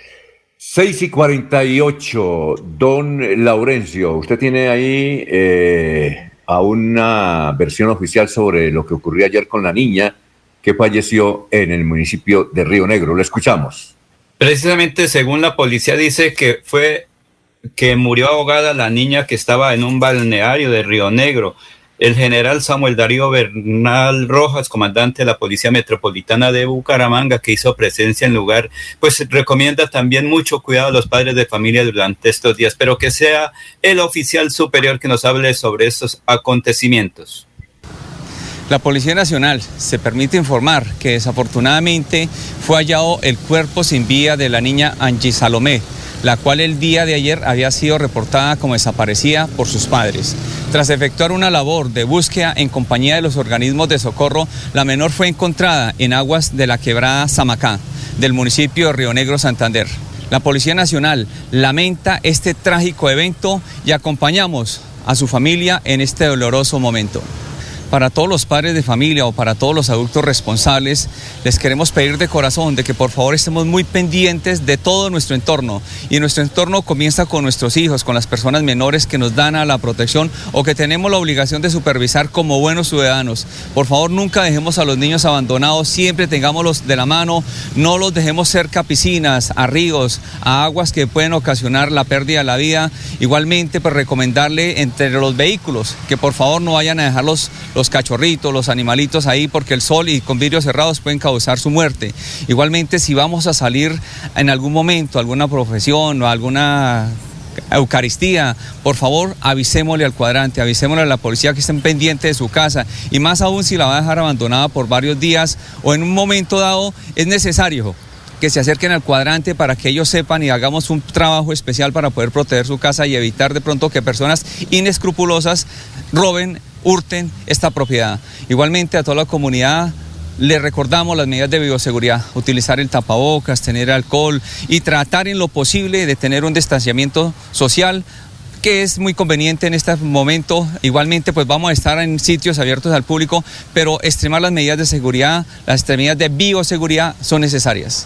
seis y cuarenta y ocho, don Laurencio, usted tiene ahí eh, a una versión oficial sobre lo que ocurrió ayer con la niña que falleció en el municipio de Río Negro. Lo escuchamos. Precisamente, según la policía, dice que fue que murió ahogada la niña que estaba en un balneario de Río Negro. El general Samuel Darío Bernal Rojas, comandante de la Policía Metropolitana de Bucaramanga, que hizo presencia en el lugar, pues recomienda también mucho cuidado a los padres de familia durante estos días, pero que sea el oficial superior que nos hable sobre estos acontecimientos. La Policía Nacional se permite informar que desafortunadamente fue hallado el cuerpo sin vida de la niña Angie Salomé, la cual el día de ayer había sido reportada como desaparecida por sus padres. Tras efectuar una labor de búsqueda en compañía de los organismos de socorro, la menor fue encontrada en aguas de la quebrada Samacá, del municipio de Río Negro, Santander. La Policía Nacional lamenta este trágico evento y acompañamos a su familia en este doloroso momento. Para todos los padres de familia o para todos los adultos responsables, les queremos pedir de corazón de que por favor estemos muy pendientes de todo nuestro entorno. Y nuestro entorno comienza con nuestros hijos, con las personas menores que nos dan a la protección o que tenemos la obligación de supervisar como buenos ciudadanos. Por favor, nunca dejemos a los niños abandonados, siempre tengámoslos de la mano, no los dejemos cerca a piscinas, a ríos, a aguas que pueden ocasionar la pérdida de la vida. Igualmente, pues recomendarle entre los vehículos que por favor no vayan a dejarlos los cachorritos, los animalitos ahí, porque el sol y con vidrios cerrados pueden causar su muerte. Igualmente, si vamos a salir en algún momento, alguna profesión o alguna Eucaristía, por favor avisémosle al cuadrante, avisémosle a la policía que estén pendientes de su casa, y más aún si la va a dejar abandonada por varios días o en un momento dado, es necesario que se acerquen al cuadrante para que ellos sepan y hagamos un trabajo especial para poder proteger su casa y evitar de pronto que personas inescrupulosas roben, hurten esta propiedad. Igualmente a toda la comunidad le recordamos las medidas de bioseguridad, utilizar el tapabocas, tener alcohol y tratar en lo posible de tener un distanciamiento social que es muy conveniente en este momento. Igualmente pues vamos a estar en sitios abiertos al público, pero extremar las medidas de seguridad, las medidas de bioseguridad son necesarias.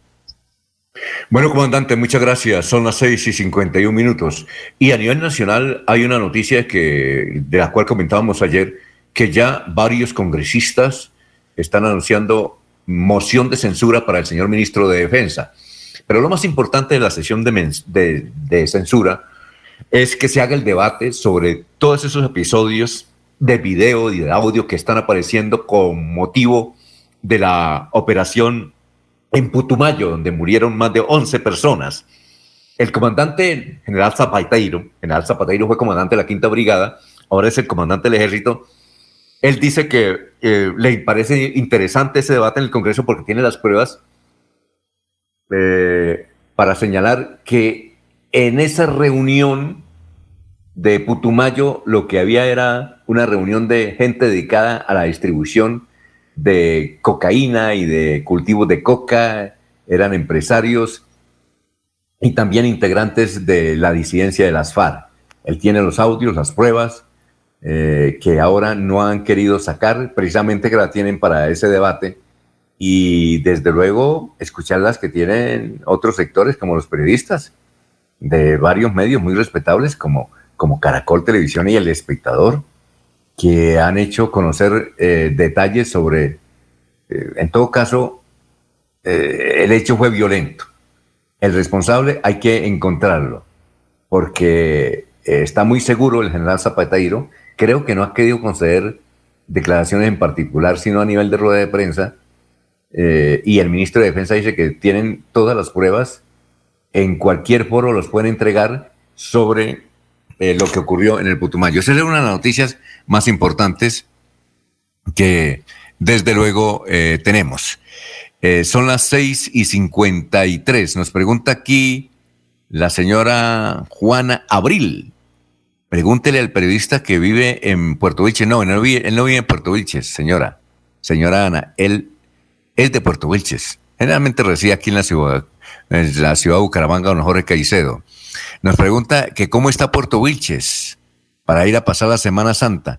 Bueno, comandante, muchas gracias. Son las seis y cincuenta y un minutos. Y a nivel nacional hay una noticia que, de la cual comentábamos ayer, que ya varios congresistas están anunciando moción de censura para el señor ministro de Defensa. Pero lo más importante de la sesión de, men- de, de censura es que se haga el debate sobre todos esos episodios de video y de audio que están apareciendo con motivo de la operación en Putumayo, donde murieron más de once personas. El comandante general Zapateiro, general Zapateiro fue comandante de la Quinta Brigada, ahora es el comandante del Ejército. Él dice que eh, le parece interesante ese debate en el Congreso porque tiene las pruebas eh, para señalar que en esa reunión de Putumayo lo que había era una reunión de gente dedicada a la distribución de cocaína y de cultivos de coca, eran empresarios y también integrantes de la disidencia de las FARC. Él tiene los audios, las pruebas, eh, que ahora no han querido sacar, precisamente que la tienen para ese debate, y desde luego escuchar las que tienen otros sectores como los periodistas de varios medios muy respetables como, como Caracol Televisión y El Espectador, que han hecho conocer eh, detalles sobre, eh, en todo caso, eh, el hecho fue violento. El responsable hay que encontrarlo, porque eh, está muy seguro el general Zapateiro, creo que no ha querido conceder declaraciones en particular, sino a nivel de rueda de prensa, eh, y el ministro de Defensa dice que tienen todas las pruebas, en cualquier foro los pueden entregar sobre eh, lo que ocurrió en el Putumayo. Esa es una de las noticias más importantes que desde luego eh, tenemos. Eh, son las seis y cincuenta y tres. Nos pregunta aquí la señora Juana Abril. Pregúntele al periodista que vive en Puerto Wilches. No, él no vive, él no vive en Puerto Wilches, señora. Señora Ana, él es de Puerto Wilches. Generalmente reside aquí en la ciudad, en la ciudad de Bucaramanga, don Jorge Caicedo. Nos pregunta que cómo está Puerto Wilches para ir a pasar la Semana Santa.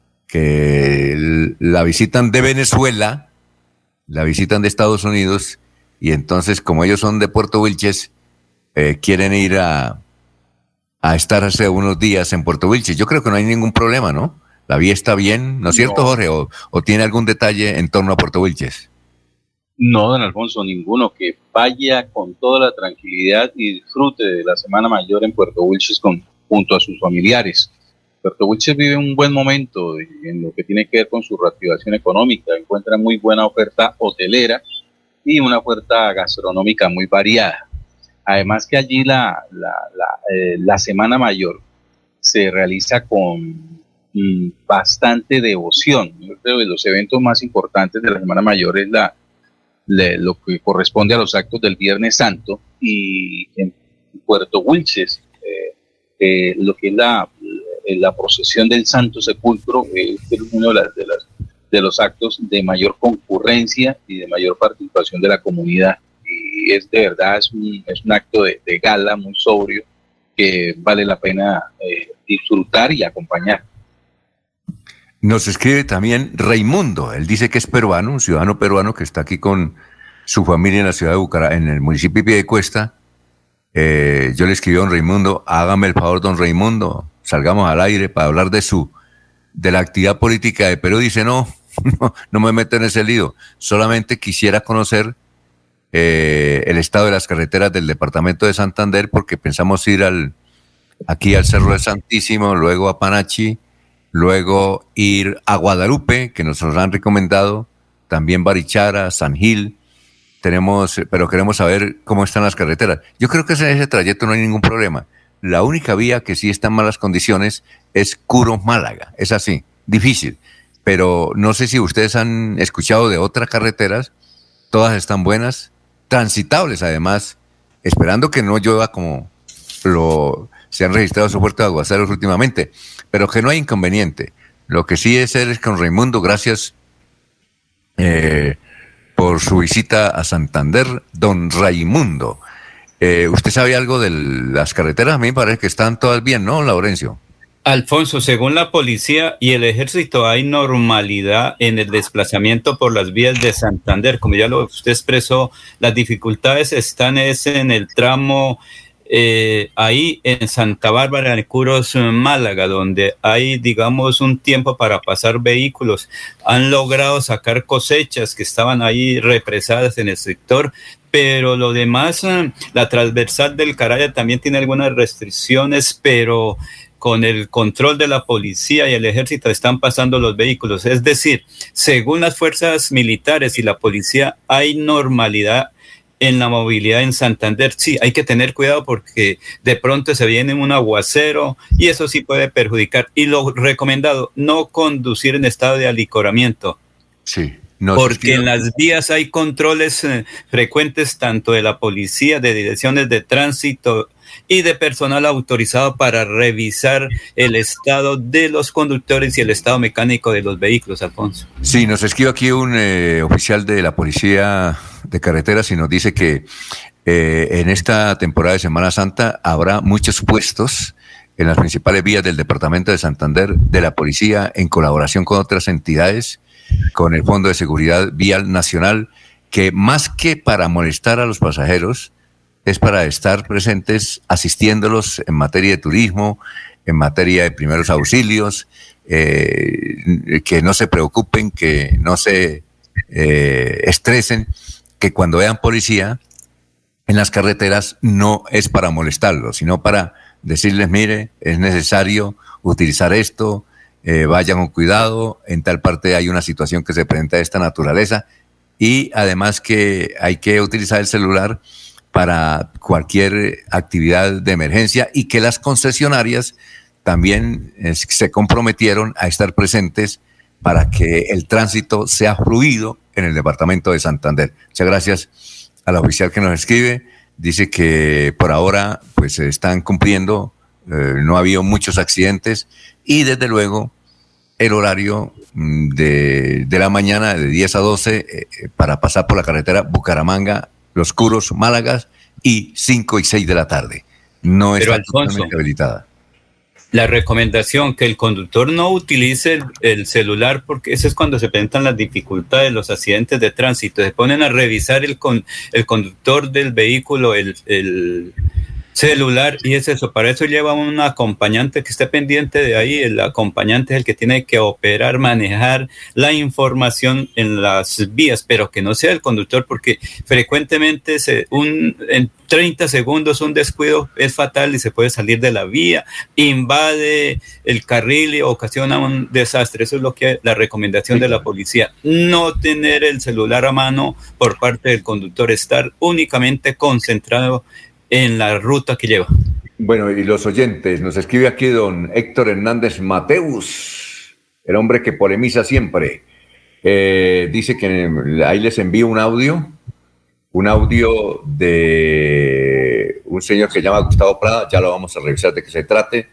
Que la visitan de Venezuela, la visitan de Estados Unidos, y entonces, como ellos son de Puerto Wilches, eh, quieren ir a, a estar hace unos días en Puerto Wilches. Yo creo que no hay ningún problema, ¿no? La vía está bien, ¿no es cierto, no. Jorge? ¿O, o tiene algún detalle en torno a Puerto Wilches? No, don Alfonso, ninguno. Que vaya con toda la tranquilidad y disfrute de la Semana Mayor en Puerto Wilches con, junto a sus familiares. Puerto Wilches vive un buen momento en lo que tiene que ver con su reactivación económica. Encuentra muy buena oferta hotelera y una oferta gastronómica muy variada. Además que allí la, la, la, eh, la Semana Mayor se realiza con mm, bastante devoción. Yo creo que los eventos más importantes de la Semana Mayor es la, la, lo que corresponde a los actos del Viernes Santo, y en Puerto Wilches eh, eh, lo que es la la procesión del Santo Sepulcro eh, es uno de, las, de, las, de los actos de mayor concurrencia y de mayor participación de la comunidad, y es de verdad es un, es un acto de, de gala muy sobrio que vale la pena eh, disfrutar y acompañar. Nos escribe también Raimundo, él dice que es peruano, un ciudadano peruano que está aquí con su familia en la ciudad de Bucaramanga, en el municipio de Piedecuesta. Eh, yo le escribí a don Raimundo, hágame el favor, don Raimundo, salgamos al aire para hablar de su, de la actividad política de Perú. Dice, no, no, no me meto en ese lío, solamente quisiera conocer eh, el estado de las carreteras del departamento de Santander, porque pensamos ir al, aquí al Cerro de Santísimo, luego a Panachi, luego ir a Guadalupe, que nos han recomendado, también Barichara, San Gil. Tenemos, pero queremos saber cómo están las carreteras. Yo creo que en ese trayecto no hay ningún problema. La única vía que sí está en malas condiciones es Curo-Málaga. Es así, difícil. Pero no sé si ustedes han escuchado de otras carreteras. Todas están buenas, transitables además, esperando que no llueva como lo se han registrado esos fuertes aguaceros últimamente. Pero que no hay inconveniente. Lo que sí es es con Raimundo, gracias eh, por su visita a Santander, don Raimundo. Eh, ¿Usted sabe algo de las carreteras? A mí me parece que están todas bien, ¿no, Laurencio? Alfonso, según la policía y el ejército, hay normalidad en el desplazamiento por las vías de Santander. Como ya lo usted expresó, las dificultades están es en el tramo eh, ahí en Santa Bárbara, en Curos, Málaga, donde hay, digamos, un tiempo para pasar vehículos. Han logrado sacar cosechas que estaban ahí represadas en el sector, pero lo demás, la transversal del Caraya también tiene algunas restricciones, pero con el control de la policía y el ejército están pasando los vehículos. Es decir, según las fuerzas militares y la policía, hay normalidad en la movilidad en Santander. Sí, hay que tener cuidado porque de pronto se viene un aguacero y eso sí puede perjudicar. Y lo recomendado, no conducir en estado de alicoramiento. Sí. Porque en las vías hay controles eh, frecuentes tanto de la policía, de direcciones de tránsito y de personal autorizado para revisar el estado de los conductores y el estado mecánico de los vehículos, Alfonso. Sí, nos escribe aquí un eh, oficial de la Policía de Carreteras y nos dice que eh, en esta temporada de Semana Santa habrá muchos puestos en las principales vías del departamento de Santander de la policía en colaboración con otras entidades, con el Fondo de Seguridad Vial Nacional, que más que para molestar a los pasajeros, es para estar presentes asistiéndolos en materia de turismo, en materia de primeros auxilios, eh, que no se preocupen, que no se eh, estresen, que cuando vean policía en las carreteras no es para molestarlos, sino para decirles, mire, es necesario utilizar esto, eh, vayan con cuidado, en tal parte hay una situación que se presenta de esta naturaleza, y además que hay que utilizar el celular para cualquier actividad de emergencia, y que las concesionarias también eh, se comprometieron a estar presentes para que el tránsito sea fluido en el departamento de Santander. Muchas gracias a la oficial que nos escribe. Dice que por ahora pues se están cumpliendo, eh, no ha habido muchos accidentes, y desde luego el horario de, de la mañana de diez a doce eh, para pasar por la carretera Bucaramanga, Los Curos, Málaga, y cinco y seis de la tarde. No está totalmente habilitada. La recomendación que el conductor no utilice el, el celular, porque eso es cuando se presentan las dificultades, los accidentes de tránsito. Se ponen a revisar el, con, el conductor del vehículo, el, el celular, y es eso. Para eso lleva un acompañante que esté pendiente de ahí. El acompañante es el que tiene que operar, manejar la información en las vías, pero que no sea el conductor, porque frecuentemente se, un, en treinta segundos un descuido es fatal y se puede salir de la vía, invade el carril y ocasiona un desastre. Eso es lo que la recomendación de la policía: no tener el celular a mano por parte del conductor, estar únicamente concentrado en la ruta que lleva. Bueno, y los oyentes, nos escribe aquí don Héctor Hernández Mateus, el hombre que polemiza siempre. Eh, dice que ahí les envío un audio, un audio de un señor que se llama Gustavo Prada, ya lo vamos a revisar de qué se trate.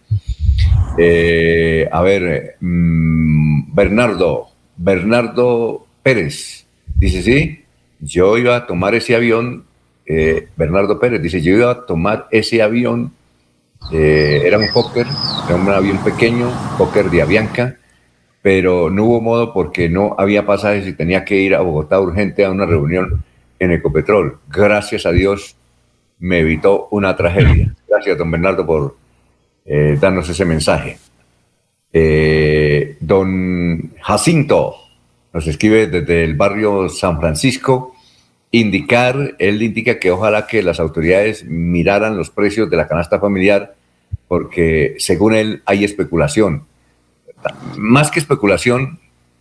Eh, a ver, mmm, Bernardo, Bernardo Pérez, dice, sí, yo iba a tomar ese avión. Eh, Bernardo Pérez dice, yo iba a tomar ese avión, eh, era un Fokker, era un avión pequeño, Fokker de Avianca, pero no hubo modo porque no había pasajes y tenía que ir a Bogotá urgente a una reunión en Ecopetrol. Gracias a Dios me evitó una tragedia. Gracias, don Bernardo, por eh, darnos ese mensaje. Eh, don Jacinto nos escribe desde el barrio San Francisco. Indicar, él indica que ojalá que las autoridades miraran los precios de la canasta familiar, porque según él hay especulación. Más que especulación,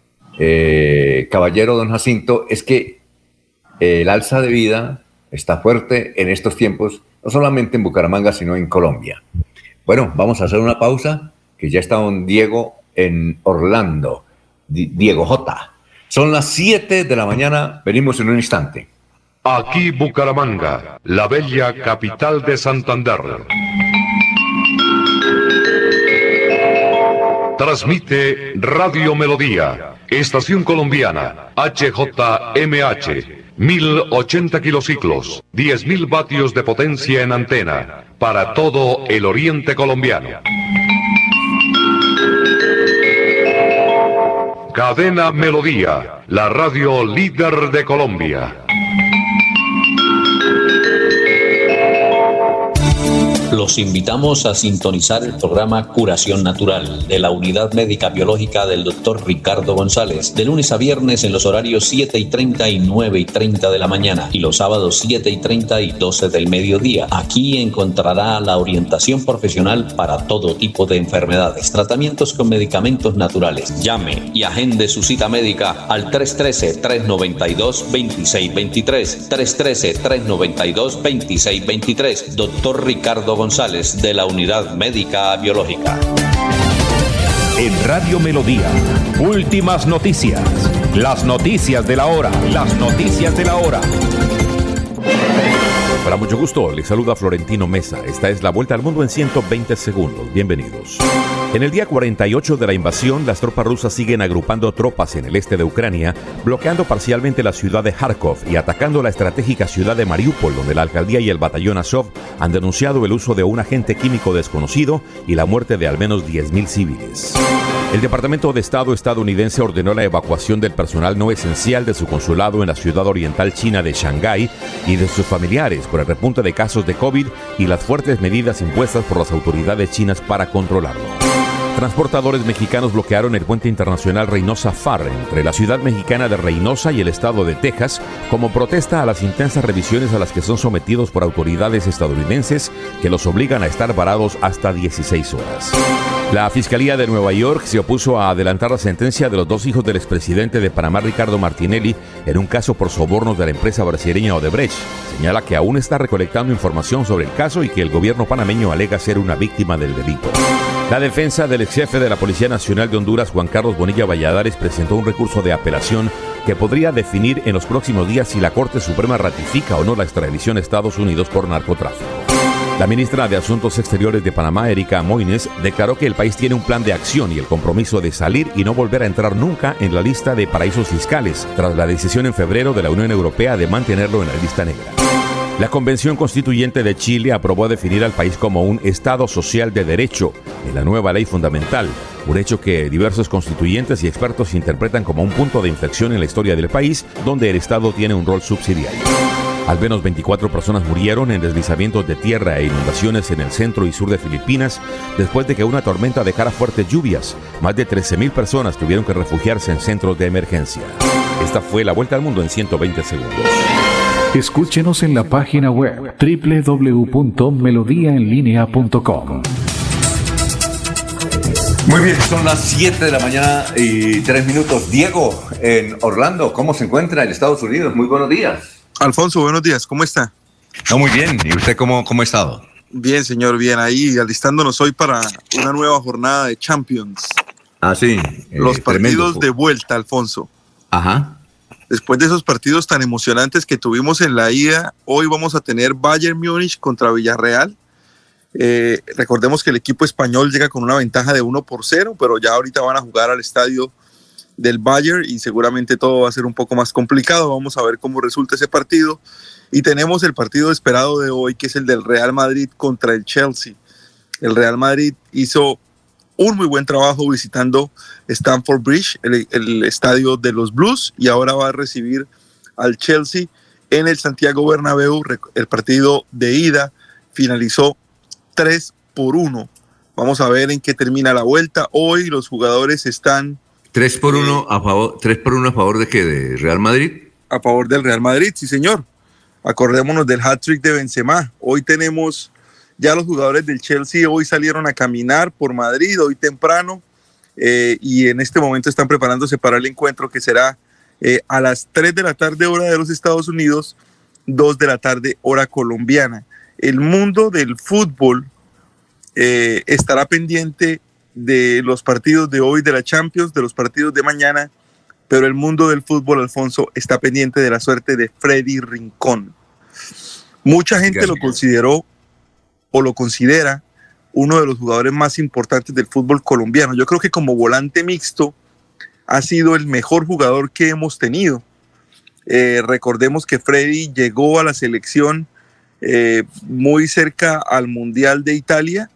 eh, caballero don Jacinto, es que el alza de vida está fuerte en estos tiempos, no solamente en Bucaramanga, sino en Colombia. Bueno, vamos a hacer una pausa, que ya está don Diego en Orlando, Diego J. Son las siete de la mañana, venimos en un instante. Aquí Bucaramanga, la bella capital de Santander. Transmite Radio Melodía, estación colombiana, H J M H, mil ochenta kilociclos, diez mil vatios de potencia en antena, para todo el oriente colombiano. Cadena Melodía, la radio líder de Colombia. Los invitamos a sintonizar el programa Curación Natural de la Unidad Médica Biológica del doctor Ricardo González, de lunes a viernes en los horarios siete y treinta y nueve y treinta de la mañana y los sábados siete y treinta y doce del mediodía. Aquí encontrará la orientación profesional para todo tipo de enfermedades, tratamientos con medicamentos naturales. Llame y agende su cita médica al tres uno tres, tres nueve dos, dos seis dos tres, tres uno tres, tres nueve dos, dos seis dos tres. Doctor Ricardo González, de la Unidad Médica Biológica. En Radio Melodía, últimas noticias. Las noticias de la hora. Las noticias de la hora. Para mucho gusto, les saluda Florentino Mesa. Esta es la Vuelta al Mundo en ciento veinte segundos. Bienvenidos. En el día cuarenta y ocho de la invasión, las tropas rusas siguen agrupando tropas en el este de Ucrania, bloqueando parcialmente la ciudad de Kharkov y atacando la estratégica ciudad de Mariupol, donde la alcaldía y el batallón Azov han denunciado el uso de un agente químico desconocido y la muerte de al menos diez mil civiles. El Departamento de Estado estadounidense ordenó la evacuación del personal no esencial de su consulado en la ciudad oriental china de Shanghái y de sus familiares por el repunte de casos de COVID y las fuertes medidas impuestas por las autoridades chinas para controlarlo. Transportadores mexicanos bloquearon el puente internacional Reynosa-Far entre la ciudad mexicana de Reynosa y el estado de Texas como protesta a las intensas revisiones a las que son sometidos por autoridades estadounidenses que los obligan a estar varados hasta dieciséis horas. La Fiscalía de Nueva York se opuso a adelantar la sentencia de los dos hijos del expresidente de Panamá, Ricardo Martinelli, en un caso por sobornos de la empresa brasileña Odebrecht. Señala que aún está recolectando información sobre el caso y que el gobierno panameño alega ser una víctima del delito. La defensa del ex jefe de la Policía Nacional de Honduras, Juan Carlos Bonilla Valladares, presentó un recurso de apelación que podría definir en los próximos días si la Corte Suprema ratifica o no la extradición a Estados Unidos por narcotráfico. La ministra de Asuntos Exteriores de Panamá, Erika Moines, declaró que el país tiene un plan de acción y el compromiso de salir y no volver a entrar nunca en la lista de paraísos fiscales, tras la decisión en febrero de la Unión Europea de mantenerlo en la lista negra. La Convención Constituyente de Chile aprobó definir al país como un Estado social de derecho en la nueva ley fundamental, un hecho que diversos constituyentes y expertos interpretan como un punto de inflexión en la historia del país, donde el Estado tiene un rol subsidiario. Al menos veinticuatro personas murieron en deslizamientos de tierra e inundaciones en el centro y sur de Filipinas después de que una tormenta dejara fuertes lluvias. Más de trece mil personas tuvieron que refugiarse en centros de emergencia. Esta fue la Vuelta al Mundo en ciento veinte segundos. Escúchenos en la página web doble u doble u doble u punto melodía en línea punto com. Muy bien, son las siete de la mañana y tres minutos. Diego, en Orlando, ¿cómo se encuentra en Estados Unidos? Muy buenos días. Alfonso, buenos días, ¿cómo está? No, muy bien. ¿Y usted cómo, cómo ha estado? Bien, señor, bien. Ahí alistándonos hoy para una nueva jornada de Champions. Ah, sí. Eh, Los partidos tremendo. de vuelta, Alfonso. Ajá. Después de esos partidos tan emocionantes que tuvimos en la ida, hoy vamos a tener Bayern Múnich contra Villarreal. Eh, recordemos que el equipo español llega con una ventaja de uno por cero, pero ya ahorita van a jugar al estadio del Bayern y seguramente todo va a ser un poco más complicado. Vamos a ver cómo resulta ese partido. Y tenemos el partido esperado de hoy, que es el del Real Madrid contra el Chelsea. El Real Madrid hizo un muy buen trabajo visitando Stamford Bridge, el, el estadio de los Blues, y ahora va a recibir al Chelsea en el Santiago Bernabéu. El partido de ida finalizó tres por uno. Vamos a ver en qué termina la vuelta. Hoy los jugadores están... ¿tres por uno a favor, tres por uno a favor de qué? ¿De Real Madrid? A favor del Real Madrid, sí señor. Acordémonos del hat-trick de Benzema. Hoy tenemos... Ya los jugadores del Chelsea hoy salieron a caminar por Madrid, hoy temprano, eh, y en este momento están preparándose para el encuentro que será eh, a las tres de la tarde hora de los Estados Unidos, dos de la tarde hora colombiana. El mundo del fútbol eh, estará pendiente de los partidos de hoy de la Champions, de los partidos de mañana, pero el mundo del fútbol, Alfonso, está pendiente de la suerte de Freddy Rincón. Mucha gente lo consideró o lo considera uno de los jugadores más importantes del fútbol colombiano. Yo creo que como volante mixto ha sido el mejor jugador que hemos tenido. Eh, recordemos que Freddy llegó a la selección eh, muy cerca al Mundial de Italia,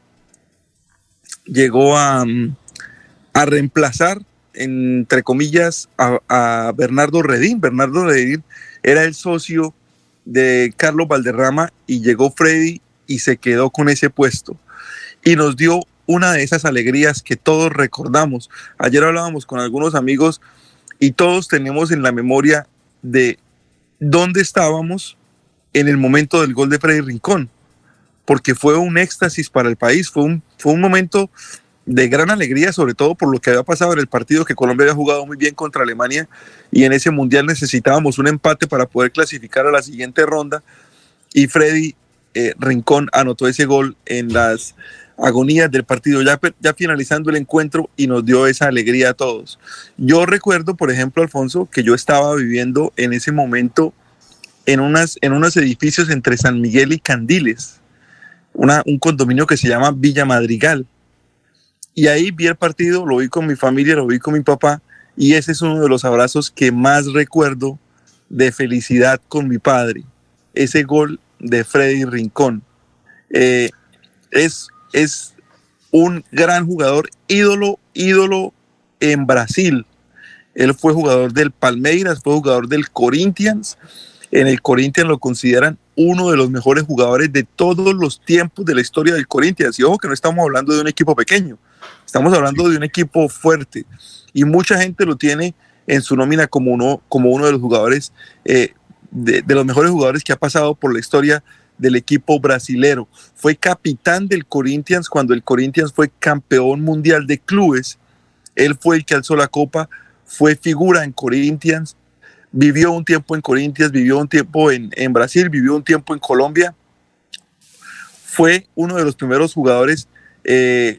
llegó a, a reemplazar, entre comillas, a, a Bernardo Redín. Bernardo Redín era el socio de Carlos Valderrama y llegó Freddy y se quedó con ese puesto. Y nos dio una de esas alegrías que todos recordamos. Ayer hablábamos con algunos amigos y todos tenemos en la memoria de dónde estábamos en el momento del gol de Freddy Rincón, porque fue un éxtasis para el país, fue un, fue un momento de gran alegría, sobre todo por lo que había pasado en el partido, que Colombia había jugado muy bien contra Alemania y en ese mundial necesitábamos un empate para poder clasificar a la siguiente ronda, y Freddy eh, Rincón anotó ese gol en las agonías del partido, ya, ya finalizando el encuentro, y nos dio esa alegría a todos. Yo recuerdo, por ejemplo, Alfonso, que yo estaba viviendo en ese momento en, unas, en unos edificios entre San Miguel y Candiles, una, un condominio que se llama Villa Madrigal. Y ahí vi el partido, lo vi con mi familia, lo vi con mi papá, y ese es uno de los abrazos que más recuerdo de felicidad con mi padre, ese gol de Freddy Rincón. Eh, es, es un gran jugador, ídolo, ídolo en Brasil. Él fue jugador del Palmeiras, fue jugador del Corinthians. En el Corinthians lo consideran uno de los mejores jugadores de todos los tiempos de la historia del Corinthians. Y ojo que no estamos hablando de un equipo pequeño, estamos hablando de un equipo fuerte. Y mucha gente lo tiene en su nómina como uno, como uno de los jugadores, eh, de, de los mejores jugadores que ha pasado por la historia del equipo brasilero. Fue capitán del Corinthians cuando el Corinthians fue campeón mundial de clubes. Él fue el que alzó la copa, fue figura en Corinthians. Vivió un tiempo en Corinthians, vivió un tiempo en, en Brasil, vivió un tiempo en Colombia. Fue uno de los primeros jugadores eh,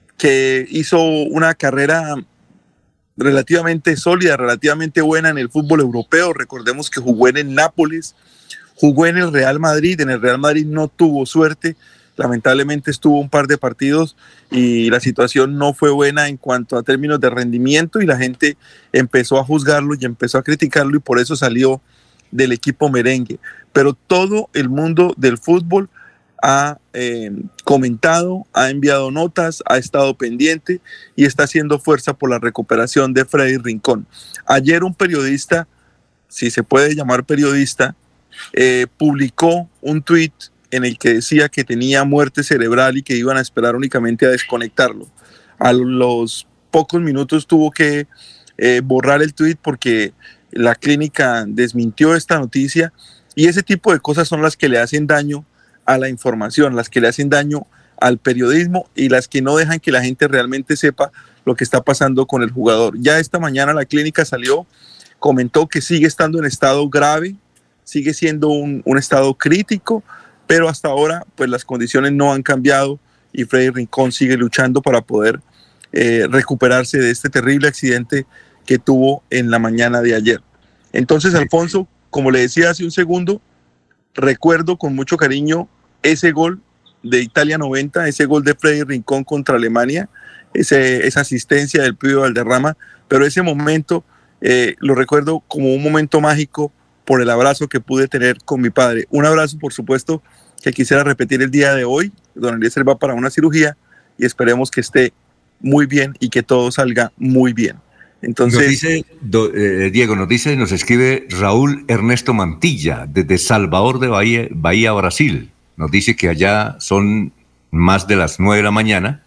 que hizo una carrera relativamente sólida, relativamente buena en el fútbol europeo. Recordemos que jugó en el Nápoles, jugó en el Real Madrid. En el Real Madrid no tuvo suerte. Lamentablemente estuvo un par de partidos y la situación no fue buena en cuanto a términos de rendimiento, y la gente empezó a juzgarlo y empezó a criticarlo, y por eso salió del equipo merengue. Pero todo el mundo del fútbol ha eh, comentado, ha enviado notas, ha estado pendiente y está haciendo fuerza por la recuperación de Freddy Rincón. Ayer un periodista, si se puede llamar periodista, eh, publicó un tuit en el que decía que tenía muerte cerebral y que iban a esperar únicamente a desconectarlo. A los pocos minutos tuvo que eh, borrar el tuit porque la clínica desmintió esta noticia, y ese tipo de cosas son las que le hacen daño a la información, las que le hacen daño al periodismo y las que no dejan que la gente realmente sepa lo que está pasando con el jugador. Ya esta mañana la clínica salió, comentó que sigue estando en estado grave, sigue siendo un, un estado crítico, pero hasta ahora pues las condiciones no han cambiado y Freddy Rincón sigue luchando para poder eh, recuperarse de este terrible accidente que tuvo en la mañana de ayer. Entonces, Alfonso, como le decía hace un segundo, recuerdo con mucho cariño ese gol de Italia noventa, ese gol de Freddy Rincón contra Alemania, ese, esa asistencia del pibe Valderrama, pero ese momento eh, lo recuerdo como un momento mágico por el abrazo que pude tener con mi padre. Un abrazo, por supuesto, que quisiera repetir el día de hoy. Don Eliezer va para una cirugía y esperemos que esté muy bien y que todo salga muy bien. Entonces, nos dice, do, eh, Diego, nos dice, nos escribe Raúl Ernesto Mantilla, desde Salvador de Bahía, Bahía, Brasil. Nos dice que allá son más de las nueve de la mañana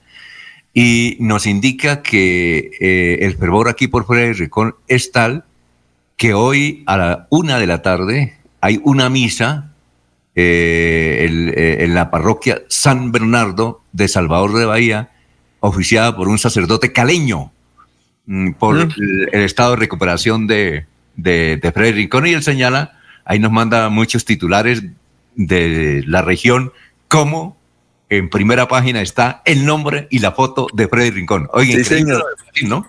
y nos indica que eh, el fervor aquí por Freddy Rincón es tal que hoy a la una de la tarde hay una misa eh, el, eh, en la parroquia San Bernardo de Salvador de Bahía, oficiada por un sacerdote caleño, por ¿Mm? el, el estado de recuperación de, de, de Freddy Rincón, y él señala, ahí nos manda muchos titulares de la región, como en primera página está el nombre y la foto de Freddy Rincón. Oye, sí, señor. ¿No?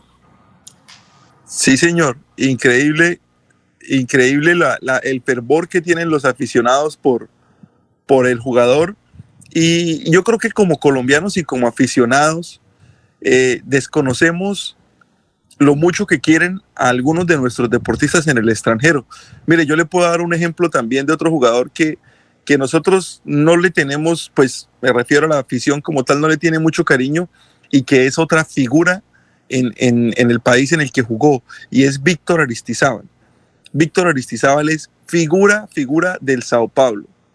Sí, señor. Increíble, increíble la, la, el fervor que tienen los aficionados por, por el jugador. Y yo creo que como colombianos y como aficionados eh, desconocemos lo mucho que quieren a algunos de nuestros deportistas en el extranjero. Mire, yo le puedo dar un ejemplo también de otro jugador que, que nosotros no le tenemos, pues me refiero a la afición como tal, no le tiene mucho cariño, y que es otra figura en, en, en el país en el que jugó, y es Víctor Aristizábal. Víctor Aristizábal es figura, figura del Sao Paulo.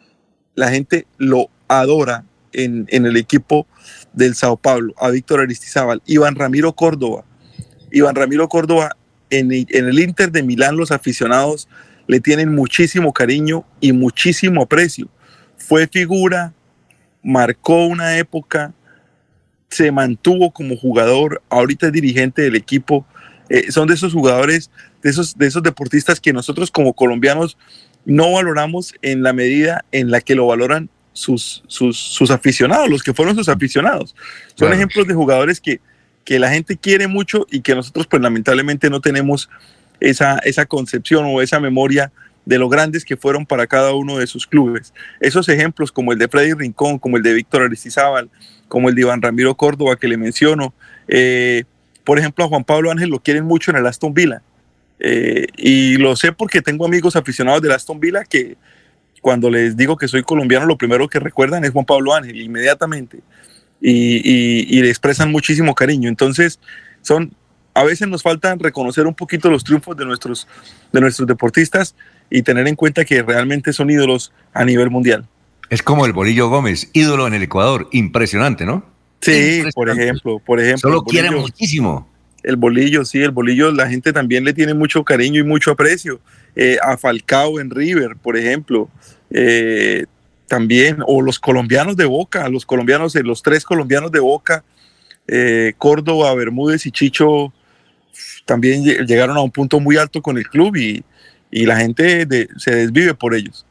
la gente lo adora en, en el equipo del Sao Paulo, a Víctor Aristizábal. Iván Ramiro Córdoba. Iván Ramiro Córdoba, en, en el Inter de Milán los aficionados le tienen muchísimo cariño y muchísimo aprecio. Fue figura, marcó una época, se mantuvo como jugador, ahorita es dirigente del equipo. Eh, son de esos jugadores, de esos, de esos deportistas que nosotros como colombianos no valoramos en la medida en la que lo valoran sus, sus, sus aficionados, los que fueron sus aficionados. Son claro. ejemplos de jugadores que, que la gente quiere mucho y que nosotros pues lamentablemente no tenemos esa, esa concepción o esa memoria de lo grandes que fueron para cada uno de sus clubes. Esos ejemplos como el de Freddy Rincón, como el de Víctor Aristizábal, como el de Iván Ramiro Córdoba que le menciono, eh, por ejemplo a Juan Pablo Ángel lo quieren mucho en el Aston Villa, eh, y lo sé porque tengo amigos aficionados del Aston Villa que cuando les digo que soy colombiano, lo primero que recuerdan es Juan Pablo Ángel, inmediatamente, y, y, y le expresan muchísimo cariño. Entonces, son, a veces nos falta reconocer un poquito los triunfos de nuestros, de nuestros deportistas y tener en cuenta que realmente son ídolos a nivel mundial. Es como el Bolillo Gómez, ídolo en el Ecuador, impresionante, ¿no? Sí, por ejemplo, por ejemplo. Solo quieren muchísimo. El Bolillo, sí, el Bolillo, la gente también le tiene mucho cariño y mucho aprecio. Eh, a Falcao en River, por ejemplo, eh, también, o los colombianos de Boca, los colombianos, eh, los tres colombianos de Boca, eh, Córdoba, Bermúdez y Chicho, también llegaron a un punto muy alto con el club y, y la gente de, se desvive por ellos.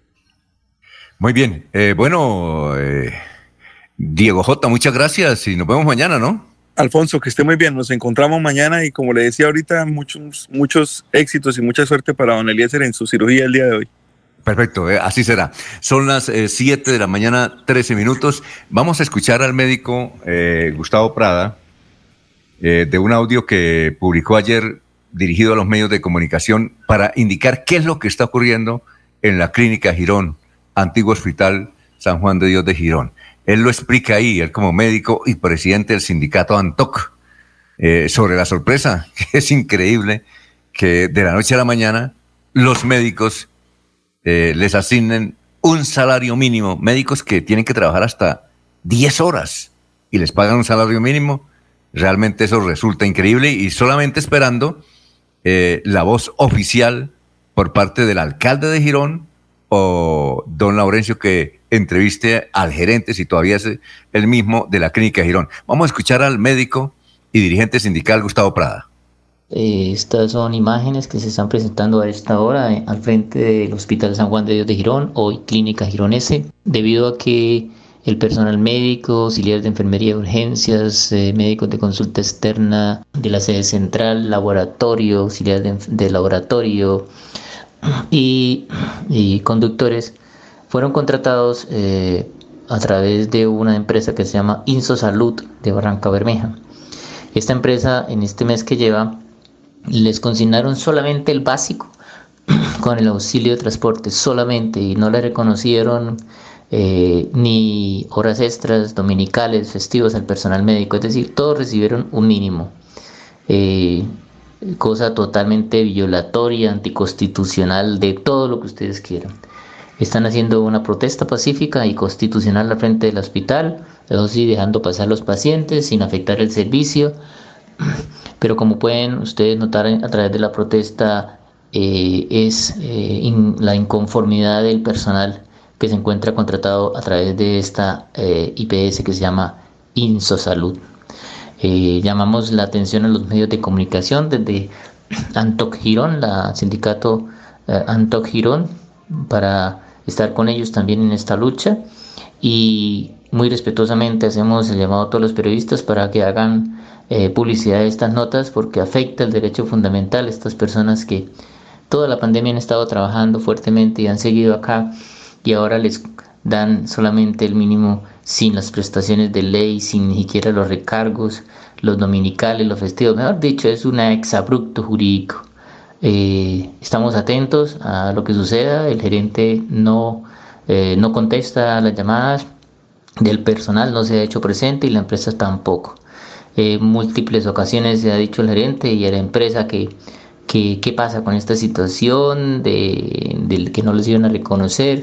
Muy bien, eh, bueno, eh, Diego J, muchas gracias y nos vemos mañana, ¿no? Alfonso, que esté muy bien, nos encontramos mañana y como le decía ahorita, muchos, muchos éxitos y mucha suerte para don Eliezer en su cirugía el día de hoy. Perfecto, eh, así será. Son las eh, siete de la mañana, trece minutos. Vamos a escuchar al médico eh, Gustavo Prada eh, de un audio que publicó ayer dirigido a los medios de comunicación para indicar qué es lo que está ocurriendo en la Clínica Girón, antiguo Hospital San Juan de Dios de Girón. Él lo explica ahí, él como médico y presidente del sindicato ANTOC, eh, sobre la sorpresa, que es increíble que de la noche a la mañana los médicos eh, les asignen un salario mínimo, médicos que tienen que trabajar hasta diez horas y les pagan un salario mínimo. Realmente eso resulta increíble y solamente esperando eh, la voz oficial por parte del alcalde de Girón o don Laurencio que entreviste al gerente, si todavía es el mismo, de la Clínica Girón. Vamos a escuchar al médico y dirigente sindical Gustavo Prada. Eh, estas son imágenes que se están presentando a esta hora eh, al frente del Hospital San Juan de Dios de Girón, hoy Clínica Girón S, debido a que el personal médico, auxiliares de enfermería de urgencias, eh, médicos de consulta externa de la sede central, laboratorio, auxiliares de, de laboratorio y, y conductores fueron contratados eh, a través de una empresa que se llama Insosalud de Barranca Bermeja. Esta empresa en este mes que lleva les consignaron solamente el básico con el auxilio de transporte solamente y no le reconocieron eh, ni horas extras, dominicales, festivos al personal médico, es decir, todos recibieron un mínimo, eh, cosa totalmente violatoria, anticonstitucional, de todo lo que ustedes quieran. Están haciendo una protesta pacífica y constitucional al frente del hospital, eso sí, dejando pasar los pacientes sin afectar el servicio, pero como pueden ustedes notar a través de la protesta, eh, es eh, in, la inconformidad del personal que se encuentra contratado a través de esta eh, I P S que se llama Insosalud. Eh, llamamos la atención a los medios de comunicación desde ANTOC Girón, la sindicato eh, ANTOC Girón, para estar con ellos también en esta lucha y muy respetuosamente hacemos el llamado a todos los periodistas para que hagan eh, publicidad de estas notas porque afecta el derecho fundamental a estas personas que toda la pandemia han estado trabajando fuertemente y han seguido acá y ahora les dan solamente el mínimo sin las prestaciones de ley, sin ni siquiera los recargos, los dominicales, los festivos, mejor dicho, es un exabrupto jurídico. Eh, estamos atentos a lo que suceda, el gerente no, eh, no contesta a las llamadas del personal, no se ha hecho presente y la empresa tampoco. Eh, múltiples ocasiones se ha dicho el gerente y a la empresa que, que qué pasa con esta situación de, de que no les iban a reconocer,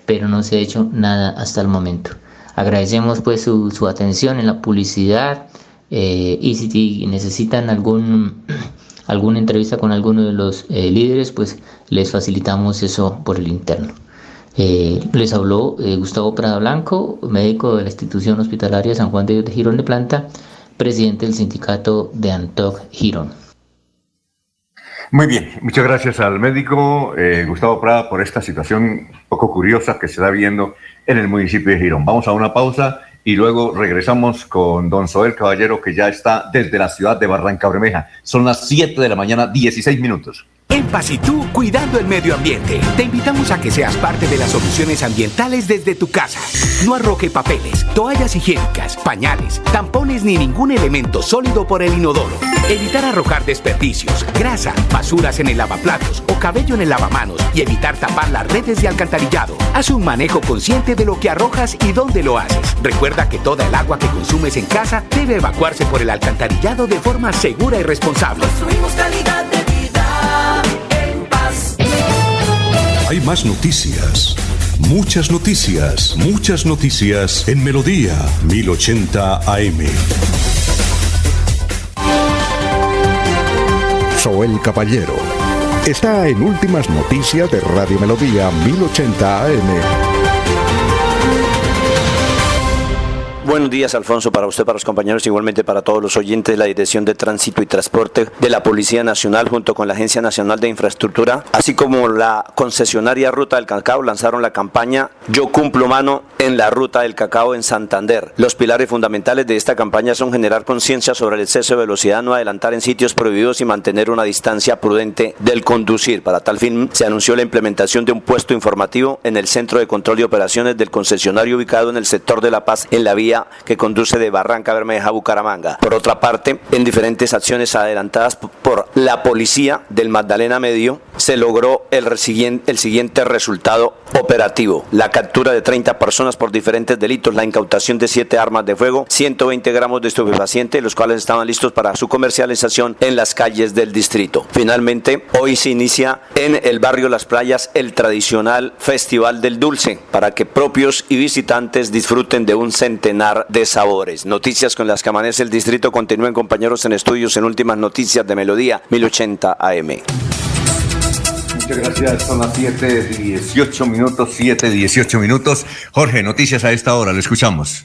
pero no se ha hecho nada hasta el momento. Agradecemos pues su, su atención en la publicidad eh, y si necesitan algún, alguna entrevista con alguno de los eh, líderes, pues les facilitamos eso por el interno. Eh, les habló eh, Gustavo Prada Blanco, médico de la institución hospitalaria San Juan de Dios de Girón de Planta, presidente del sindicato de Antoc Girón. Muy bien, muchas gracias al médico eh, Gustavo Prada por esta situación un poco curiosa que se está viendo en el municipio de Girón. Vamos a una pausa y luego regresamos con don Zoel Caballero, que ya está desde la ciudad de Barranca Bermeja. Son las siete de la mañana, dieciséis minutos. En Pacitú, cuidando el medio ambiente, te invitamos a que seas parte de las soluciones ambientales desde tu casa. No arroje papeles, toallas higiénicas, pañales, tampones ni ningún elemento sólido por el inodoro. Evitar arrojar desperdicios, grasa, basuras en el lavaplatos o cabello en el lavamanos y evitar tapar las redes de alcantarillado. Haz un manejo consciente de lo que arrojas y dónde lo haces. Recuerda que toda el agua que consumes en casa debe evacuarse por el alcantarillado de forma segura y responsable. Construimos calidad de vida en paz. Hay más noticias. Muchas noticias, muchas noticias en Melodía mil ochenta A M. Zoel Caballero está en Últimas Noticias de Radio Melodía mil ochenta A M. Buenos días, Alfonso, para usted, para los compañeros, igualmente para todos los oyentes. La Dirección de Tránsito y Transporte de la Policía Nacional junto con la Agencia Nacional de Infraestructura, así como la concesionaria Ruta del Cacao, lanzaron la campaña Yo Cumplo Mano en la Ruta del Cacao en Santander. Los pilares fundamentales de esta campaña son generar conciencia sobre el exceso de velocidad, no adelantar en sitios prohibidos y mantener una distancia prudente del conducir. Para tal fin, se anunció la implementación de un puesto informativo en el Centro de Control y Operaciones del concesionario ubicado en el sector de La Paz, en la vía que conduce de Barranca Bermeja a Bucaramanga. Por otra parte, en diferentes acciones adelantadas por la policía del Magdalena Medio, se logró el siguiente, el siguiente resultado operativo: la captura de treinta personas por diferentes delitos, la incautación de siete armas de fuego, ciento veinte gramos de estupefacientes, los cuales estaban listos para su comercialización en las calles del distrito. Finalmente, hoy se inicia en el barrio Las Playas el tradicional Festival del Dulce, para que propios y visitantes disfruten de un centenar de sabores. Noticias con las que amanece el distrito. Continúen, compañeros, en estudios en Últimas Noticias de Melodía mil ochenta A M. Muchas gracias, son las siete dieciocho minutos, siete dieciocho minutos. Jorge, noticias a esta hora, lo escuchamos.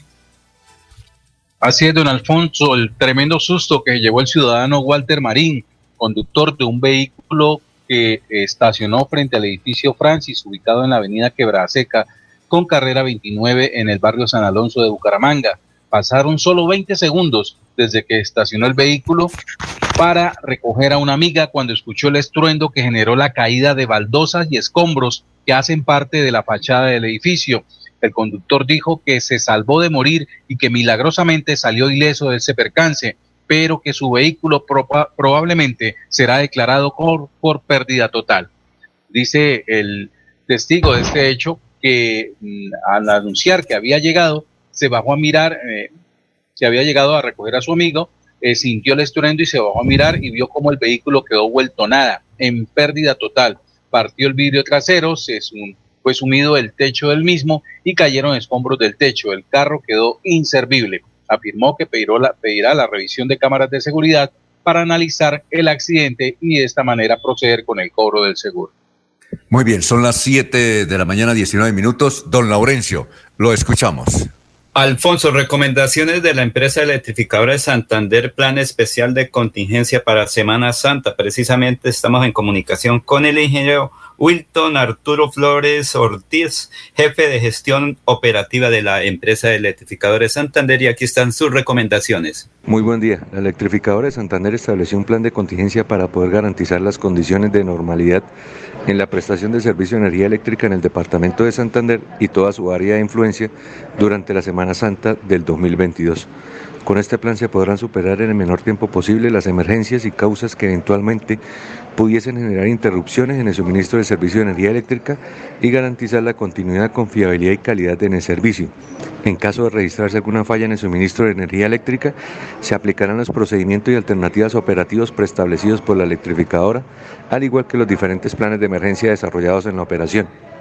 Así es, don Alfonso, el tremendo susto que llevó el ciudadano Walter Marín, conductor de un vehículo que estacionó frente al edificio Francis, ubicado en la avenida Quebraseca, con carrera veintinueve en el barrio San Alonso de Bucaramanga. Pasaron solo veinte segundos desde que estacionó el vehículo para recoger a una amiga cuando escuchó el estruendo que generó la caída de baldosas y escombros que hacen parte de la fachada del edificio. El conductor dijo que se salvó de morir y que milagrosamente salió ileso de ese percance, pero que su vehículo proba- probablemente será declarado por, por pérdida total. Dice el testigo de este hecho que mm, al anunciar que había llegado, se bajó a mirar, eh, que había llegado a recoger a su amigo, eh, sintió el estruendo y se bajó a mirar y vio cómo el vehículo quedó vuelto nada, en pérdida total. Partió el vidrio trasero, se sum, fue sumido el techo del mismo y cayeron escombros del techo. El carro quedó inservible. Afirmó que pedirá la, pedirá la revisión de cámaras de seguridad para analizar el accidente y de esta manera proceder con el cobro del seguro. Muy bien, son las siete de la mañana, diecinueve minutos. Don Laurencio, lo escuchamos. Alfonso, recomendaciones de la empresa electrificadora de Santander, plan especial de contingencia para Semana Santa. Precisamente estamos en comunicación con el ingeniero Wilton Arturo Flores Ortiz, jefe de gestión operativa de la empresa electrificadora de Santander, y aquí están sus recomendaciones. Muy buen día. La electrificadora de Santander estableció un plan de contingencia para poder garantizar las condiciones de normalidad en la prestación de servicio de energía eléctrica en el departamento de Santander y toda su área de influencia durante la Semana Santa del dos mil veintidós. Con este plan se podrán superar en el menor tiempo posible las emergencias y causas que eventualmente pudiesen generar interrupciones en el suministro del servicio de energía eléctrica y garantizar la continuidad, confiabilidad y calidad en el servicio. En caso de registrarse alguna falla en el suministro de energía eléctrica, se aplicarán los procedimientos y alternativas operativos preestablecidos por la electrificadora, al igual que los diferentes planes de emergencia desarrollados en la operación.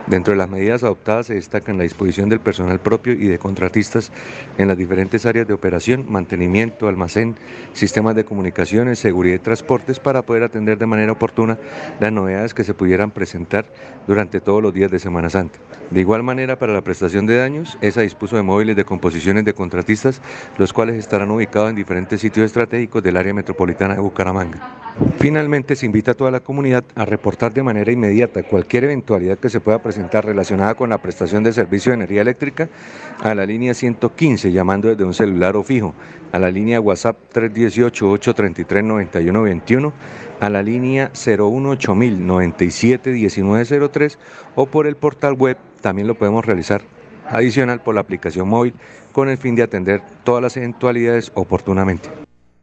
Dentro de las medidas adoptadas se destacan la disposición del personal propio y de contratistas en las diferentes áreas de operación, mantenimiento, almacén, sistemas de comunicaciones, seguridad y transportes para poder atender de manera oportuna las novedades que se pudieran presentar durante todos los días de Semana Santa. De igual manera, para la prestación de daños, ESA dispuso de móviles de composiciones de contratistas, los cuales estarán ubicados en diferentes sitios estratégicos del área metropolitana de Bucaramanga. Finalmente, se invita a toda la comunidad a reportar de manera inmediata cualquier eventualidad que se pueda presentar relacionada con la prestación de servicio de energía eléctrica a la línea ciento quince, llamando desde un celular o fijo, a la línea WhatsApp tres uno ocho, ocho tres tres, nueve uno dos uno, a la línea cero uno ocho mil noventa y siete diecinueve cero tres o por el portal web. También lo podemos realizar adicional por la aplicación móvil con el fin de atender todas las eventualidades oportunamente.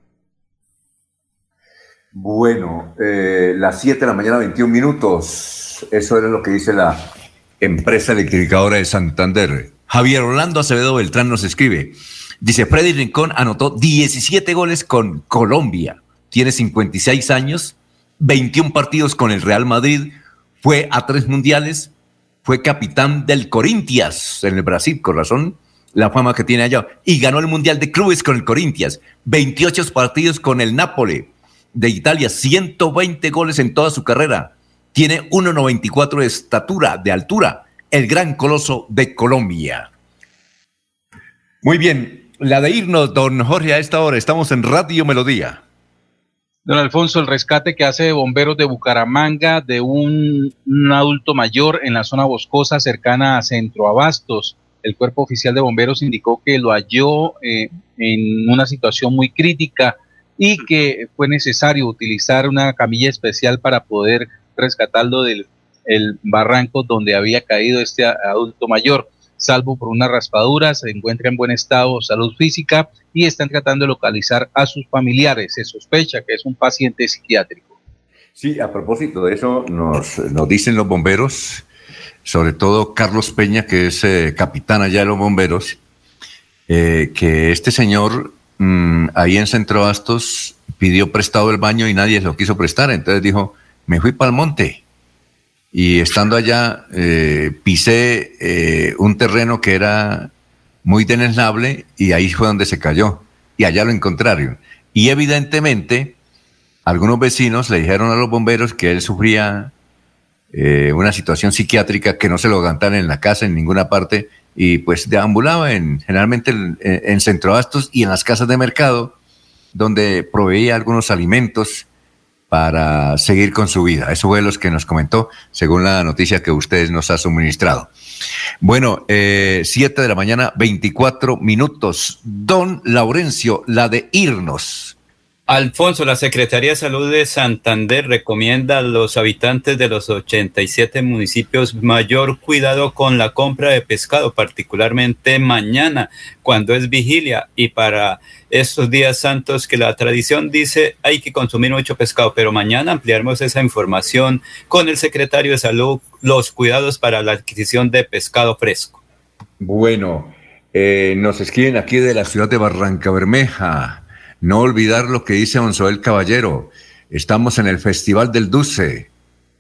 Bueno, eh, las siete de la mañana, veintiún minutos. Eso era lo que dice la empresa electrificadora de Santander. Javier Orlando Acevedo Beltrán nos escribe. Dice, Freddy Rincón anotó diecisiete goles con Colombia. Tiene cincuenta y seis años, veintiún partidos con el Real Madrid, fue a tres mundiales, fue capitán del Corinthians en el Brasil, con razón la fama que tiene allá, y ganó el Mundial de Clubes con el Corinthians, veintiocho partidos con el Nápoles de Italia, ciento veinte goles en toda su carrera. Tiene uno noventa y cuatro de estatura, de altura, el gran coloso de Colombia. Muy bien, la de irnos, don Jorge, a esta hora. Estamos en Radio Melodía. Don Alfonso, el rescate que hace de bomberos de Bucaramanga de un, un adulto mayor en la zona boscosa cercana a Centro Abastos. El cuerpo oficial de bomberos indicó que lo halló eh, en una situación muy crítica y que fue necesario utilizar una camilla especial para poder rescatarlo del el barranco donde había caído este adulto mayor. Salvo por unas raspaduras, se encuentra en buen estado de salud física y están tratando de localizar a sus familiares. Se sospecha que es un paciente psiquiátrico. Sí, a propósito de eso, nos, nos dicen los bomberos, sobre todo Carlos Peña, que es eh, capitán allá de los bomberos, eh, que este señor mmm, ahí en Centro Abastos pidió prestado el baño y nadie se lo quiso prestar. Entonces dijo, me fui para el monte. Y estando allá, eh, pisé eh, un terreno que era muy deslizable y ahí fue donde se cayó. Y allá lo encontraron. Y evidentemente, algunos vecinos le dijeron a los bomberos que él sufría eh, una situación psiquiátrica, que no se lo aguantaran en la casa, en ninguna parte, y pues deambulaba en, generalmente en, en Centro Abastos y en las casas de mercado, donde proveía algunos alimentos para seguir con su vida. Eso fue lo que nos comentó, según la noticia que ustedes nos ha suministrado. Bueno, eh, siete de la mañana, veinticuatro minutos. Don Laurencio, la de irnos. Alfonso, la Secretaría de Salud de Santander recomienda a los habitantes de los ochenta y siete municipios mayor cuidado con la compra de pescado, particularmente mañana, cuando es vigilia, y para estos días santos que la tradición dice hay que consumir mucho pescado, pero mañana ampliaremos esa información con el secretario de Salud, los cuidados para la adquisición de pescado fresco. Bueno, eh, nos escriben aquí de la ciudad de Barrancabermeja. No olvidar lo que dice Onsoel Caballero. Estamos en el Festival del Dulce.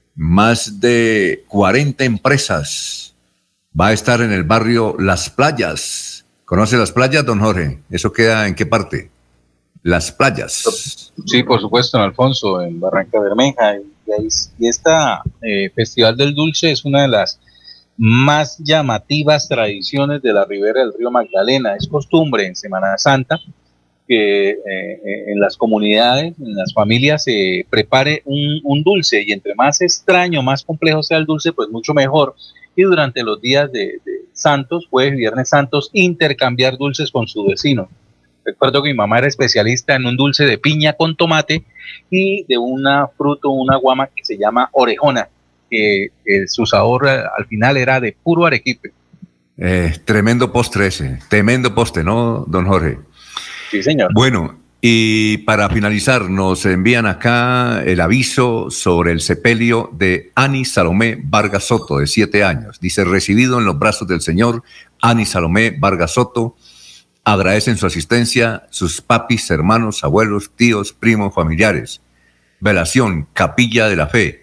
Más de cuarenta empresas. Va a estar en el barrio Las Playas. ¿Conoce Las Playas, don Jorge? ¿Eso queda en qué parte? Las Playas. Sí, por supuesto, don Alfonso, en Barrancabermeja. Y este eh, Festival del Dulce es una de las más llamativas tradiciones de la ribera del río Magdalena. Es costumbre en Semana Santa que eh, en las comunidades, en las familias se eh, prepare un, un dulce, y entre más extraño, más complejo sea el dulce, pues mucho mejor. Y durante los días de, de Santos, jueves y viernes santos, intercambiar dulces con su vecino. Recuerdo que mi mamá era especialista en un dulce de piña con tomate y de una fruta, una guama que se llama orejona, que, que su sabor eh, al final era de puro arequipe. Eh, tremendo postre ese, tremendo postre, ¿no, don Jorge? Sí, señor. Bueno, y para finalizar, nos envían acá el aviso sobre el sepelio de Ani Salomé Vargas Soto, de siete años. Dice, recibido en los brazos del Señor, Ani Salomé Vargas Soto, agradecen su asistencia sus papis, hermanos, abuelos, tíos, primos, familiares. Velación, Capilla de la Fe.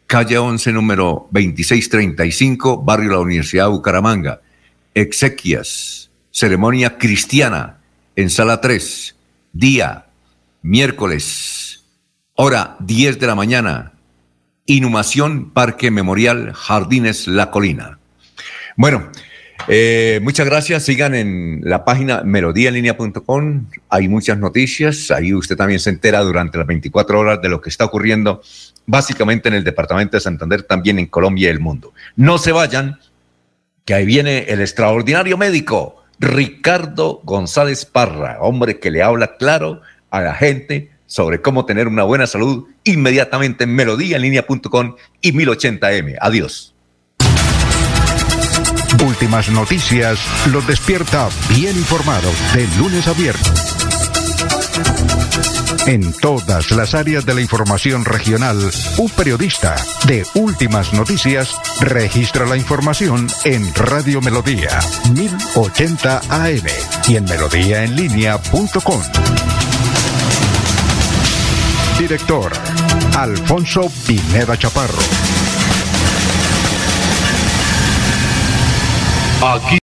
calle once, número veintiséis treinta y cinco, barrio La Universidad de Bucaramanga. Exequias, ceremonia cristiana en sala tres, día miércoles, hora diez de la mañana. Inhumación, Parque Memorial, Jardines La Colina. Bueno, eh, muchas gracias. Sigan en la página melodía en línea punto com. Hay muchas noticias. Ahí usted también se entera durante las veinticuatro horas de lo que está ocurriendo, básicamente en el departamento de Santander, también en Colombia y el mundo. No se vayan, que ahí viene el extraordinario médico Ricardo González Parra, hombre que le habla claro a la gente sobre cómo tener una buena salud inmediatamente en melodía en línea punto com y mil ochenta eme. Adiós. Últimas noticias los despierta bien informados de lunes a viernes. En todas las áreas de la información regional, un periodista de Últimas Noticias registra la información en Radio Melodía mil ochenta A M y en melodía en línea punto com. Director Alfonso Pineda Chaparro. Aquí